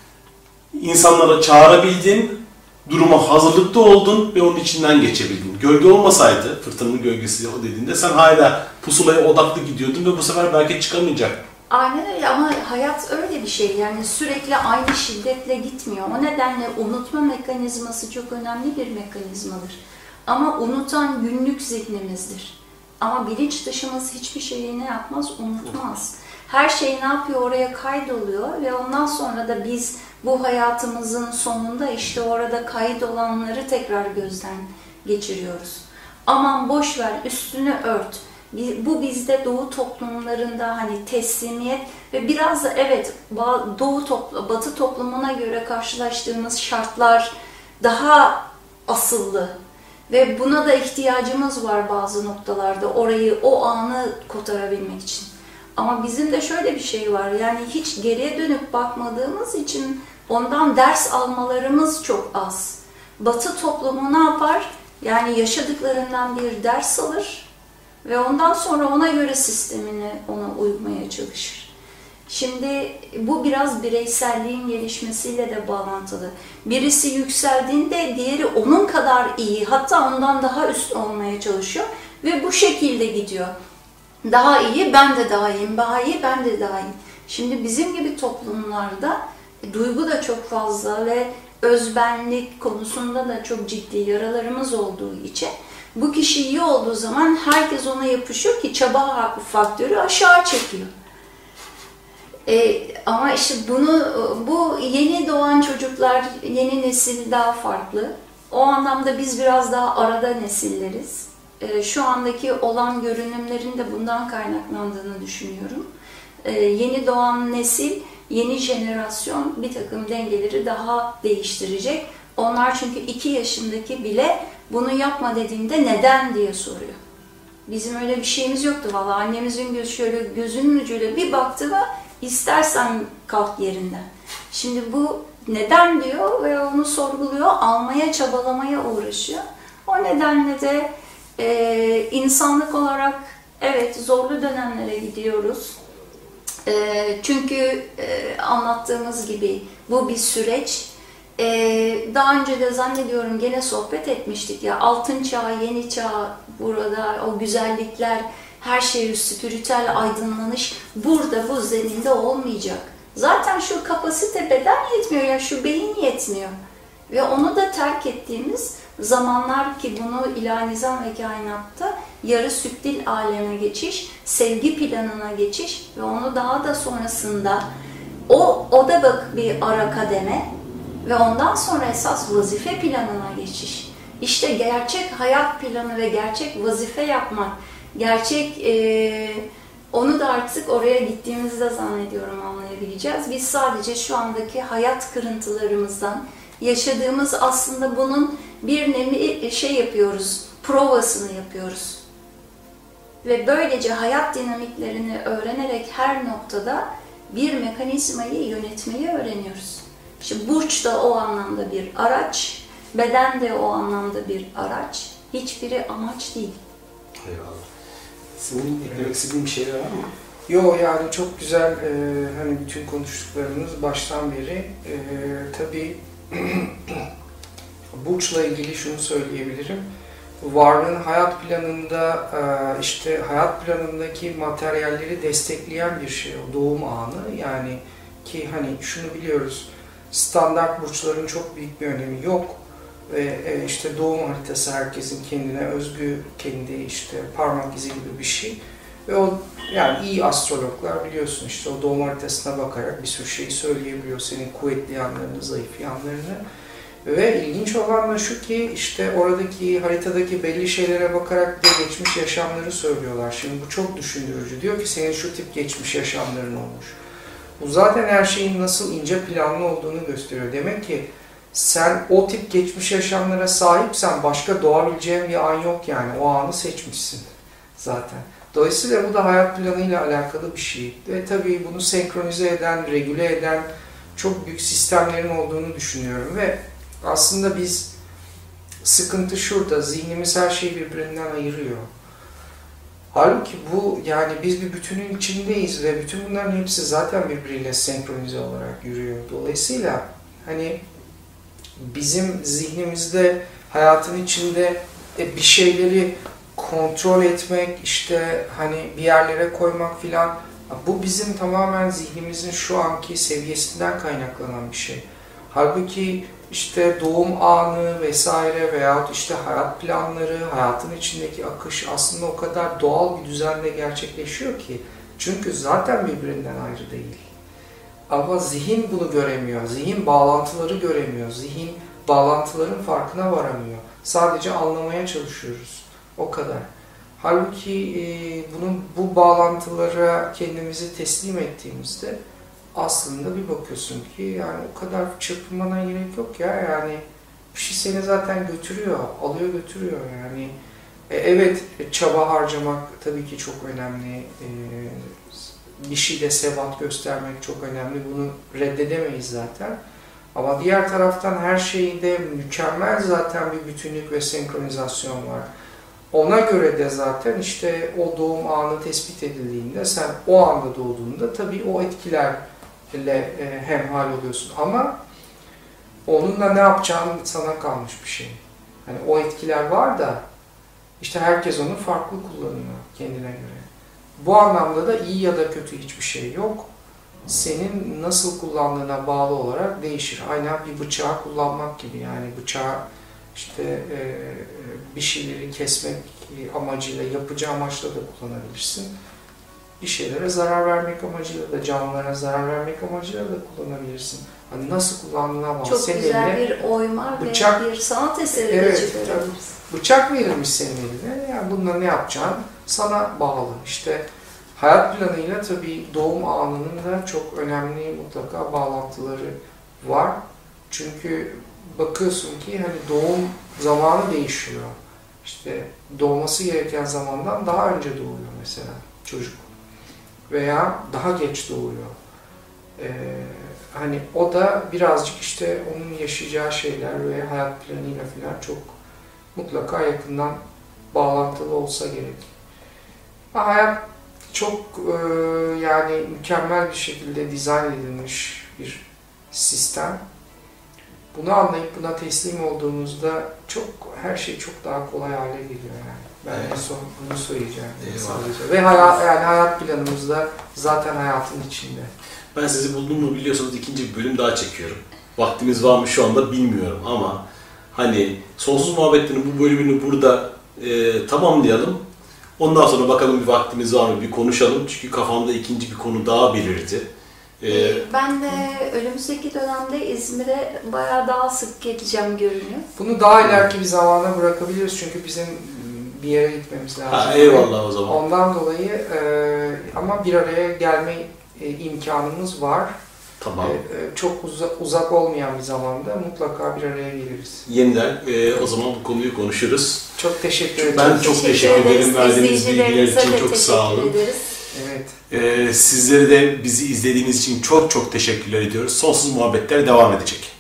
insanlara çağırabildin, duruma hazırlıklı oldun ve onun içinden geçebildin. Gölge olmasaydı, fırtınanın gölgesi o dediğinde sen hala pusulaya odaklı gidiyordun ve bu sefer belki çıkamayacaktın. Aynen öyle ama hayat öyle bir şey, yani sürekli aynı şiddetle gitmiyor. O nedenle unutma mekanizması çok önemli bir mekanizmadır. Ama unutan günlük zihnimizdir. Ama bilinç dışımız hiçbir şeyi ne yapmaz? Unutmaz. Her şey ne yapıyor? Oraya kaydoluyor ve ondan sonra da biz bu hayatımızın sonunda işte orada kaydolanları tekrar gözden geçiriyoruz. Aman boş ver, üstünü ört. Bu bizde Doğu toplumlarında hani teslimiyet ve biraz da evet Batı toplumuna göre karşılaştığımız şartlar daha asıllı ve buna da ihtiyacımız var bazı noktalarda orayı, o anı kotarabilmek için. Ama bizim de şöyle bir şey var, yani hiç geriye dönüp bakmadığımız için ondan ders almalarımız çok az. Batı toplumu ne yapar? Yani yaşadıklarından bir ders alır ve ondan sonra ona göre sistemini ona uymaya çalışır. Şimdi bu biraz bireyselliğin gelişmesiyle de bağlantılı. Birisi yükseldiğinde diğeri onun kadar iyi, hatta ondan daha üst olmaya çalışıyor ve bu şekilde gidiyor. Daha iyi, ben de daha iyiyim, daha iyi, ben de daha iyiyim. Şimdi bizim gibi toplumlarda duygu da çok fazla ve özbenlik konusunda da çok ciddi yaralarımız olduğu için bu kişi iyi olduğu zaman herkes ona yapışıyor ki çaba faktörü aşağı çekiyor. Ama işte bu yeni doğan çocuklar, yeni nesil daha farklı. O anlamda biz biraz daha arada nesilleriz. Şu andaki olan görünümlerin de bundan kaynaklandığını düşünüyorum. Yeni doğan nesil, yeni jenerasyon bir takım dengeleri daha değiştirecek. Onlar çünkü 2 yaşındaki bile bunu yapma dediğinde neden diye soruyor. Bizim öyle bir şeyimiz yoktu vallahi. Annemizin şöyle gözünün ucuyla bir baktı ve istersen kalk yerinden. Şimdi bu neden diyor ve onu sorguluyor, almaya, çabalamaya uğraşıyor. O nedenle de insanlık olarak evet zorlu dönemlere gidiyoruz. Çünkü anlattığımız gibi bu bir süreç. Daha önce de zannediyorum gene sohbet etmiştik ya, altın çağ, yeni çağ, burada o güzellikler, her şey spiritüel aydınlanış burada bu zeminde olmayacak. Zaten şu kapasite beden yetmiyor ya, şu beyin yetmiyor. Ve onu da terk ettiğimiz zamanlar ki bunu ilahi nizam ve kainatta yarı süptil aleme geçiş, sevgi planına geçiş ve onu daha da sonrasında o da bak bir ara kademe ve ondan sonra esas vazife planına geçiş. İşte gerçek hayat planı ve gerçek vazife yapmak, gerçek onu da artık oraya gittiğimizde zannediyorum anlayabileceğiz. Biz sadece şu andaki hayat kırıntılarımızdan yaşadığımız aslında bunun bir nevi yapıyoruz, provasını yapıyoruz. Ve böylece hayat dinamiklerini öğrenerek her noktada bir mekanizmayı yönetmeyi öğreniyoruz. İşte burç da o anlamda bir araç, beden de o anlamda bir araç. Hiçbiri amaç değil. Eyvallah. Senin eklemek istediğin bir şeyler var mı? Yo, yani çok güzel hani bütün konuştuklarımız baştan beri tabii burçla ilgili şunu söyleyebilirim. Varlığın hayat planında işte hayat planındaki materyalleri destekleyen bir şey o doğum anı. Yani ki hani şunu biliyoruz, standart burçların çok büyük bir önemi yok. Ve işte doğum haritası herkesin kendine özgü, kendi işte parmak izi gibi bir şey. Ve o yani iyi astrologlar biliyorsun işte o doğum haritasına bakarak bir sürü şeyi söyleyebiliyor. Senin kuvvetli yanlarını, zayıf yanlarını. Ve ilginç olan da şu ki işte oradaki haritadaki belli şeylere bakarak da geçmiş yaşamları söylüyorlar. Şimdi bu çok düşündürücü. Diyor ki senin şu tip geçmiş yaşamların olmuş. Bu zaten her şeyin nasıl ince planlı olduğunu gösteriyor. Demek ki sen o tip geçmiş yaşamlara sahipsen başka doğabileceğin bir an yok yani. O anı seçmişsin zaten. Dolayısıyla bu da hayat planıyla alakalı bir şey. Ve tabii bunu senkronize eden, regüle eden çok büyük sistemlerin olduğunu düşünüyorum. Ve aslında biz, sıkıntı şurada, zihnimiz her şeyi birbirinden ayırıyor. Halbuki bu, yani biz bir bütünün içindeyiz ve bütün bunların hepsi zaten birbiriyle senkronize olarak yürüyor. Dolayısıyla hani bizim zihnimizde, hayatın içinde bir şeyleri kontrol etmek, işte hani bir yerlere koymak filan, bu bizim tamamen zihnimizin şu anki seviyesinden kaynaklanan bir şey. Halbuki işte doğum anı vesaire veyahut işte hayat planları, hayatın içindeki akış aslında o kadar doğal bir düzende gerçekleşiyor ki. Çünkü zaten birbirinden ayrı değil. Ama zihin bunu göremiyor. Zihin bağlantıları göremiyor. Zihin bağlantıların farkına varamıyor. Sadece anlamaya çalışıyoruz. O kadar. Halbuki bu bağlantılara kendimizi teslim ettiğimizde aslında bir bakıyorsun ki yani o kadar çırpınmana gerek yok ya, yani bir şey seni zaten götürüyor, alıyor götürüyor yani. Evet, çaba harcamak tabii ki çok önemli, bir şeyde sebat göstermek çok önemli, bunu reddedemeyiz zaten. Ama diğer taraftan her şeyde mükemmel zaten bir bütünlük ve senkronizasyon var. Ona göre de zaten işte o doğum anı tespit edildiğinde, sen o anda doğduğunda tabii o etkilerle hemhal oluyorsun. Ama onunla ne yapacağın sana kalmış bir şey. Hani o etkiler var da işte herkes onu farklı kullanıyor kendine göre. Bu anlamda da iyi ya da kötü hiçbir şey yok. Senin nasıl kullandığına bağlı olarak değişir. Aynen bir bıçağı kullanmak gibi, yani bıçağı işte bir şeyleri kesmek amacıyla, yapıcı amaçla da kullanabilirsin. Bir şeylere zarar vermek amacıyla da, canlılara zarar vermek amacıyla da kullanabilirsin. Hani nasıl kullandığına bağlı. Çok güzel bir oyma bıçak, ve bir sanat eseri de evet, çıkarabiliriz. Bıçak verilmiş senin eline, yani bununla ne yapacağın sana bağlı. İşte hayat planıyla tabii doğum anının da çok önemli mutlaka bağlantıları var. Çünkü bakıyorsun ki hani doğum zamanı değişiyor. İşte doğması gereken zamandan daha önce doğuyor mesela çocuk. Veya daha geç doğuyor. Hani o da birazcık işte onun yaşayacağı şeyler ve hayat planıyla falan çok mutlaka yakından bağlantılı olsa gerek. Hayat çok yani mükemmel bir şekilde dizayn edilmiş bir sistem. Bunu anlayıp buna teslim olduğumuzda her şey çok daha kolay hale geliyor yani. Ben en son bunu söyleyeceğim sadece. Ve yani hayat planımız da zaten hayatın içinde. Ben sizi buldum mu biliyorsunuz ikinci bir bölüm daha çekiyorum. Vaktimiz var mı şu anda bilmiyorum ama hani Sonsuz Muhabbetlerin bu bölümünü burada tamamlayalım. Ondan sonra bakalım bir vaktimiz var mı bir konuşalım. Çünkü kafamda ikinci bir konu daha belirdi. Ben de önümüzdeki dönemde İzmir'e bayağı daha sık geleceğim görünüyor. Bunu daha ileriki bir zamana bırakabiliriz çünkü bizim bir yere gitmemiz lazım. Ha, eyvallah o zaman. Ondan dolayı ama bir araya gelme imkanımız var. Tamam. Çok uzak olmayan bir zamanda mutlaka bir araya geliriz. Yeniden o zaman bu konuyu konuşuruz. Çok teşekkür ederim. Ben çok teşekkür ederim. Verdiğiniz bilgiler için çok sağ olun. Evet. Sizlere de bizi izlediğiniz için çok çok teşekkürler ediyoruz. Sonsuz Muhabbetler devam edecek.